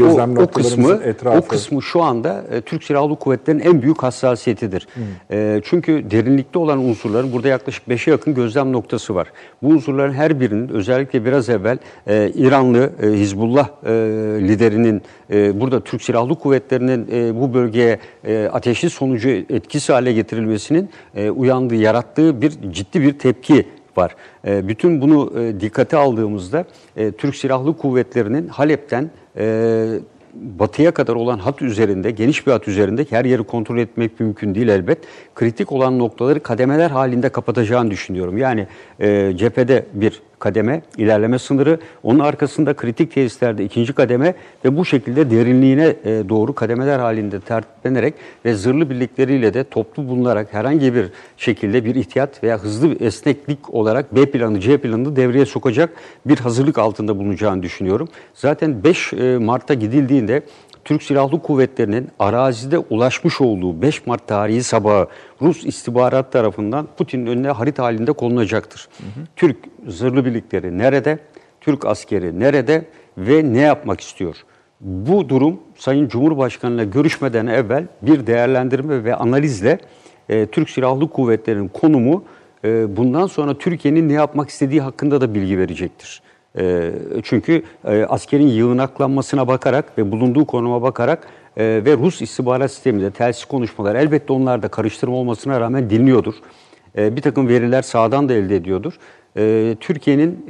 o kısmı şu anda Türk Silahlı Kuvvetleri'nin en büyük hassasiyetidir. Çünkü derinlikte olan unsurların burada yaklaşık 5'e yakın gözlem noktası var. Bu unsurların her birinin özellikle biraz evvel İranlı Hizbullah liderinin burada Türk Silahlı Kuvvetleri'nin bu bölgeye ateşli sonucu etkisiz hale getirilmesinin yarattığı bir ciddi bir tepki var. Bütün bunu dikkate aldığımızda Türk Silahlı Kuvvetleri'nin Halep'ten batıya kadar olan hat üzerinde, geniş bir hat üzerinde her yeri kontrol etmek mümkün değil elbet. Kritik olan noktaları kademeler halinde kapatacağını düşünüyorum. Yani cephede bir kademe, ilerleme sınırı, onun arkasında kritik tesislerde ikinci kademe ve bu şekilde derinliğine doğru kademeler halinde tertiplenerek ve zırhlı birlikleriyle de toplu bulunarak herhangi bir şekilde bir ihtiyat veya hızlı bir esneklik olarak B planı, C planını devreye sokacak bir hazırlık altında bulunacağını düşünüyorum. Zaten 5 Mart'ta gidildiğinde Türk Silahlı Kuvvetleri'nin arazide ulaşmış olduğu 5 Mart tarihi sabahı Rus istihbarat tarafından Putin'in önüne harita halinde konulacaktır. Türk zırhlı birlikleri nerede? Türk askeri nerede? Ve ne yapmak istiyor? Bu durum Sayın Cumhurbaşkanı'yla görüşmeden evvel bir değerlendirme ve analizle Türk Silahlı Kuvvetleri'nin konumu bundan sonra Türkiye'nin ne yapmak istediği hakkında da bilgi verecektir. Çünkü askerin yığınaklanmasına bakarak ve bulunduğu konuma bakarak ve Rus istihbarat sisteminde telsiz konuşmalar elbette onlar da karıştırma olmasına rağmen dinliyordur. Bir takım veriler sağdan da elde ediyordur. Türkiye'nin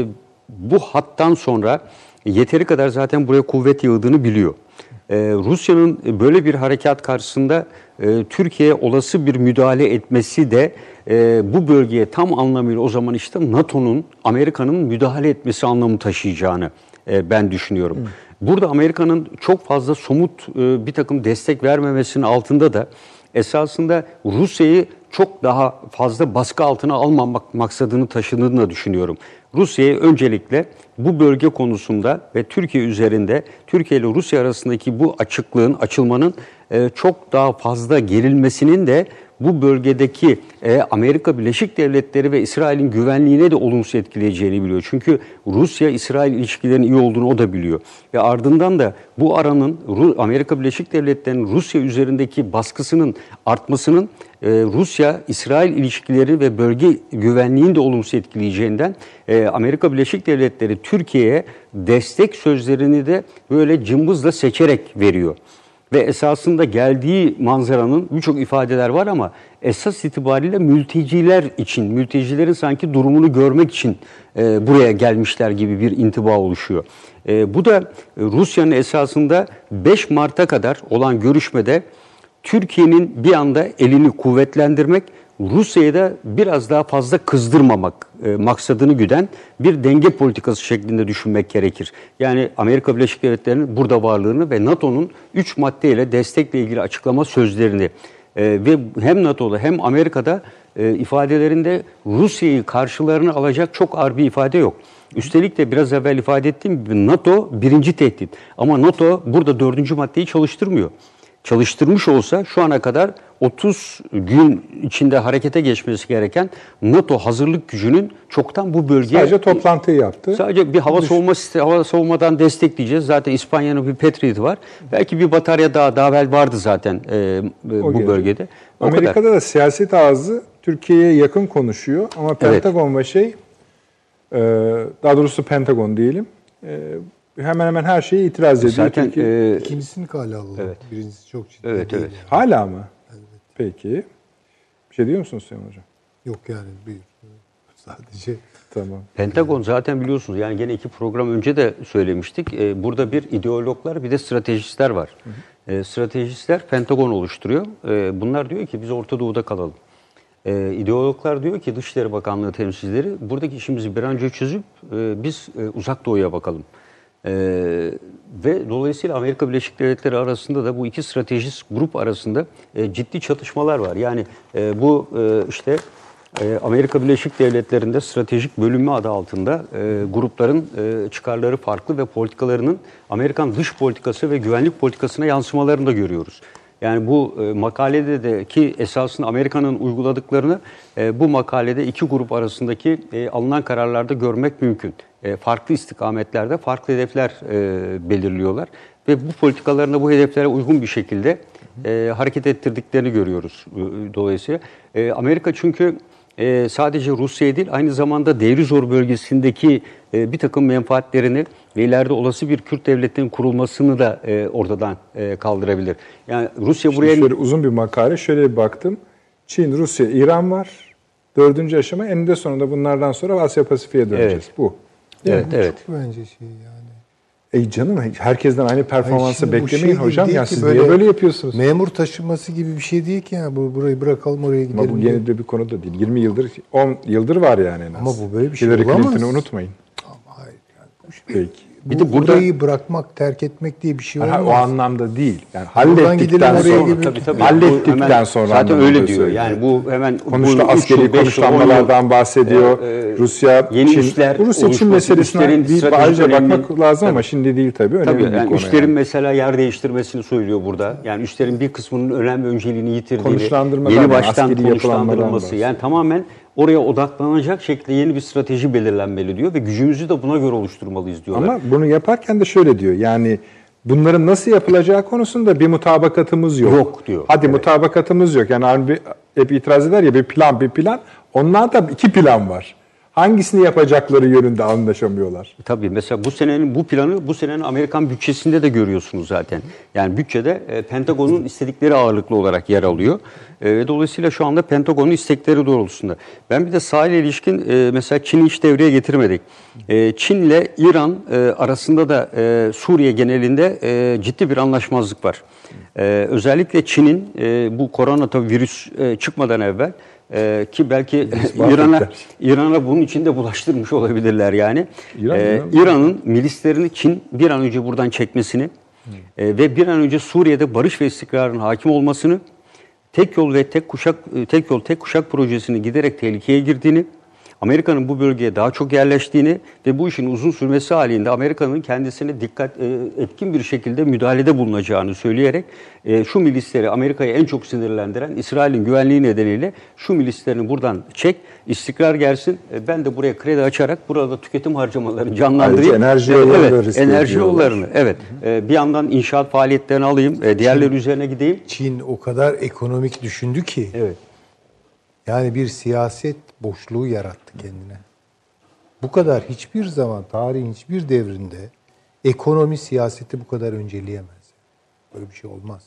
bu hattan sonra yeteri kadar zaten buraya kuvvet yığdığını biliyor. Rusya'nın böyle bir harekat karşısında Türkiye'ye olası bir müdahale etmesi de bu bölgeye tam anlamıyla o zaman işte NATO'nun, Amerika'nın müdahale etmesi anlamı taşıyacağını ben düşünüyorum. Burada Amerika'nın çok fazla somut bir takım destek vermemesinin altında da esasında Rusya'yı çok daha fazla baskı altına almamak maksadını taşıdığını da düşünüyorum. Rusya'ya öncelikle bu bölge konusunda ve Türkiye üzerinde, Türkiye ile Rusya arasındaki bu açıklığın, açılmanın çok daha fazla gerilmesinin de bu bölgedeki Amerika Birleşik Devletleri ve İsrail'in güvenliğine de olumsuz etkileyeceğini biliyor. Çünkü Rusya-İsrail ilişkilerinin iyi olduğunu o da biliyor. Ve ardından da bu aranın Amerika Birleşik Devletleri'nin Rusya üzerindeki baskısının artmasının Rusya-İsrail ilişkileri ve bölge güvenliğini de olumsuz etkileyeceğinden Amerika Birleşik Devletleri Türkiye'ye destek sözlerini de böyle cımbızla seçerek veriyor. Ve esasında geldiği manzaranın birçok ifadeler var ama esas itibariyle mülteciler için, mültecilerin sanki durumunu görmek için buraya gelmişler gibi bir intiba oluşuyor. Bu da Rusya'nın esasında 5 Mart'a kadar olan görüşmede Türkiye'nin bir anda elini kuvvetlendirmek, Rusya'yı da biraz daha fazla kızdırmamak maksadını güden bir denge politikası şeklinde düşünmek gerekir. Yani Amerika Birleşik Devletleri'nin burada varlığını ve NATO'nun 3 maddeyle destekle ilgili açıklama sözlerini ve hem NATO'da hem Amerika'da ifadelerinde Rusya'yı karşılarına alacak çok ağır bir ifade yok. Üstelik de biraz evvel ifade ettiğim gibi NATO birinci tehdit ama NATO burada 4. maddeyi çalıştırmıyor. Çalıştırmış olsa şu ana kadar 30 gün içinde harekete geçmesi gereken NATO hazırlık gücünün çoktan bu bölgeye... Sadece toplantıyı yaptı. Sadece bir hava savunmadan destekleyeceğiz. Zaten İspanya'nın bir Patriot'ı var. Belki bir batarya daha evvel vardı zaten bu bölgede. Amerika'da da siyaset ağzı Türkiye'ye yakın konuşuyor ama Pentagon ve daha doğrusu Pentagon diyelim, hemen hemen her şeye itiraz ediyor. Zaten ikincisini kale alalım. Evet. Birincisi çok ciddi evet. değil. Yani. Hala mı? Evet. Peki. Bir şey diyor musunuz Sayın Hocam? Yok yani buyur. Sadece tamam. Pentagon zaten biliyorsunuz yani gene 2 program önce de söylemiştik. Burada bir ideologlar bir de stratejistler var. Stratejistler Pentagon oluşturuyor. Bunlar diyor ki biz Orta Doğu'da kalalım. İdeologlar diyor ki Dışişleri Bakanlığı temsilcileri buradaki işimizi bir an önce çözüp biz Uzak Doğu'ya bakalım. Ve dolayısıyla Amerika Birleşik Devletleri arasında da bu iki stratejist grup arasında ciddi çatışmalar var. Yani bu Amerika Birleşik Devletleri'nde stratejik bölünme adı altında grupların çıkarları farklı ve politikalarının Amerikan dış politikası ve güvenlik politikasına yansımalarını da görüyoruz. Yani bu makalede de ki esasında Amerika'nın uyguladıklarını bu makalede iki grup arasındaki alınan kararlarda görmek mümkün. Farklı istikametlerde farklı hedefler belirliyorlar ve bu politikalarına bu hedeflere uygun bir şekilde hareket ettirdiklerini görüyoruz dolayısıyla. Amerika çünkü sadece Rusya'ya değil aynı zamanda Deir-i-Zor bölgesindeki bir takım menfaatlerini ve ileride olası bir Kürt devletinin kurulmasını da ortadan kaldırabilir. Yani Rusya şimdi buraya... Şöyle uzun bir makale, şöyle bir baktım. Çin, Rusya, İran var. 4. aşama, eninde sonunda bunlardan sonra Asya Pasifik'e döneceğiz. Evet. Bu. Evet, evet. Çok bence yani. Canım herkesten aynı performansı beklemeyin şey hocam. değil Ya ki siz niye böyle yapıyorsunuz? Memur taşıması gibi bir şey değil ki ya. Burayı bırakalım oraya gidelim. Ama bu yeni de bir konu da değil. 20 yıldır, 10 yıldır var yani en az. Ama bu böyle bir şey Hillary olamaz. Clinton'ı unutmayın. Ama hayır yani. Peki. Bir de burada burayı bırakmak, terk etmek diye bir şey olmaz. O anlamda değil. Yani Buradan hallettikten gidelim oraya sonra, gibi. tabii. hallettikten sonra zaten öyle diyor. söylüyor. Yani bu hemen Konuşta bu askeri 3 yıl, 5 yıl, 10 konuşlanmalardan bahsediyor. Rusya, yeni Çin, üsler Rusya, Çin oluşması, meselesine üslerin bir stratejik ayrıca öneminin- bakmak lazım ama şimdi değil tabii. Önemli Tabii bir yani konu. üslerin mesela yer değiştirmesini söylüyor burada. Yani üslerin bir kısmının önem ve önceliğini yitirdiğini, Konuşlandırmadan yeni yani, baştan askeri yapılanmadan konuşlandırılması. bahsediyor. Yani tamamen oraya odaklanacak şekilde yeni bir strateji belirlenmeli diyor ve gücümüzü de buna göre oluşturmalıyız diyorlar. Ama bunu yaparken de şöyle diyor. Yani bunların nasıl yapılacağı konusunda bir mutabakatımız yok. Yok diyor. Hadi Evet. mutabakatımız yok. Yani hep itiraz eder ya bir plan. Onlarda iki plan var. Hangisini yapacakları yönünde anlaşamıyorlar. Tabii mesela bu senenin bu planı bu senenin Amerikan bütçesinde de görüyorsunuz zaten. Yani bütçede Pentagon'un istedikleri ağırlıklı olarak yer alıyor. Dolayısıyla şu anda Pentagon'un istekleri doğrultusunda. Ben bir de sahil ilişkin mesela Çin'i hiç devreye getirmedik. Çin'le İran arasında da Suriye genelinde ciddi bir anlaşmazlık var. Özellikle Çin'in bu koronavirüs çıkmadan evvel ki belki İran'a bunun için de bulaştırmış olabilirler yani. İran'ın milislerini Çin bir an önce buradan çekmesini ve bir an önce Suriye'de barış ve istikrarın hakim olmasını, tek yol tek kuşak projesini giderek tehlikeye girdiğini, Amerika'nın bu bölgeye daha çok yerleştiğini ve bu işin uzun sürmesi halinde Amerika'nın kendisine etkin bir şekilde müdahalede bulunacağını söyleyerek şu milisleri Amerika'yı en çok sinirlendiren İsrail'in güvenliği nedeniyle şu milislerini buradan çek, istikrar gelsin. Ben de buraya kredi açarak burada tüketim harcamalarını canlandırayım. Enerji yollarını enerji yollarını. Evet. Bir yandan inşaat faaliyetlerini alayım, diğerleri üzerine gideyim. Çin o kadar ekonomik düşündü ki. Evet. Yani bir siyaset boşluğu yarattı kendine. Bu kadar hiçbir zaman tarihin hiçbir devrinde ekonomi siyaseti bu kadar önceleyemez. Böyle bir şey olmaz.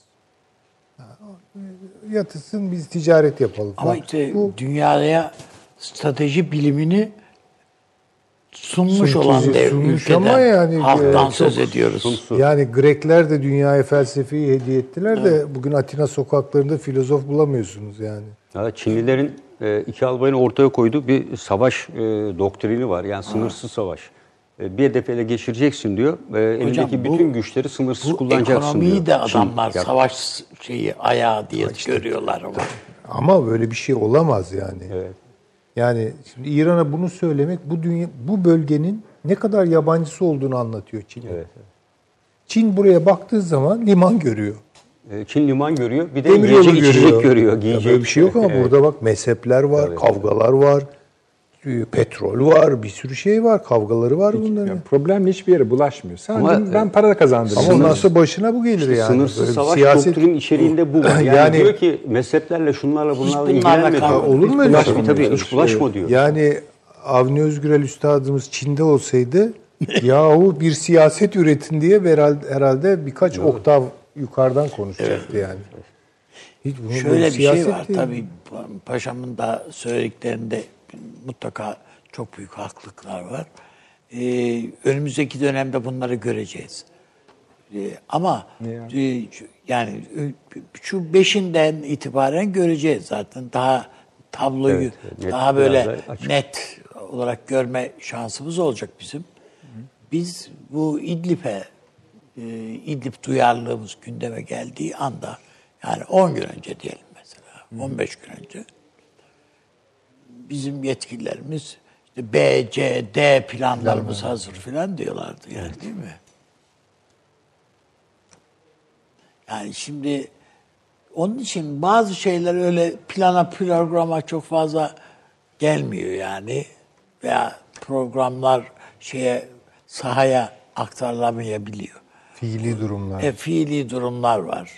Yatısın biz ticaret yapalım. Ama işte dünyaya strateji bilimini sunmuş olan ülkeden ama yani halktan söz ediyoruz. Yani Grekler de dünyaya felsefeyi hediye ettiler de bugün Atina sokaklarında filozof bulamıyorsunuz yani. Ya Çinlilerin iki albayın ortaya koyduğu bir savaş doktrini var. Yani sınırsız savaş. Bir hedef ele geçireceksin diyor. Elindeki bütün güçleri sınırsız kullanacaksın diyor. Ekonomiyi de adamlar savaş ayağı diye görüyorlar ama. Ama böyle bir şey olamaz yani. Evet. Yani şimdi İran'a bunu söylemek bu bölgenin ne kadar yabancısı olduğunu anlatıyor Çin. Evet. Çin buraya baktığı zaman liman görüyor. Çin liman görüyor. Bir de Demiryolu yiyecek içecek görüyor. Giyecek. Böyle bir şey yok ama burada bak mezhepler var, kavgalar var, petrol var, bir sürü şey var, kavgaları var bunların. Yani problem hiçbir yere bulaşmıyor. Ama, ben para da kazandırdım. Ama ondan sonra başına bu gelir yani. Sınırsız Böyle savaş siyaset doktrinin içeriğinde bu var. Yani diyor ki mezheplerle şunlarla bunlarla ilgilenme diyor. olur mu öyle şey? Tabii hiç bulaşma diyor. Yani Avni Özgürel Üstadımız Çin'de olsaydı yahu bir siyaset üretin diye herhalde birkaç oktav yukarıdan konuşacaktı yani. Hiç şöyle bir şey var değil. Tabii paşamın da söylediklerinde mutlaka çok büyük haklılıklar var. Önümüzdeki dönemde bunları göreceğiz. Ama yani şu 5'inden itibaren göreceğiz zaten. Daha tabloyu daha böyle net olarak görme şansımız olacak bizim. Biz bu İdlib duyarlılığımız gündeme geldiği anda yani 10 gün önce diyelim mesela 15 gün önce bizim yetkililerimiz işte B, C, D planlarımız hazır filan diyorlardı yani değil mi? Yani şimdi onun için bazı şeyler öyle programa çok fazla gelmiyor yani veya programlar sahaya aktarılamayabiliyor. Fiili durumlar. Fiili durumlar var.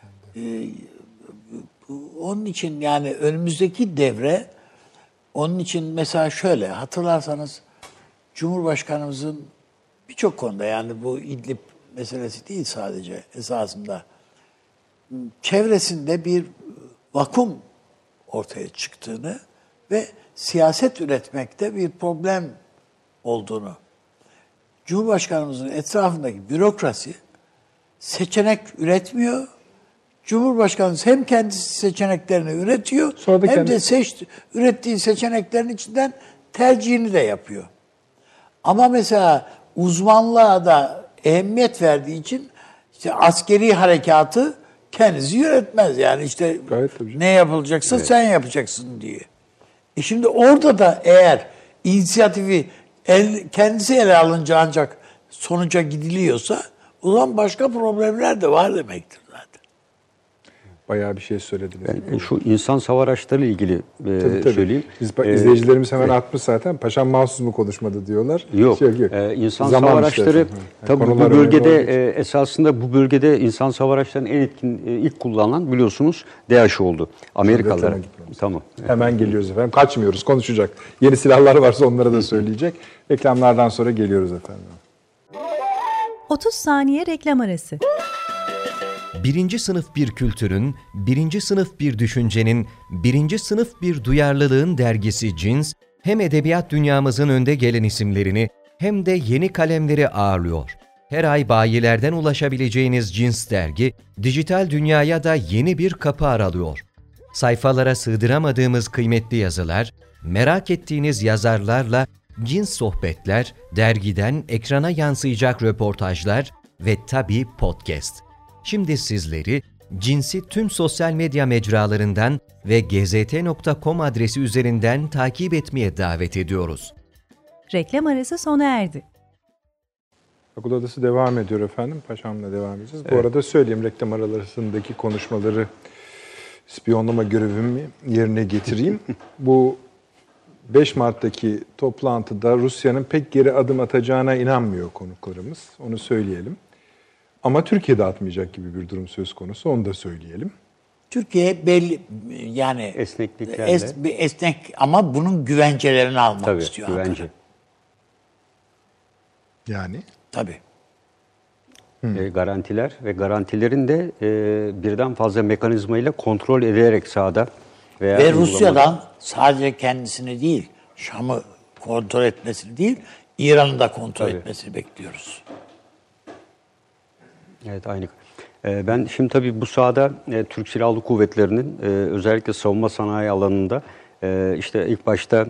Onun için yani önümüzdeki devre onun için mesela şöyle hatırlarsanız Cumhurbaşkanımızın birçok konuda yani bu İdlib meselesi değil sadece esasında çevresinde bir vakum ortaya çıktığını ve siyaset üretmekte bir problem olduğunu Cumhurbaşkanımızın etrafındaki bürokrasi seçenek üretmiyor. Cumhurbaşkanımız hem kendisi seçeneklerini üretiyor hem de ürettiği seçeneklerin içinden tercihini de yapıyor. Ama mesela uzmanlığa da ehemmiyet verdiği için işte askeri harekatı kendisi yönetmez. Yani işte ne yapılacaksa sen yapacaksın diye. Şimdi orada da eğer inisiyatifi kendisi ele alınca ancak sonuca gidiliyorsa o zaman başka problemler de var demektir zaten. bayağı bir şey söylediniz. Ben şu insan hava araçları ile ilgili Tabii. söyleyeyim. İzleyicilerimiz hemen atmış zaten. Paşam mahsus mu konuşmadı diyorlar. Yok. İnsan hava araçları tabii bu bölgede esasında bu bölgede insan hava araçlarının en etkin ilk kullanılan biliyorsunuz DAEŞ oldu. Amerikalılar. Tamam. Hemen geliyoruz efendim. Kaçmıyoruz. Konuşacak. Yeni silahlar varsa onlara da söyleyecek. Reklamlardan sonra geliyoruz efendim. 30 saniye reklam arası. Birinci sınıf bir kültürün, birinci sınıf bir düşüncenin, birinci sınıf bir duyarlılığın dergisi Cins, hem edebiyat dünyamızın önde gelen isimlerini hem de yeni kalemleri ağırlıyor. Her ay bayilerden ulaşabileceğiniz Cins dergi, dijital dünyaya da yeni bir kapı aralıyor. Sayfalara sığdıramadığımız kıymetli yazılar, merak ettiğiniz yazarlarla cins sohbetler, dergiden ekrana yansıyacak röportajlar ve tabii podcast. Şimdi sizleri Cins'i tüm sosyal medya mecralarından ve gzt.com adresi üzerinden takip etmeye davet ediyoruz. Reklam arası sona erdi. Akıl Odası devam ediyor efendim. Paşam'la devam edeceğiz. Evet. Bu arada söyleyeyim, reklam aralarındaki konuşmaları spiyonlama görevimi yerine getireyim. Bu 5 Mart'taki toplantıda Rusya'nın pek geri adım atacağına inanmıyor konuklarımız. Onu söyleyelim. Ama Türkiye'de atmayacak gibi bir durum söz konusu. Onu da söyleyelim. Türkiye belli yani esnekliklerle esnek ama bunun güvencelerini almak istiyor. Güvence. Yani? Tabii. Garantiler ve garantilerin de birden fazla mekanizmayla kontrol edilerek sahada ve Rusya'dan sadece kendisini değil, Şam'ı kontrol etmesini değil, İran'ı da kontrol etmesini bekliyoruz. Evet, aynı. Ben şimdi tabii bu sahada Türk Silahlı Kuvvetleri'nin özellikle savunma sanayi alanında işte ilk başta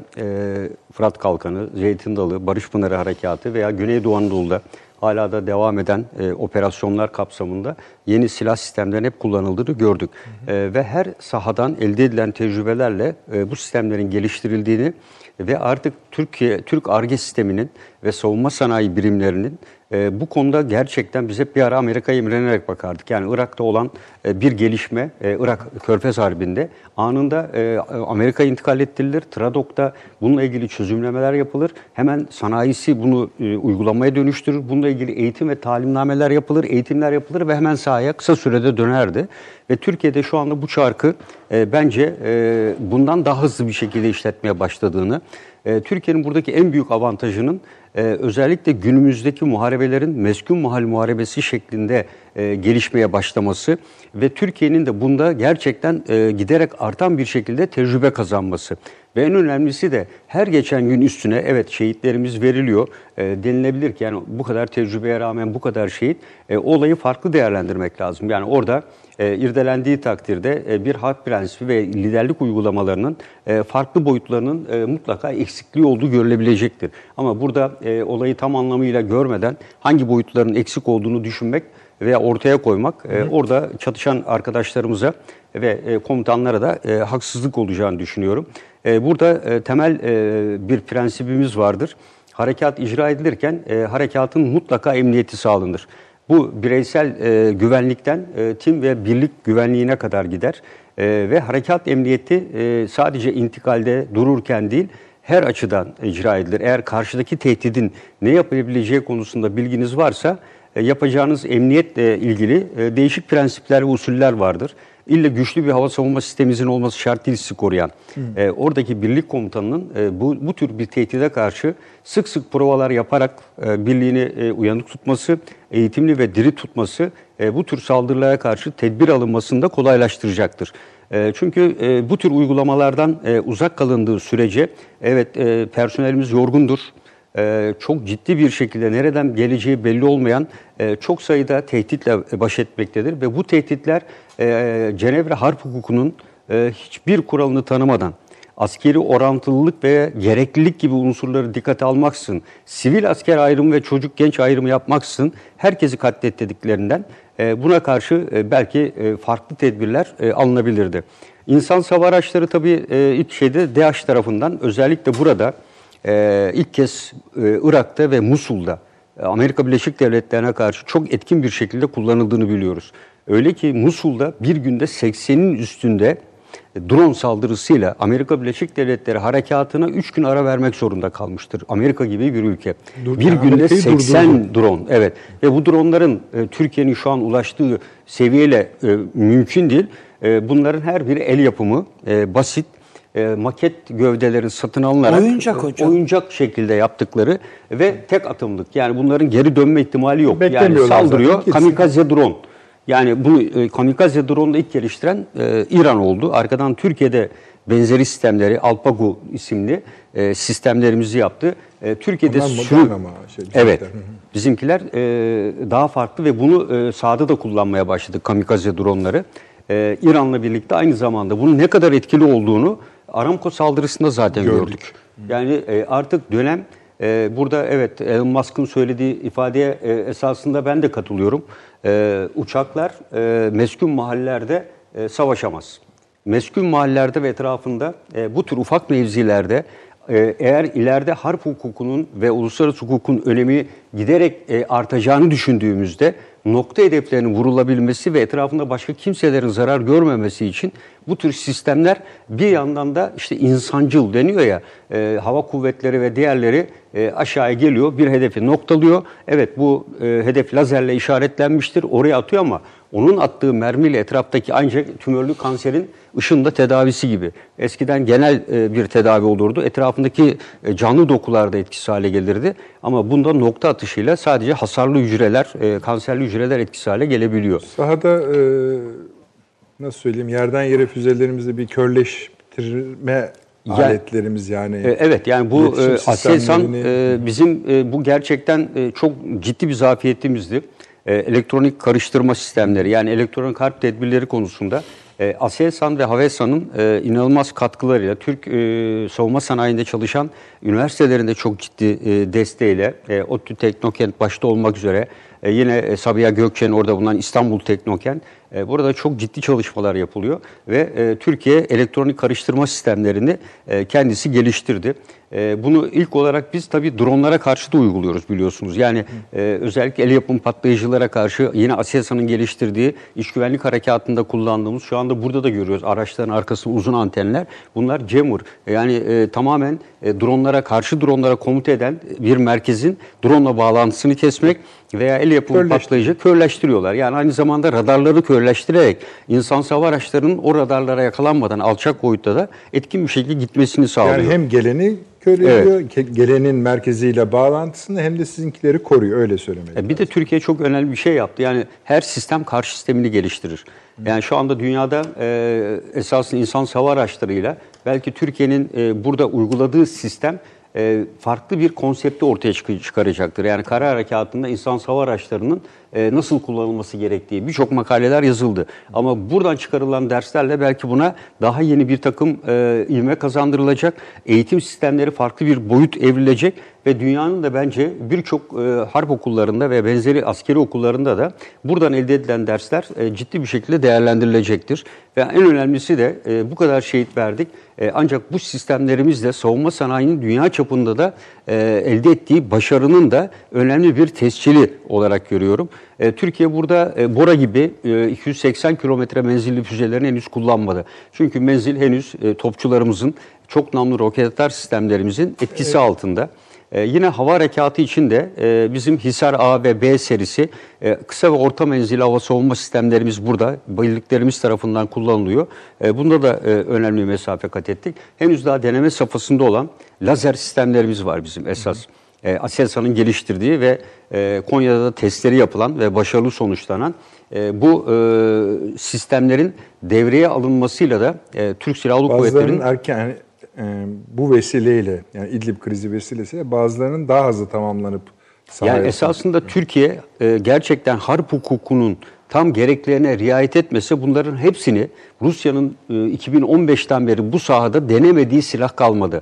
Fırat Kalkanı, Zeytin Dalı, Barış Pınarı Harekatı veya Güneydoğu Anadolu'da hala da devam eden operasyonlar kapsamında yeni silah sistemlerinin hep kullanıldığını gördük. Ve her sahadan elde edilen tecrübelerle bu sistemlerin geliştirildiğini ve artık Türk Ar-Ge sisteminin ve savunma sanayi birimlerinin bu konuda gerçekten biz hep bir ara Amerika'ya imrenerek bakardık. Yani Irak'ta olan bir gelişme, Irak Körfez Harbi'nde anında Amerika'ya intikal ettirilir. TRADOK'ta bununla ilgili çözümlemeler yapılır. Hemen sanayisi bunu uygulamaya dönüştürür. Bununla ilgili eğitim ve talimnameler yapılır, eğitimler yapılır ve hemen sahaya kısa sürede dönerdi. Ve Türkiye'de şu anda bu çarkı bence bundan daha hızlı bir şekilde işletmeye başladığını, Türkiye'nin buradaki en büyük avantajının özellikle günümüzdeki muharebelerin meskun mahal muharebesi şeklinde gelişmeye başlaması ve Türkiye'nin de bunda gerçekten giderek artan bir şekilde tecrübe kazanması. Ve en önemlisi de her geçen gün üstüne evet şehitlerimiz veriliyor denilebilir ki yani bu kadar tecrübeye rağmen bu kadar şehit olayı farklı değerlendirmek lazım. Yani orada irdelendiği takdirde bir harp prensibi ve liderlik uygulamalarının farklı boyutlarının mutlaka eksikliği olduğu görülebilecektir. Ama burada olayı tam anlamıyla görmeden hangi boyutların eksik olduğunu düşünmek veya ortaya koymak orada çatışan arkadaşlarımıza ve komutanlara da haksızlık olacağını düşünüyorum. Burada temel bir prensibimiz vardır. Harekat icra edilirken harekatın mutlaka emniyeti sağlanır. Bu bireysel güvenlikten tim ve birlik güvenliğine kadar gider. Ve harekat emniyeti sadece intikalde dururken değil, her açıdan icra edilir. Eğer karşıdaki tehdidin ne yapabileceği konusunda bilginiz varsa, yapacağınız emniyetle ilgili değişik prensipler ve usuller vardır. İlle güçlü bir hava savunma sistemimizin olması şart değil sizi koruyan. Oradaki birlik komutanının bu tür bir tehdide karşı sık sık provalar yaparak birliğini uyanık tutması, eğitimli ve diri tutması bu tür saldırılara karşı tedbir alınmasını da kolaylaştıracaktır. Çünkü bu tür uygulamalardan uzak kalındığı sürece evet personelimiz yorgundur. Çok ciddi bir şekilde nereden geleceği belli olmayan çok sayıda tehditle baş etmektedir. Ve bu tehditler Cenevre Harp Hukuku'nun hiçbir kuralını tanımadan, askeri orantılılık ve gereklilik gibi unsurları dikkate almaksızın, sivil asker ayrımı ve çocuk genç ayrımı yapmaksızın herkesi katlet dediklerinden buna karşı belki farklı tedbirler alınabilirdi. İnsan hava araçları tabii ilk şeyde DAEŞ tarafından özellikle burada ilk kez Irak'ta ve Musul'da Amerika Birleşik Devletleri'ne karşı çok etkin bir şekilde kullanıldığını biliyoruz. Öyle ki Musul'da bir günde 80'in üstünde drone saldırısıyla Amerika Birleşik Devletleri harekatına 3 gün ara vermek zorunda kalmıştır. Amerika gibi bir ülke. Bir günde 80 drone. Evet. Ve bu dronların Türkiye'nin şu an ulaştığı seviyeyle mümkün değil. Bunların her biri el yapımı, basit, maket gövdeleri satın alınarak oyuncak şekilde yaptıkları ve tek atımlık. Yani bunların geri dönme ihtimali yok. Yani saldırıyor, kamikaze drone. Yani bu kamikaze drone'u ilk geliştiren İran oldu. Arkadan Türkiye'de benzeri sistemleri, Alpago isimli sistemlerimizi yaptı. Türkiye'de evet, bizimkiler daha farklı ve bunu sahada da kullanmaya başladık kamikaze drone'ları. İran'la birlikte aynı zamanda bunun ne kadar etkili olduğunu Aramco saldırısında zaten gördük. Yani artık dönem burada evet Elon Musk'ın söylediği ifadeye esasında ben de katılıyorum. Uçaklar meskun mahallelerde savaşamaz. Meskun mahallelerde ve etrafında bu tür ufak mevzilerde eğer ileride harp hukukunun ve uluslararası hukukun önemi giderek artacağını düşündüğümüzde nokta hedeflerinin vurulabilmesi ve etrafında başka kimselerin zarar görmemesi için bu tür sistemler bir yandan da işte insancıl deniyor ya, hava kuvvetleri ve diğerleri aşağıya geliyor, bir hedefi noktalıyor. Evet, bu hedef lazerle işaretlenmiştir, oraya atıyor ama onun attığı mermiyle etraftaki ancak tümörlü kanserin ışınla tedavisi gibi. Eskiden genel bir tedavi olurdu. Etrafındaki canlı dokularda etkisiz hale gelirdi. Ama bunda nokta atışıyla sadece hasarlı hücreler, kanserli hücreler etkisiz hale gelebiliyor. Sahada nasıl söyleyeyim, yerden yere füzelerimizde bir körleştirme aletlerimiz yani. Evet, yani bu Aselsan bizim bu gerçekten çok ciddi bir zafiyetimizdi. Elektronik karıştırma sistemleri, yani elektronik harp tedbirleri konusunda Aselsan ve Havelsan'ın inanılmaz katkılarıyla Türk savunma sanayinde çalışan üniversitelerinde çok ciddi desteğiyle ODTÜ Teknokent başta olmak üzere yine Sabiha Gökçen'in orada bulunan İstanbul Teknokent, burada çok ciddi çalışmalar yapılıyor ve Türkiye elektronik karıştırma sistemlerini kendisi geliştirdi. Bunu ilk olarak biz tabii dronlara karşı da uyguluyoruz biliyorsunuz. Yani özellikle el yapımı patlayıcılara karşı yine Aselsan'ın geliştirdiği iç güvenlik harekatında kullandığımız, şu anda burada da görüyoruz araçların arkasında uzun antenler. Bunlar jammer, yani tamamen dronlara karşı dronlara komuta eden bir merkezin drone'la bağlantısını kesmek veya el yapımı patlayıcı körleştiriyorlar. Yani aynı zamanda radarları körleştirerek insan hava araçlarının o radarlara yakalanmadan alçak boyutta da etkin bir şekilde gitmesini sağlıyor. Yani hem geleni köreliyor, evet, gelenin merkeziyle bağlantısını, hem de sizinkileri koruyor, öyle söylemek lazım. Bir de Türkiye çok önemli bir şey yaptı. Yani her sistem karşı sistemini geliştirir. Yani şu anda dünyada esasında insan hava araçlarıyla belki Türkiye'nin burada uyguladığı sistem farklı bir konsepti ortaya çıkaracaktır. Yani kara harekatında insan hava araçlarının nasıl kullanılması gerektiği birçok makaleler yazıldı. Ama buradan çıkarılan derslerle belki buna daha yeni bir takım ivme kazandırılacak, eğitim sistemleri farklı bir boyut evrilecek ve dünyanın da bence birçok harp okullarında ve benzeri askeri okullarında da buradan elde edilen dersler ciddi bir şekilde değerlendirilecektir. Ve en önemlisi de bu kadar şehit verdik. Ancak bu sistemlerimizle savunma sanayinin dünya çapında da elde ettiği başarının da önemli bir tescili olarak görüyorum. Türkiye burada Bora gibi 280 kilometre menzilli füzelerini henüz kullanmadı. Çünkü menzil henüz topçularımızın, çok namlu roket atar sistemlerimizin etkisi altında. Yine hava harekatı için de bizim Hisar A ve B serisi kısa ve orta menzilli hava savunma sistemlerimiz burada birliklerimiz tarafından kullanılıyor. Bunda da önemli bir mesafe kat ettik. Henüz daha deneme safhasında olan lazer sistemlerimiz var bizim esas. Aselsan'ın geliştirdiği ve Konya'da da testleri yapılan ve başarılı sonuçlanan bu sistemlerin devreye alınmasıyla da Türk Silahlı Kuvvetleri'nin erken bu vesileyle, yani İdlib krizi vesilesiyle bazılarının daha hızlı tamamlanıp yani esasında Türkiye gerçekten harp hukukunun tam gereklerine riayet etmese bunların hepsini Rusya'nın 2015'ten beri bu sahada denemediği silah kalmadı.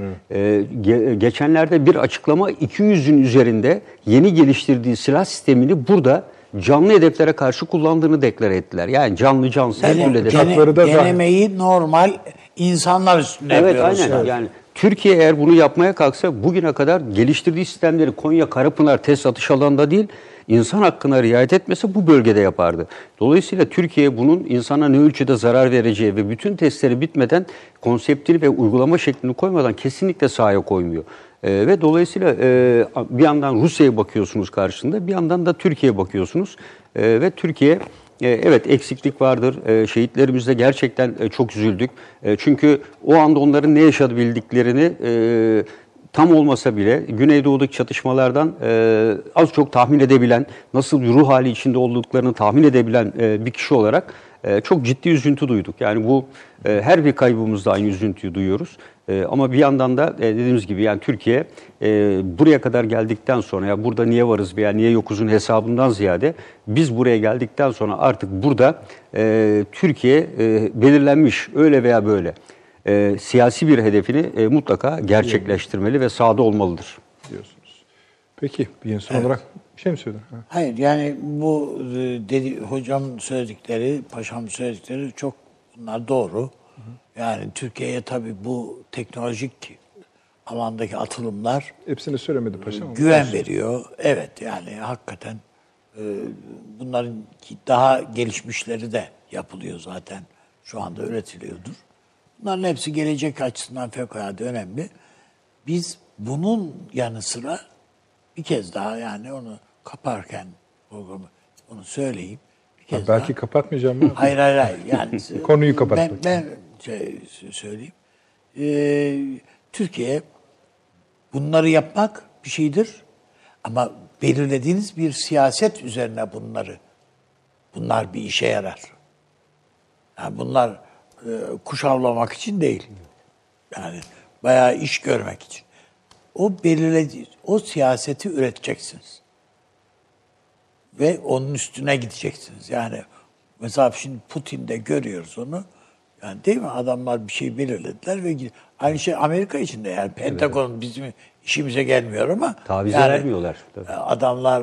Geçenlerde bir açıklama 200'ün üzerinde yeni geliştirdiği silah sistemini burada canlı hedeflere karşı kullandığını deklare ettiler. Yani canlı cansız. Denemeyi normal insanlar üstünde evet, yapıyoruz. aynen. Yani Türkiye eğer bunu yapmaya kalksa bugüne kadar geliştirdiği sistemleri Konya Karapınar test atış alanında değil, insan hakkına riayet etmese bu bölgede yapardı. Dolayısıyla Türkiye bunun insana ne ölçüde zarar vereceği ve bütün testleri bitmeden konseptini ve uygulama şeklini koymadan kesinlikle sahaya koymuyor. Ve dolayısıyla bir yandan Rusya'ya bakıyorsunuz karşısında, bir yandan da Türkiye'ye bakıyorsunuz. Ve Türkiye, evet eksiklik vardır. Şehitlerimizde gerçekten çok üzüldük. Çünkü o anda onların ne yaşadabildiklerini tam olmasa bile Güneydoğu'daki çatışmalardan az çok tahmin edebilen, nasıl bir ruh hali içinde olduklarını tahmin edebilen bir kişi olarak çok ciddi üzüntü duyduk. Yani bu her bir kaybımızda aynı üzüntüyü duyuyoruz. Ama bir yandan da dediğimiz gibi yani Türkiye buraya kadar geldikten sonra ya burada niye varız veya niye yokuzun hesabından ziyade biz buraya geldikten sonra artık burada Türkiye belirlenmiş öyle veya böyle siyasi bir hedefini mutlaka gerçekleştirmeli ve sahada olmalıdır diyorsunuz. Peki bir son olarak bir şey mi söyledin? Hayır yani bu hocam söyledikleri, paşam söyledikleri çok bunlar doğru. Yani Türkiye'ye tabii bu teknolojik alandaki atılımlar hepsini söylemedi paşam. Güven veriyor. Evet yani hakikaten bunların daha gelişmişleri de yapılıyor zaten. Şu anda üretiliyordur. Bunların hepsi gelecek açısından fevkalade önemli. Biz bunun yanı sıra bir kez daha yani onu kaparken programı onu söyleyeyim. Bir kez belki daha. Kapatmayacağım ben. Hayır. Yani konuyu kapatmak. Ben söyleyeyim. Türkiye bunları yapmak bir şeydir. Ama belirlediğiniz bir siyaset üzerine bunlar bir işe yarar. Yani bunlar kuş avlamak için değil. Yani bayağı iş görmek için. O siyaseti üreteceksiniz. Ve onun üstüne gideceksiniz. Yani mesela şimdi Putin'de görüyoruz onu. Yani değil mi? Adamlar bir şey belirlediler ve aynı şey Amerika için de yani Pentagon bizim işimize gelmiyor ama tavize yani vermiyorlar. Tabii. Adamlar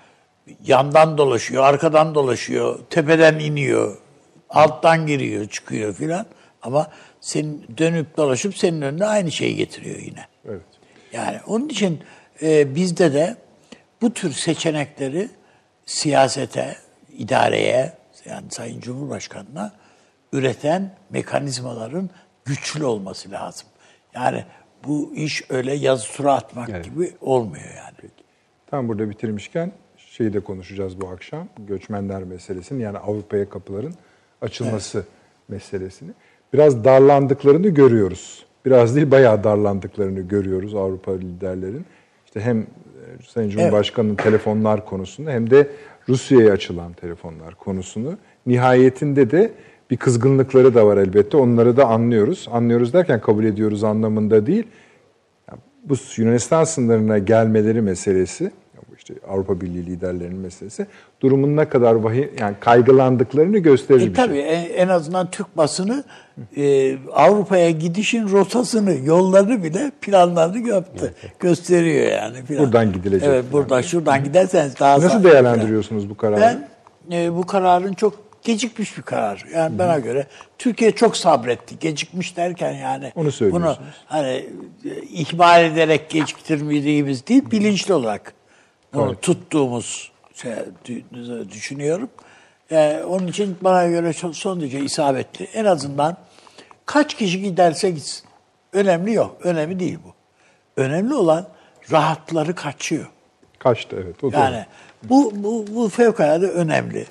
yandan dolaşıyor, arkadan dolaşıyor, tepeden iniyor, alttan giriyor, çıkıyor filan ama senin dönüp dolaşıp senin önüne aynı şeyi getiriyor yine. Evet. Yani onun için bizde de bu tür seçenekleri siyasete, idareye, yani Sayın Cumhurbaşkanı'na üreten mekanizmaların güçlü olması lazım. Yani bu iş öyle yazı tura atmak gibi olmuyor yani. Peki. Tam burada bitirmişken şeyi de konuşacağız bu akşam. Göçmenler meselesini yani Avrupa'ya kapıların açılması meselesini. Biraz darlandıklarını görüyoruz. Biraz değil bayağı darlandıklarını görüyoruz Avrupa liderlerin. İşte hem Sayın Cumhurbaşkanı'nın telefonlar konusunda hem de Rusya'ya açılan telefonlar konusunu. Nihayetinde de bir kızgınlıkları da var elbette. Onları da anlıyoruz. Anlıyoruz derken kabul ediyoruz anlamında değil. Yani bu Yunanistan sınırına gelmeleri meselesi, işte Avrupa Birliği liderlerinin meselesi, durumun ne kadar yani kaygılandıklarını gösterir bir tabii, şey. En azından Türk basını Avrupa'ya gidişin rotasını, yollarını bile planlarını yaptı. Evet. Gösteriyor yani. Plan. Buradan gidilecek. Evet, buradan şuradan giderseniz daha nasıl değerlendiriyorsunuz bu kararı? Ben bu kararın çok gecikmiş bir karar. Yani bana göre Türkiye çok sabretti. Gecikmiş derken yani onu söylüyorsunuz. Bunu hani ihmal ederek geciktirmediğimiz değil, bilinçli olarak bunu tuttuğumuz düşünüyorum. Onun için bana göre son derece isabetli. En azından kaç kişi giderse gitsin. Önemli yok. Önemli değil bu. Önemli olan rahatları kaçıyor. Kaçtı evet. O yani bu fevkalade önemli.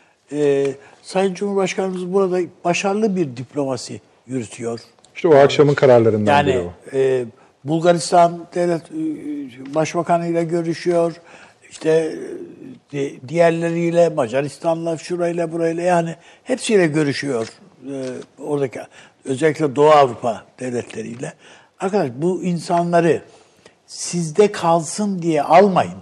Sayın Cumhurbaşkanımız burada başarılı bir diplomasi yürütüyor. İşte o akşamın kararlarından biri o. Bulgaristan Devlet Başbakanı ile görüşüyor. İşte diğerleriyle, Macaristan'la, şurayla, burayla yani hepsiyle görüşüyor. Oradaki özellikle Doğu Avrupa devletleriyle. Arkadaş bu insanları sizde kalsın diye almayın.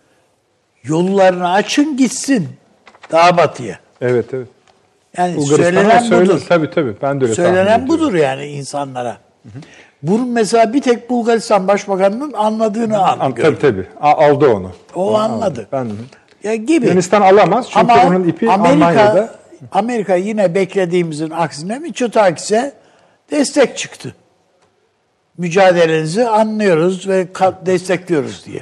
Yollarını açın gitsin daha batıya. Evet. Yani söylenen budur. Tabii. Ben de öyle söylenen budur yani insanlara. Bunun mesela bir tek Bulgaristan Başbakanı'nın anladığını anladı. Tabii. Aldı onu. O anladı. Ya gibi. Yunanistan alamaz çünkü ama onun ipi Almanya'da. Amerika yine beklediğimizin aksine Mitsotakis'e destek çıktı. mücadelenizi anlıyoruz ve destekliyoruz diye.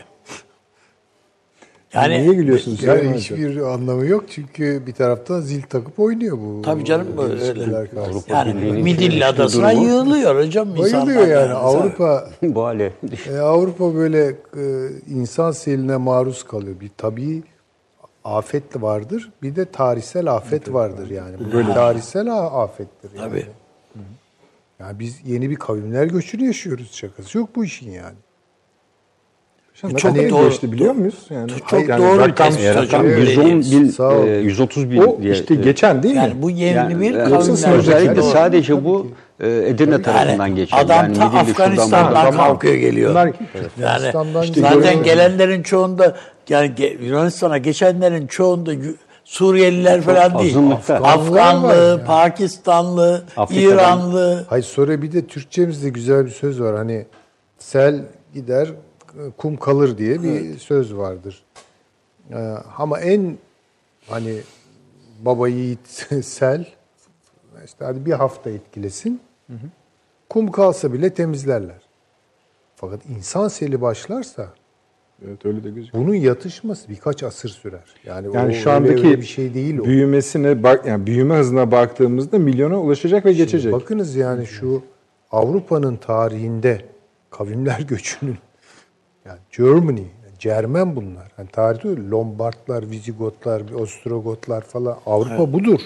Yani niye gülüyorsunuz? Yani hiçbir anlamı yok çünkü bir taraftan zil takıp oynuyor bu. Tabii canım öyle. Yani Birliği'nin Midilli Adası'na yığılıyor hocam. Bayılıyor yani Avrupa. bu hale. Avrupa böyle insan seline maruz kalıyor. Bir tabii afet vardır, bir de tarihsel afet vardır yani. Bu böyle tarihsel afettir yani. Tabii. Yani biz yeni bir kavimler göçünü yaşıyoruz, şakası yok bu işin yani. Çok doğru geçti biliyor muyuz? Yani çok doğru rakam, hocam. 130 bin o diye. işte geçen değil mi? Yani bu yeni bir özellikle kavimler. sadece bu Edirne tarafından geçiyor. Adam ta Midilli şuradan Afganistan'dan buradan. kalkıyor geliyor. Bunlar, Yani işte zaten gelenlerin çoğunda yani Yunanistan'a geçenlerin çoğunda Suriyeliler falan değil. Azınlıkta. Afganlı, Pakistanlı, Afrika'dan. İranlı. Hayır, sonra bir de Türkçemizde güzel bir söz var. Hani sel gider, kum kalır diye bir söz vardır. Ama en hani baba yiğit sel işte hadi bir hafta etkilesin. Kum kalsa bile temizlerler. Fakat insan seli başlarsa evet, öyle de gözüküyor. bunun yatışması birkaç asır sürer. Yani o şu andaki öyle bir şey değil o. büyümesine yani büyüme hızına baktığımızda milyona ulaşacak ve geçecek. Bakınız yani şu Avrupa'nın tarihinde kavimler göçünün yani Germany, Cermen bunlar. Yani tarihte öyle Lombardlar, Vizigotlar, Ostrogotlar falan Avrupa budur.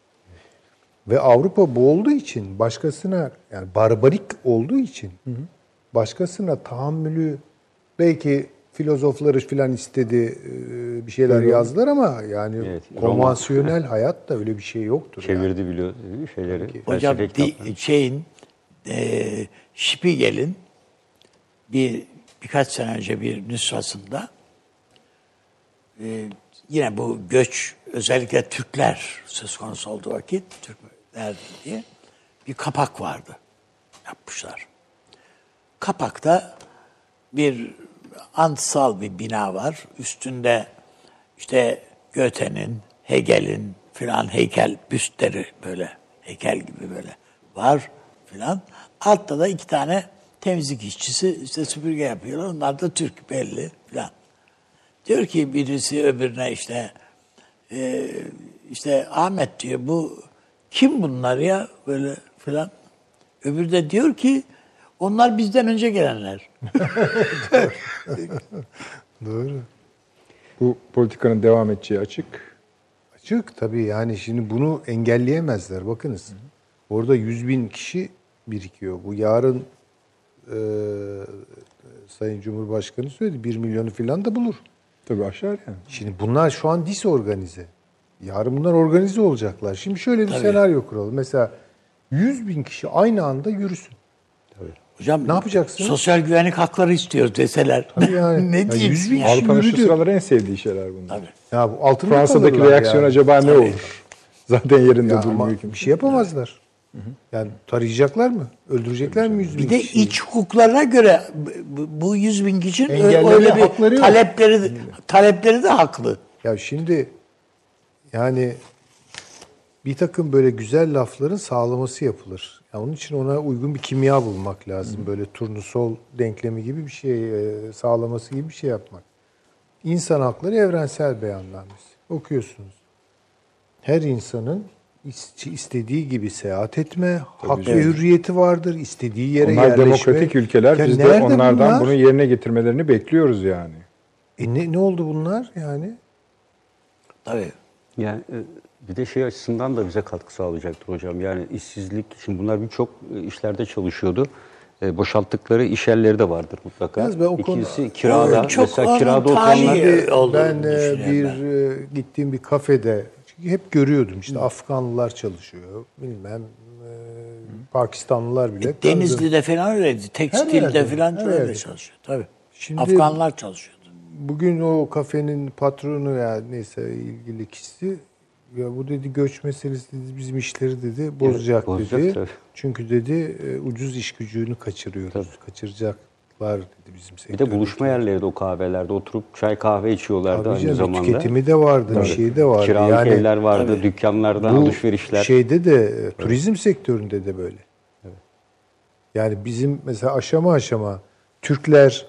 Ve Avrupa bu olduğu için başkasına yani barbarik olduğu için başkasına tahammülü belki filozofları falan istedi bir şeyler yazdılar ama yani Evet, konvansiyonel hayatta öyle bir şey yoktur. Çevirdi biliyor şeyleri. Hocam felsefe kitaplarını. Spiegel'in birkaç sene önce bir nüshasında yine bu göç özellikle Türkler söz konusu olduğu vakit Türkler diye bir kapak vardı. Yapmışlar. Kapakta bir anıtsal bir bina var. Üstünde işte Goethe'nin, Hegel'in filan heykel büstleri böyle heykel gibi böyle var filan. Altta da 2 tane temizlik işçisi işte süpürge yapıyorlar. Onlar da Türk belli filan. Diyor ki birisi öbürüne işte Ahmet diyor bu kim bunlar ya böyle filan. Öbürü de diyor ki onlar bizden önce gelenler. Doğru. Bu politikanın devam edeceği açık. Açık tabii yani şimdi bunu engelleyemezler. Bakınız orada 100.000 kişi birikiyor. Bu yarın Sayın Cumhurbaşkanı söyledi 1 milyonu falan da bulur. Tabii aşağı yani. Şimdi bunlar şu an disorganize. Yarın bunlar organize olacaklar. Şimdi şöyle bir senaryo kuralım. Mesela 100.000 kişi aynı anda yürüsün. Hocam ne yapacaksınız? Sosyal güvenlik hakları istiyoruz deseler. Yani, ne diyeyim? Yani. Avrupa'nın şu sıralar en sevdiği şeyler bunlar. Tabii. Ya bu altında Fransa'daki kalırlar reaksiyon yani. acaba ne olur? Zaten yerinde Ya durmuyor ama kimse. bir şey yapamazlar. Yani tarayacaklar mı? Öldürecekler mi 100.000 Bir de kişiyi? iç hukuklarına göre bu 100.000 kişinin Engelleme öyle bir hakları yok. talepleri de haklı. Ya şimdi yani bir takım böyle güzel lafların sağlaması yapılır. Yani onun için ona uygun bir kimya bulmak lazım. Böyle turnusol denklemi gibi bir şey sağlaması gibi bir şey yapmak. İnsan hakları evrensel beyannamesi. Okuyorsunuz. Her insanın istediği gibi seyahat etme, hak ve hürriyeti vardır. İstediği yere Onlar yerleşme. demokratik ülkeler. Ya Biz de nerede onlardan bunlar? bunu yerine getirmelerini bekliyoruz yani. Ne oldu bunlar yani? Tabii. Yani bir de şey açısından da bize katkı sağlayacaktır hocam. Yani işsizlik, şimdi bunlar birçok işlerde çalışıyordu. Boşalttıkları iş yerleri de vardır mutlaka. Yalnız ben o İkincisi konu- kirada. Çok Mesela kirada onun tarihi- oturanlar olduğunu Ben düşünüyorum gittiğim bir kafede çünkü hep görüyordum işte Afganlılar çalışıyor, bilmem Pakistanlılar bile. Denizli'de falan öyleydi. Tekstilde yerde, falan her öyle yerde. çalışıyor. Tabii. Şimdi- Afganlar çalışıyordu. Bugün o kafenin patronu ya neyse ilgili kişisi ya bu dedi göç meselesi dedi bizim işleri dedi bozacak bozacak dedi. tabii. Çünkü dedi ucuz iş gücünü kaçırıyoruz. Tabii. Kaçıracaklar dedi bizim bir sektörde. de buluşma yerleri de o kahvelerde oturup çay kahve içiyorlardı Tabii aynı canım, zamanda. tüketimi de vardı, bir şey de vardı. Kiralık Yani evler vardı, dükkanlardan bu alışverişler. şeyde de turizm sektöründe de böyle. Yani bizim mesela aşama aşama Türkler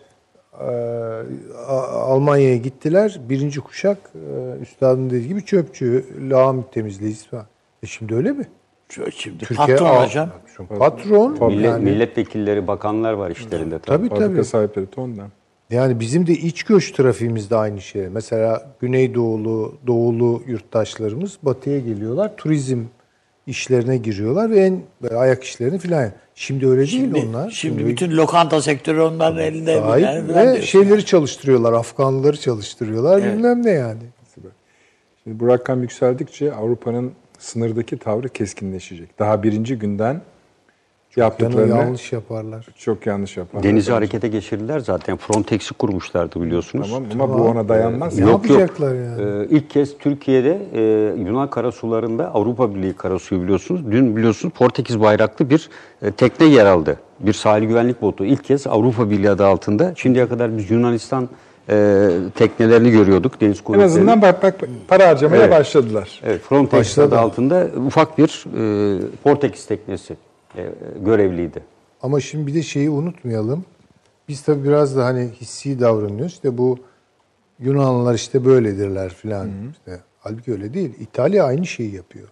Almanya'ya gittiler. Birinci kuşak üstadın dediği gibi çöpçü, lağım temizleyici falan. Şimdi öyle mi? Şimdi Türkiye patron hocam. Patron. Yani, Milletvekilleri, bakanlar var işlerinde. tabii Fabrika tabii. sahipleri tondan. Yani bizim de iç göç trafiğimiz de aynı şey. Mesela Güneydoğulu, Doğulu yurttaşlarımız batıya geliyorlar. Turizm işlerine giriyorlar ve böyle ayak işlerini filan. Şimdi öyle değil onlar. Şimdi bütün lokanta sektörü onların elinde. Sahip Yani ve şeyleri çalıştırıyorlar, Afganları çalıştırıyorlar, bilmem ne yani. Şimdi bu rakam yükseldikçe Avrupa'nın sınırdaki tavrı keskinleşecek. Daha birinci günden yaptıklarını Yanlış yaparlar. çok yanlış yaparlar. Denizi harekete geçirdiler zaten. Frontex'i kurmuşlardı biliyorsunuz. Tamam ama bu ona dayanmaz. Ne yapacaklar yani? İlk kez Türkiye'de Yunan karasularında Avrupa Birliği karasuyu biliyorsunuz. Dün biliyorsunuz Portekiz bayraklı bir tekne yer aldı. Bir sahil güvenlik botu. İlk kez Avrupa Birliği adı altında. Şimdiye kadar biz Yunanistan teknelerini görüyorduk. Deniz En kuvvetleri. azından bak para harcamaya Evet. başladılar. Evet, Frontex adı altında ufak bir Portekiz teknesi görevliydi. Ama şimdi bir de şeyi unutmayalım. Biz tabii biraz da hani hissi davranıyoruz. İşte bu Yunanlılar işte böyledirler filan. İşte, halbuki öyle değil. İtalya aynı şeyi yapıyor.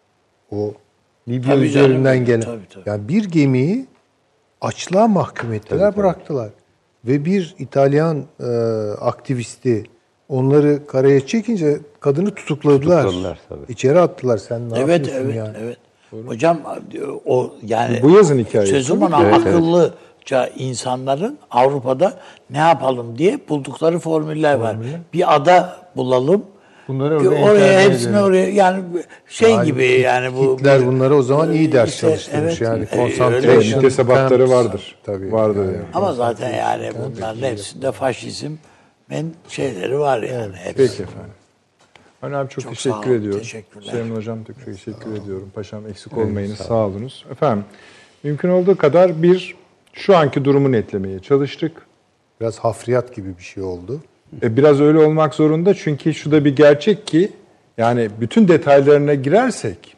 O Libya Tabii üzerinden canım, gelen. tabii. Yani bir gemiyi açlığa mahkum ettiler, bıraktılar. Ve bir İtalyan aktivisti onları karaya çekince kadını tutukladılar. Tutukladılar tabii. İçeri attılar. Sen ne Evet, yapıyorsun evet, yani? evet. Hocam o yani Bu yazın hikayesi. sözüm ona akıllıca insanların Avrupa'da ne yapalım diye buldukları formüller var. Bir ada bulalım. Bunları Oraya entegre hepsini edelim. oraya yani şey gibi yani bu Hitler bunları o zaman iyi ders İşte, çalıştırmış evet, yani. öyle. Concentration Mütesebatları camps. vardır. Tabii. Vardır yani. ama zaten yani bunların hepsinde faşizm şeyleri var yani. Hepsi. Peki efendim. Avni abi çok Çok teşekkür sağ olun, ediyorum. teşekkürler. Süleyman Hocam çok teşekkür ediyorum. Paşam eksik olmayınız. Sağ olunuz. Efendim mümkün olduğu kadar şu anki durumu netlemeye çalıştık. Biraz hafriyat gibi bir şey oldu. Biraz öyle olmak zorunda çünkü şu da bir gerçek ki yani bütün detaylarına girersek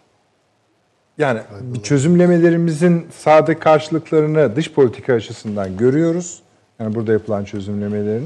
yani çözümlemelerimizin sade karşılıklarını dış politika açısından görüyoruz. Yani burada yapılan çözümlemelerin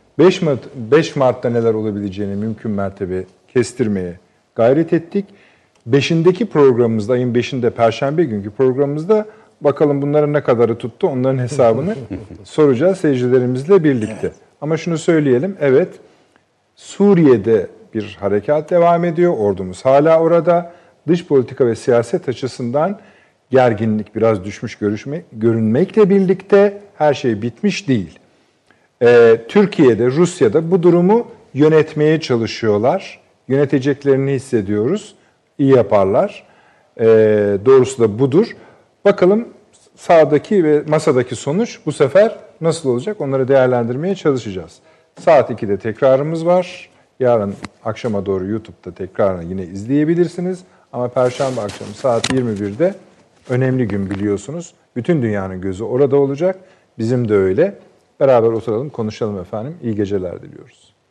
5 Mart'ta neler olabileceğini mümkün mertebe kestirmeye gayret ettik. 5'indeki programımızda, ayın 5'inde Perşembe günkü programımızda bakalım bunların ne kadarı tuttu onların hesabını soracağız seyircilerimizle birlikte. Evet. Ama şunu söyleyelim, evet Suriye'de bir harekat devam ediyor, ordumuz hala orada. Dış politika ve siyaset açısından gerginlik biraz düşmüş görünmekle birlikte her şey bitmiş değil. Türkiye'de, Rusya'da bu durumu yönetmeye çalışıyorlar. Yöneteceklerini hissediyoruz. İyi yaparlar. Doğrusu da budur. Bakalım sahadaki ve masadaki sonuç bu sefer nasıl olacak? Onları değerlendirmeye çalışacağız. Saat 2'de tekrarımız var. Yarın akşama doğru YouTube'da tekrarını yine izleyebilirsiniz. Ama Perşembe akşamı saat 21'de önemli gün biliyorsunuz. Bütün dünyanın gözü orada olacak. Bizim de öyle. Beraber oturalım, konuşalım efendim. İyi geceler diliyoruz.